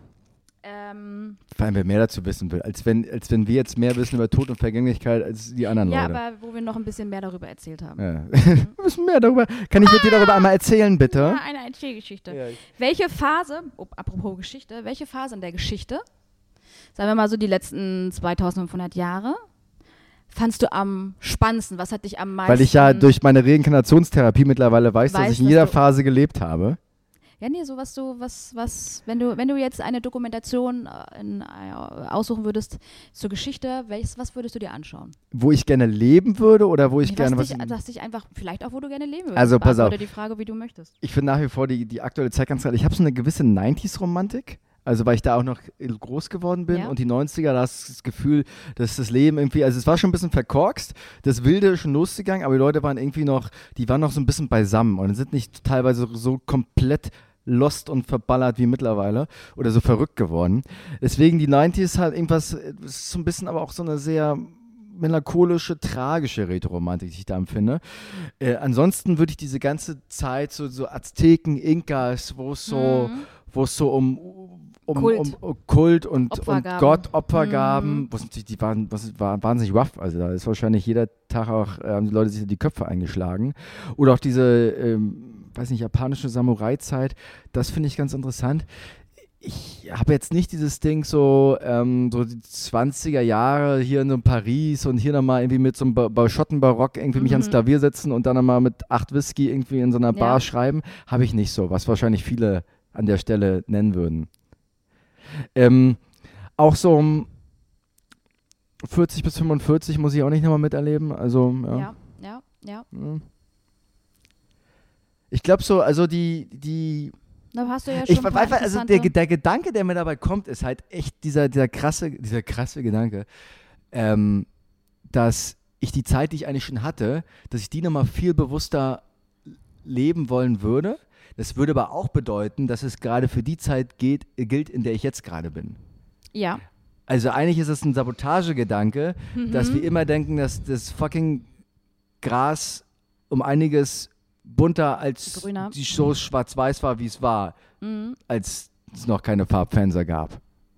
Ähm, Vor allem, wer mehr dazu wissen will, als wenn, als wenn wir jetzt mehr wissen über Tod und Vergänglichkeit als die anderen ja, Leute. aber wo wir noch ein bisschen mehr darüber erzählt haben. Ja. Wir wissen mehr darüber. Kann ich mit dir darüber einmal erzählen, bitte? Ja, eine Erzählgeschichte. Ja, ich- Welche Phase, oh, apropos Geschichte, welche Phase in der Geschichte, sagen wir mal so die letzten zweitausendfünfhundert Jahre, fandst du am spannendsten? Was hat dich am meisten... Weil ich ja durch meine Reinkarnationstherapie mittlerweile weiß, dass Weiß, ich in dass jeder du- Phase gelebt habe. Ja, nee, so was du, was, was, wenn du, wenn du jetzt eine Dokumentation äh, in, äh, aussuchen würdest zur Geschichte, welches, was würdest du dir anschauen? Wo ich gerne leben würde oder wo ich Nee, gerne was was... dich, was dich einfach, vielleicht auch, wo du gerne leben würdest. Also, pass auf. Beantworte die Frage, wie du möchtest. Ich finde nach wie vor die, die aktuelle Zeit ganz geil. Ich habe so eine gewisse neunziger-Romantik. Also weil ich da auch noch groß geworden bin Ja. und die neunziger, da hast du das Gefühl, dass das Leben irgendwie, also es war schon ein bisschen verkorkst, das Wilde ist schon losgegangen, aber die Leute waren irgendwie noch, die waren noch so ein bisschen beisammen und sind nicht teilweise so komplett lost und verballert wie mittlerweile oder so verrückt geworden. Deswegen die neunziger ist halt irgendwas, es ist so ein bisschen aber auch so eine sehr melancholische, tragische Rätoromantik, die ich da empfinde. Äh, ansonsten würde ich diese ganze Zeit, so, so Azteken, Inkas, wo es so, Mhm. wo es so um, um, Kult. um, um Kult und, und Opfergaben. Gott, Opfergaben, Mhm. wo es natürlich, die waren, was war wahnsinnig rough. Also da ist wahrscheinlich jeder Tag auch, äh, haben die Leute sich die Köpfe eingeschlagen. Oder auch diese, ähm, weiß nicht, japanische Samurai-Zeit, das finde ich ganz interessant. Ich habe jetzt nicht dieses Ding so, ähm, so die zwanziger Jahre hier in so Paris und hier nochmal irgendwie mit so einem ba ba Schottenbarock irgendwie mich Mhm. ans Klavier setzen und dann nochmal mit acht Whisky irgendwie in so einer Bar Ja. schreiben. Habe ich nicht so, was wahrscheinlich viele an der Stelle nennen würden. Ähm, auch so um vierzig bis fünfundvierzig muss ich auch nicht nochmal miterleben. Also, ja. Ja, ja, ja. ja. Ich glaube so, also die, die Da hast du ja schon ich ein paar weiß, also der, interessante- der Gedanke, der mir dabei kommt, ist halt echt dieser, dieser krasse, dieser krasse Gedanke, ähm, dass ich die Zeit, die ich eigentlich schon hatte, dass ich die nochmal viel bewusster leben wollen würde. Das würde aber auch bedeuten, dass es gerade für die Zeit geht, gilt, in der ich jetzt gerade bin. Ja. Also eigentlich ist es ein Sabotagegedanke, Mhm. dass wir immer denken, dass das fucking Gras um einiges bunter als Grüner. die Show schwarz-weiß war, wie es war, Mhm. als es noch keine Farbfernseher gab.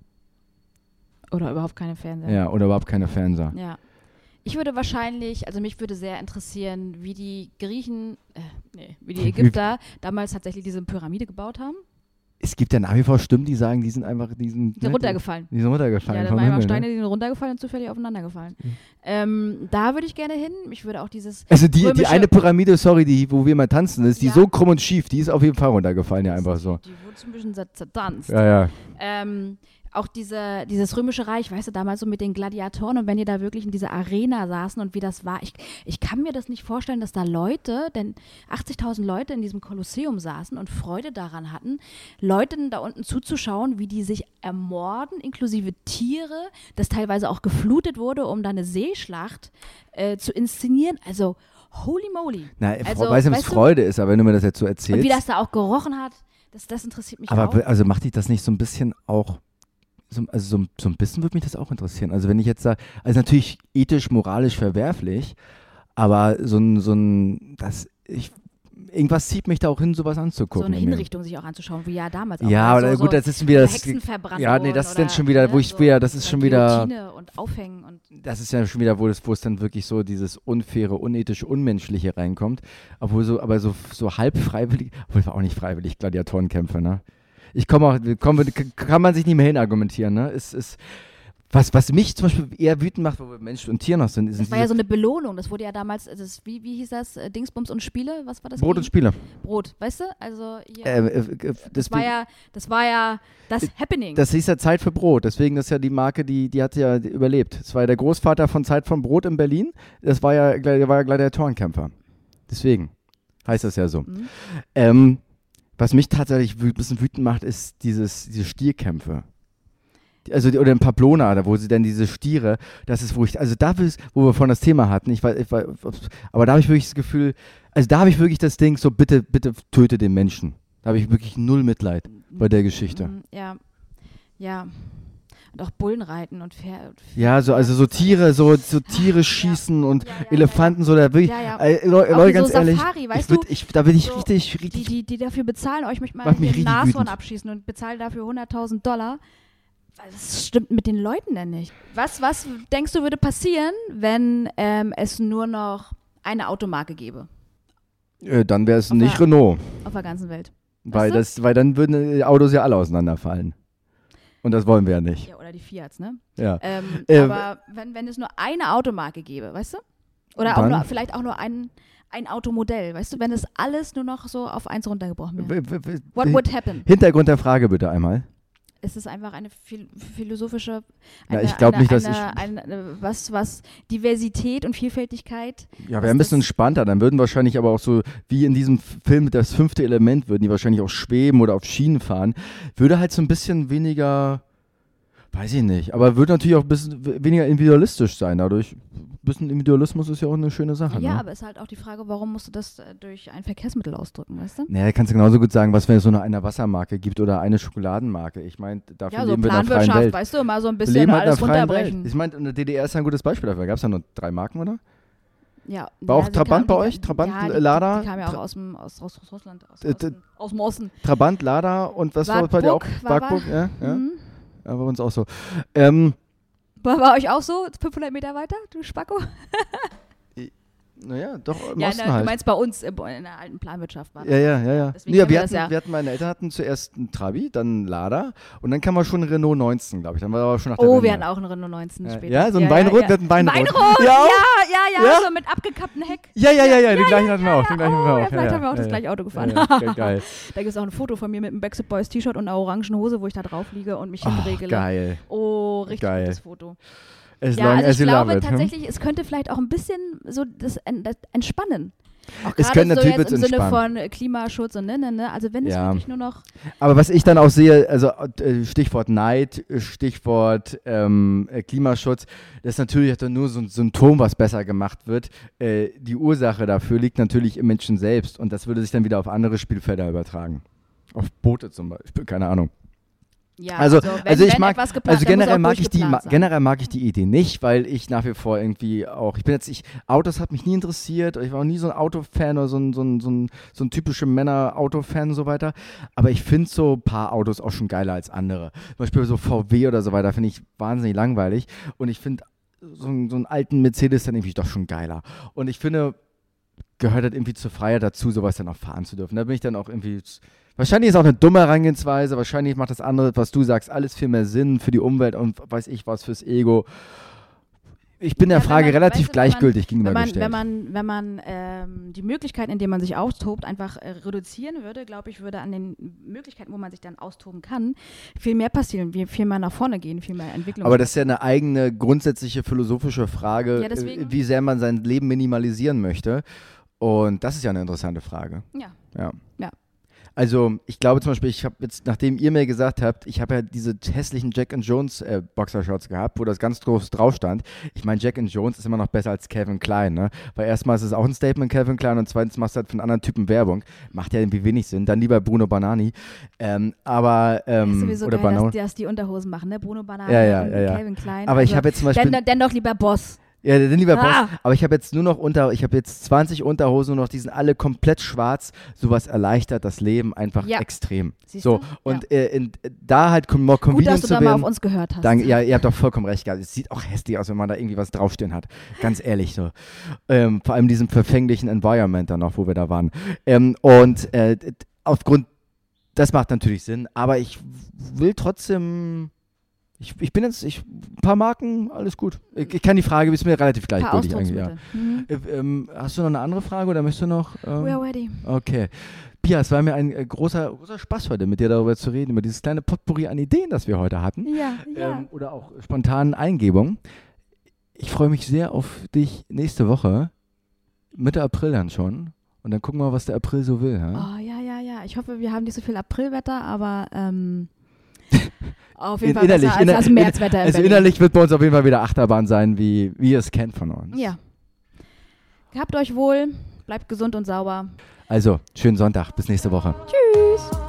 Oder überhaupt keine Fernseher. Ja, oder überhaupt keine Fernseher. Ja. Ich würde wahrscheinlich, also mich würde sehr interessieren, wie die Griechen, äh, nee, wie die Ägypter damals tatsächlich diese Pyramide gebaut haben. Es gibt ja nach wie vor Stimmen, die sagen, die sind einfach, die sind, Die sind runtergefallen. Die sind runtergefallen. Ja, da vom waren einfach Himmel, Steine, ne? die sind runtergefallen und zufällig aufeinander gefallen. Mhm. Ähm, da würde ich gerne hin. Ich würde auch dieses Also die, die römische- eine Pyramide, sorry, die, wo wir mal tanzen, ist die Ja. so krumm und schief, die ist auf jeden Fall runtergefallen, ja, einfach so. Die wurde so ein bisschen zer- zertanzt. Ja, ja. Ähm, auch diese, dieses römische Reich, weißt du, damals so mit den Gladiatoren und wenn die da wirklich in dieser Arena saßen und wie das war, ich, ich kann mir das nicht vorstellen, dass da Leute, denn achtzigtausend Leute in diesem Kolosseum saßen und Freude daran hatten, Leuten da unten zuzuschauen, wie die sich ermorden, inklusive Tiere, das teilweise auch geflutet wurde, um da eine Seeschlacht äh, zu inszenieren. Also, holy moly. Na, ich Also, weiß nicht, was weißt du- Freude ist, aber wenn du mir das jetzt so Und erzählst. wie das da auch gerochen hat, das, das interessiert mich aber auch. be- also macht dich das nicht so ein bisschen auch, so, also so, so ein bisschen würde mich das auch interessieren. Also wenn ich jetzt sage, also natürlich ethisch, moralisch verwerflich, aber so ein, so ein, das, ich, irgendwas zieht mich da auch hin, sowas anzugucken. So eine in mir. Hinrichtung sich auch anzuschauen, wie ja damals auch. Ja, war. aber so, gut, so, das ist wieder so das. Hexen verbrannt Ja, nee, wurden das ist dann oder, schon wieder, wo ne, ich so wieder, das ist bei schon wieder. Guillotine und Aufhängen und Das ist ja schon wieder, wo es, wo es dann wirklich so dieses unfaire, unethische, unmenschliche reinkommt. Obwohl so, aber so, so halb freiwillig, obwohl es war auch nicht freiwillig, Gladiatorenkämpfe, ne? Ich komme auch, komm, kann man sich nicht mehr hin argumentieren, ne? Es ist, was, was mich zum Beispiel eher wütend macht, wo wir Mensch und Tier noch sind, ist das war ja so eine Belohnung. Das wurde ja damals, das, wie, wie hieß das? Äh, Dingsbums und Spiele? Was war das? Brot gegen- und Spiele. Brot, weißt du? Also hier, Äh, äh, äh, das, das, war ja, das war ja das Happening. das hieß ja Zeit für Brot, deswegen ist ja die Marke, die, die hat ja überlebt. Das war ja der Großvater von Zeit von Brot in Berlin, das war ja, der war ja Gladiatorenkämpfer. Deswegen heißt das ja so. Mhm. Ähm, was mich tatsächlich wü- ein bisschen wütend macht, ist dieses, diese Stierkämpfe. Die- Also die, oder in Pamplona, da wo sie dann diese Stiere, das ist, wo ich, also da ist, wo wir vorhin das Thema hatten, ich weiß, ich weiß ob's- aber da habe ich wirklich das Gefühl, also da habe ich wirklich das Ding, so bitte, bitte töte den Menschen. Da habe ich wirklich null Mitleid bei der Geschichte. Mhm, Ja, ja. Und auch Bullenreiten und Pferd. Ja, so, also so Tiere, so, so Tiere schießen und Ja, ja, ja, Elefanten, so da wirklich, Ja, ja. äh, Leu- Auch Leute, wie ganz so ehrlich, Safari, weißt ich würd, du? ich, da bin ich So, richtig, Die, richtig, die, die dafür bezahlen, euch möchte mal Macht mich ein richtig Nashorn wütend. abschießen und bezahlen dafür hunderttausend Dollar. Das stimmt mit den Leuten denn nicht. Was, was denkst du, würde passieren, wenn ähm, es nur noch eine Automarke gäbe äh, dann wäre es Auf nicht der- Renault, auf der ganzen Welt? weil, du? das, weil dann würden die Autos ja alle auseinanderfallen. Und das wollen wir ja nicht. Ja, oder die Fiats, ne? Ja. Ähm, Äh, aber wenn, wenn es nur eine Automarke gäbe, weißt du? Oder auch Dann? nur, vielleicht auch nur ein, ein Automodell, weißt du? Wenn es alles nur noch so auf eins runtergebrochen wäre. W- w- w- What would happen? Hintergrund der Frage bitte einmal. Es ist einfach eine phil philosophische, Ja, eine, ich glaub eine, nicht, dass eine, eine, eine, was, was Diversität und Vielfältigkeit. Ja, Was wäre ein bisschen das- entspannter. Dann würden wahrscheinlich aber auch so, wie in diesem Film, das fünfte Element, würden die wahrscheinlich auch schweben oder auf Schienen fahren. Würde halt so ein bisschen weniger, weiß ich nicht, aber würde natürlich auch ein bisschen w- weniger individualistisch sein. Dadurch, ein bisschen Individualismus ist ja auch eine schöne Sache. Ja, ne? aber es ist halt auch die Frage, warum musst du das äh, durch ein Verkehrsmittel ausdrücken, weißt du? Naja, kannst du genauso gut sagen, was wenn es so eine, eine Wassermarke gibt oder eine Schokoladenmarke. Ich meine, dafür Ja, so leben wir in einer freien Planwirtschaft, Welt. weißt du, mal so ein Wir bisschen leben halt in alles einer freien Welt. runterbrechen. Ich meine, in der D D R ist ja ein gutes Beispiel dafür. Gab es ja nur drei Marken, oder? Ja, War auch sie Trabant kam- bei die- euch? Trabant, ja, die, Lada? Die, die kam ja auch Tra- aus, dem, aus, aus, aus Russland, aus, Äh, aus, dem- aus dem Osten. Trabant, Lada und was war bei dir auch? Wartburg war Wartburg, ja, ja. Mhm. Ja, bei uns auch so. Ähm, War bei euch auch so? fünfhundert Meter weiter, du Spacko? Naja, doch im Ja, Osten na, halt. du meinst bei uns in der alten Planwirtschaft war das. Ja, ja, ja, ja. Deswegen Ja, kennen wir, wir das hatten, ja. wir hatten, meine Eltern hatten zuerst einen Trabi, dann einen Lada und dann kam mal schon ein Renault neunzehn, glaube ich. Dann war aber schon nach der Oh, Wende. wir hatten auch einen Renault neunzehn Ja, später. ja, so ein Weinrot, wir hatten Weinrot. Weinrot, Ja, ja, auch? ja, ja, Ja? so mit abgekapptem Heck. Ja, ja, ja, ja, den Ja, gleichen ja, hatten wir ja, auch. Den gleichen ja. hatten wir Oh, auch. ja, vielleicht ja, haben wir auch ja, das ja. gleiche Auto gefahren. Ja, ja, geil, geil. Da gibt es auch ein Foto von mir mit einem Backstreet Boys T-Shirt und einer orangen Hose, wo ich da drauf liege und mich Oh, hinregele. geil. Oh, richtig Geil. gutes Foto. As Ja, long also as ich you glaube love it. hm? tatsächlich, es könnte vielleicht auch ein bisschen so das, das entspannen. Auch Es gerade könnte so natürlich jetzt im wird's Sinne entspannen. von Klimaschutz und ne, ne, ne. Also wenn es Ja. wirklich nur noch Aber was ich dann auch sehe, also äh, Stichwort Neid, Stichwort ähm, äh, Klimaschutz, das ist natürlich dann nur so ein Symptom, was besser gemacht wird. Äh, die Ursache dafür liegt natürlich im Menschen selbst und das würde sich dann wieder auf andere Spielfelder übertragen. Auf Boote zum Beispiel, keine Ahnung. ja, Also, wenn, also ich wenn mag, etwas geplant, also dann muss generell auch mag ich die, durchgeplant ma- sein. generell mag ich die Idee nicht, weil ich nach wie vor irgendwie auch, ich bin jetzt, ich, Autos hat mich nie interessiert, ich war auch nie so ein Autofan oder so ein, so ein, so ein, so ein typischer Männer-Autofan und so weiter, aber ich finde so ein paar Autos auch schon geiler als andere. Zum Beispiel so V W oder so weiter finde ich wahnsinnig langweilig und ich finde so, einen- so einen alten Mercedes dann irgendwie doch schon geiler. Und ich finde, gehört halt irgendwie zur Freiheit dazu, sowas dann auch fahren zu dürfen. Da bin ich dann auch irgendwie. Wahrscheinlich ist auch eine dumme Herangehensweise, wahrscheinlich macht das andere, was du sagst, alles viel mehr Sinn für die Umwelt und weiß ich was fürs Ego. Ich bin der Ja, wenn Frage man- relativ weißt du, wenn man- gleichgültig Wenn man, gegenübergestellt. wenn man, wenn man ähm, die Möglichkeiten, in denen man sich austobt, einfach äh, reduzieren würde, glaube ich, würde an den Möglichkeiten, wo man sich dann austoben kann, viel mehr passieren, wie viel mehr nach vorne gehen, viel mehr Entwicklung. Aber das ist ja eine eigene grundsätzliche philosophische Frage, Ja, deswegen- äh, wie sehr man sein Leben minimalisieren möchte. Und das ist ja eine interessante Frage. ja. Ja. Ja. Also ich glaube zum Beispiel, ich habe jetzt, nachdem ihr mir gesagt habt, ich habe ja diese hässlichen Jack and Jones äh, Boxershorts gehabt, wo das ganz groß drauf stand. Ich meine, Jack and Jones ist immer noch besser als Calvin Klein, ne? Weil erstmal ist es auch ein Statement Calvin Klein und zweitens machst du halt von anderen Typen Werbung. Macht ja irgendwie wenig Sinn. Dann lieber Bruno Banani. Ähm, aber, ähm, ist sowieso oder geil, Banano. dass, dass die Unterhosen machen, ne? Bruno Banane Ja, ja, und ja, ja. Calvin Klein. Aber ich Also, habe jetzt zum Beispiel... Dann, dann doch lieber Boss. Ja, den lieber Ah. Boss. Aber ich habe jetzt nur noch unter, ich habe jetzt zwanzig Unterhosen nur noch, die sind alle komplett schwarz. Sowas erleichtert das Leben einfach Ja. extrem. Siehst So, du? und äh, in, da halt com more Gut, convenient dass du zu da mal auf werden. uns gehört hast. Danke, ja, ihr habt doch vollkommen recht gehabt. Es sieht auch hässlich aus, wenn man da irgendwie was draufstehen hat. Ganz ehrlich so. Ähm, vor allem diesem verfänglichen Environment dann noch, wo wir da waren. Ähm, und äh, d- aufgrund, das macht natürlich Sinn, aber ich will trotzdem, ich, ich bin jetzt, ich, ein paar Marken, alles gut. Ich, ich kann die Frage, ist mir relativ Ein paar gleichgültig eigentlich. Ja. Ausdrucksmittel. Mhm. Äh, ähm, hast du noch eine andere Frage oder möchtest du noch? Ähm, We are ready. Okay. Pia, es war mir ein äh, großer, großer Spaß heute, mit dir darüber zu reden, über dieses kleine Potpourri an Ideen, das wir heute hatten. Ja, ja. Ähm, oder auch spontanen Eingebungen. Ich freue mich sehr auf dich nächste Woche, Mitte April dann schon. Und dann gucken wir mal, was der April so will. Ja? Oh, ja, ja, ja. Ich hoffe, wir haben nicht so viel Aprilwetter, aber ähm, auf jeden In- Fall innerlich, besser als inner- das Märzwetter in Also Berlin. innerlich wird bei uns auf jeden Fall wieder Achterbahn sein, wie, wie ihr es kennt von uns. Ja. Gehabt euch wohl, bleibt gesund und sauber. Also, schönen Sonntag, bis nächste Woche. Tschüss.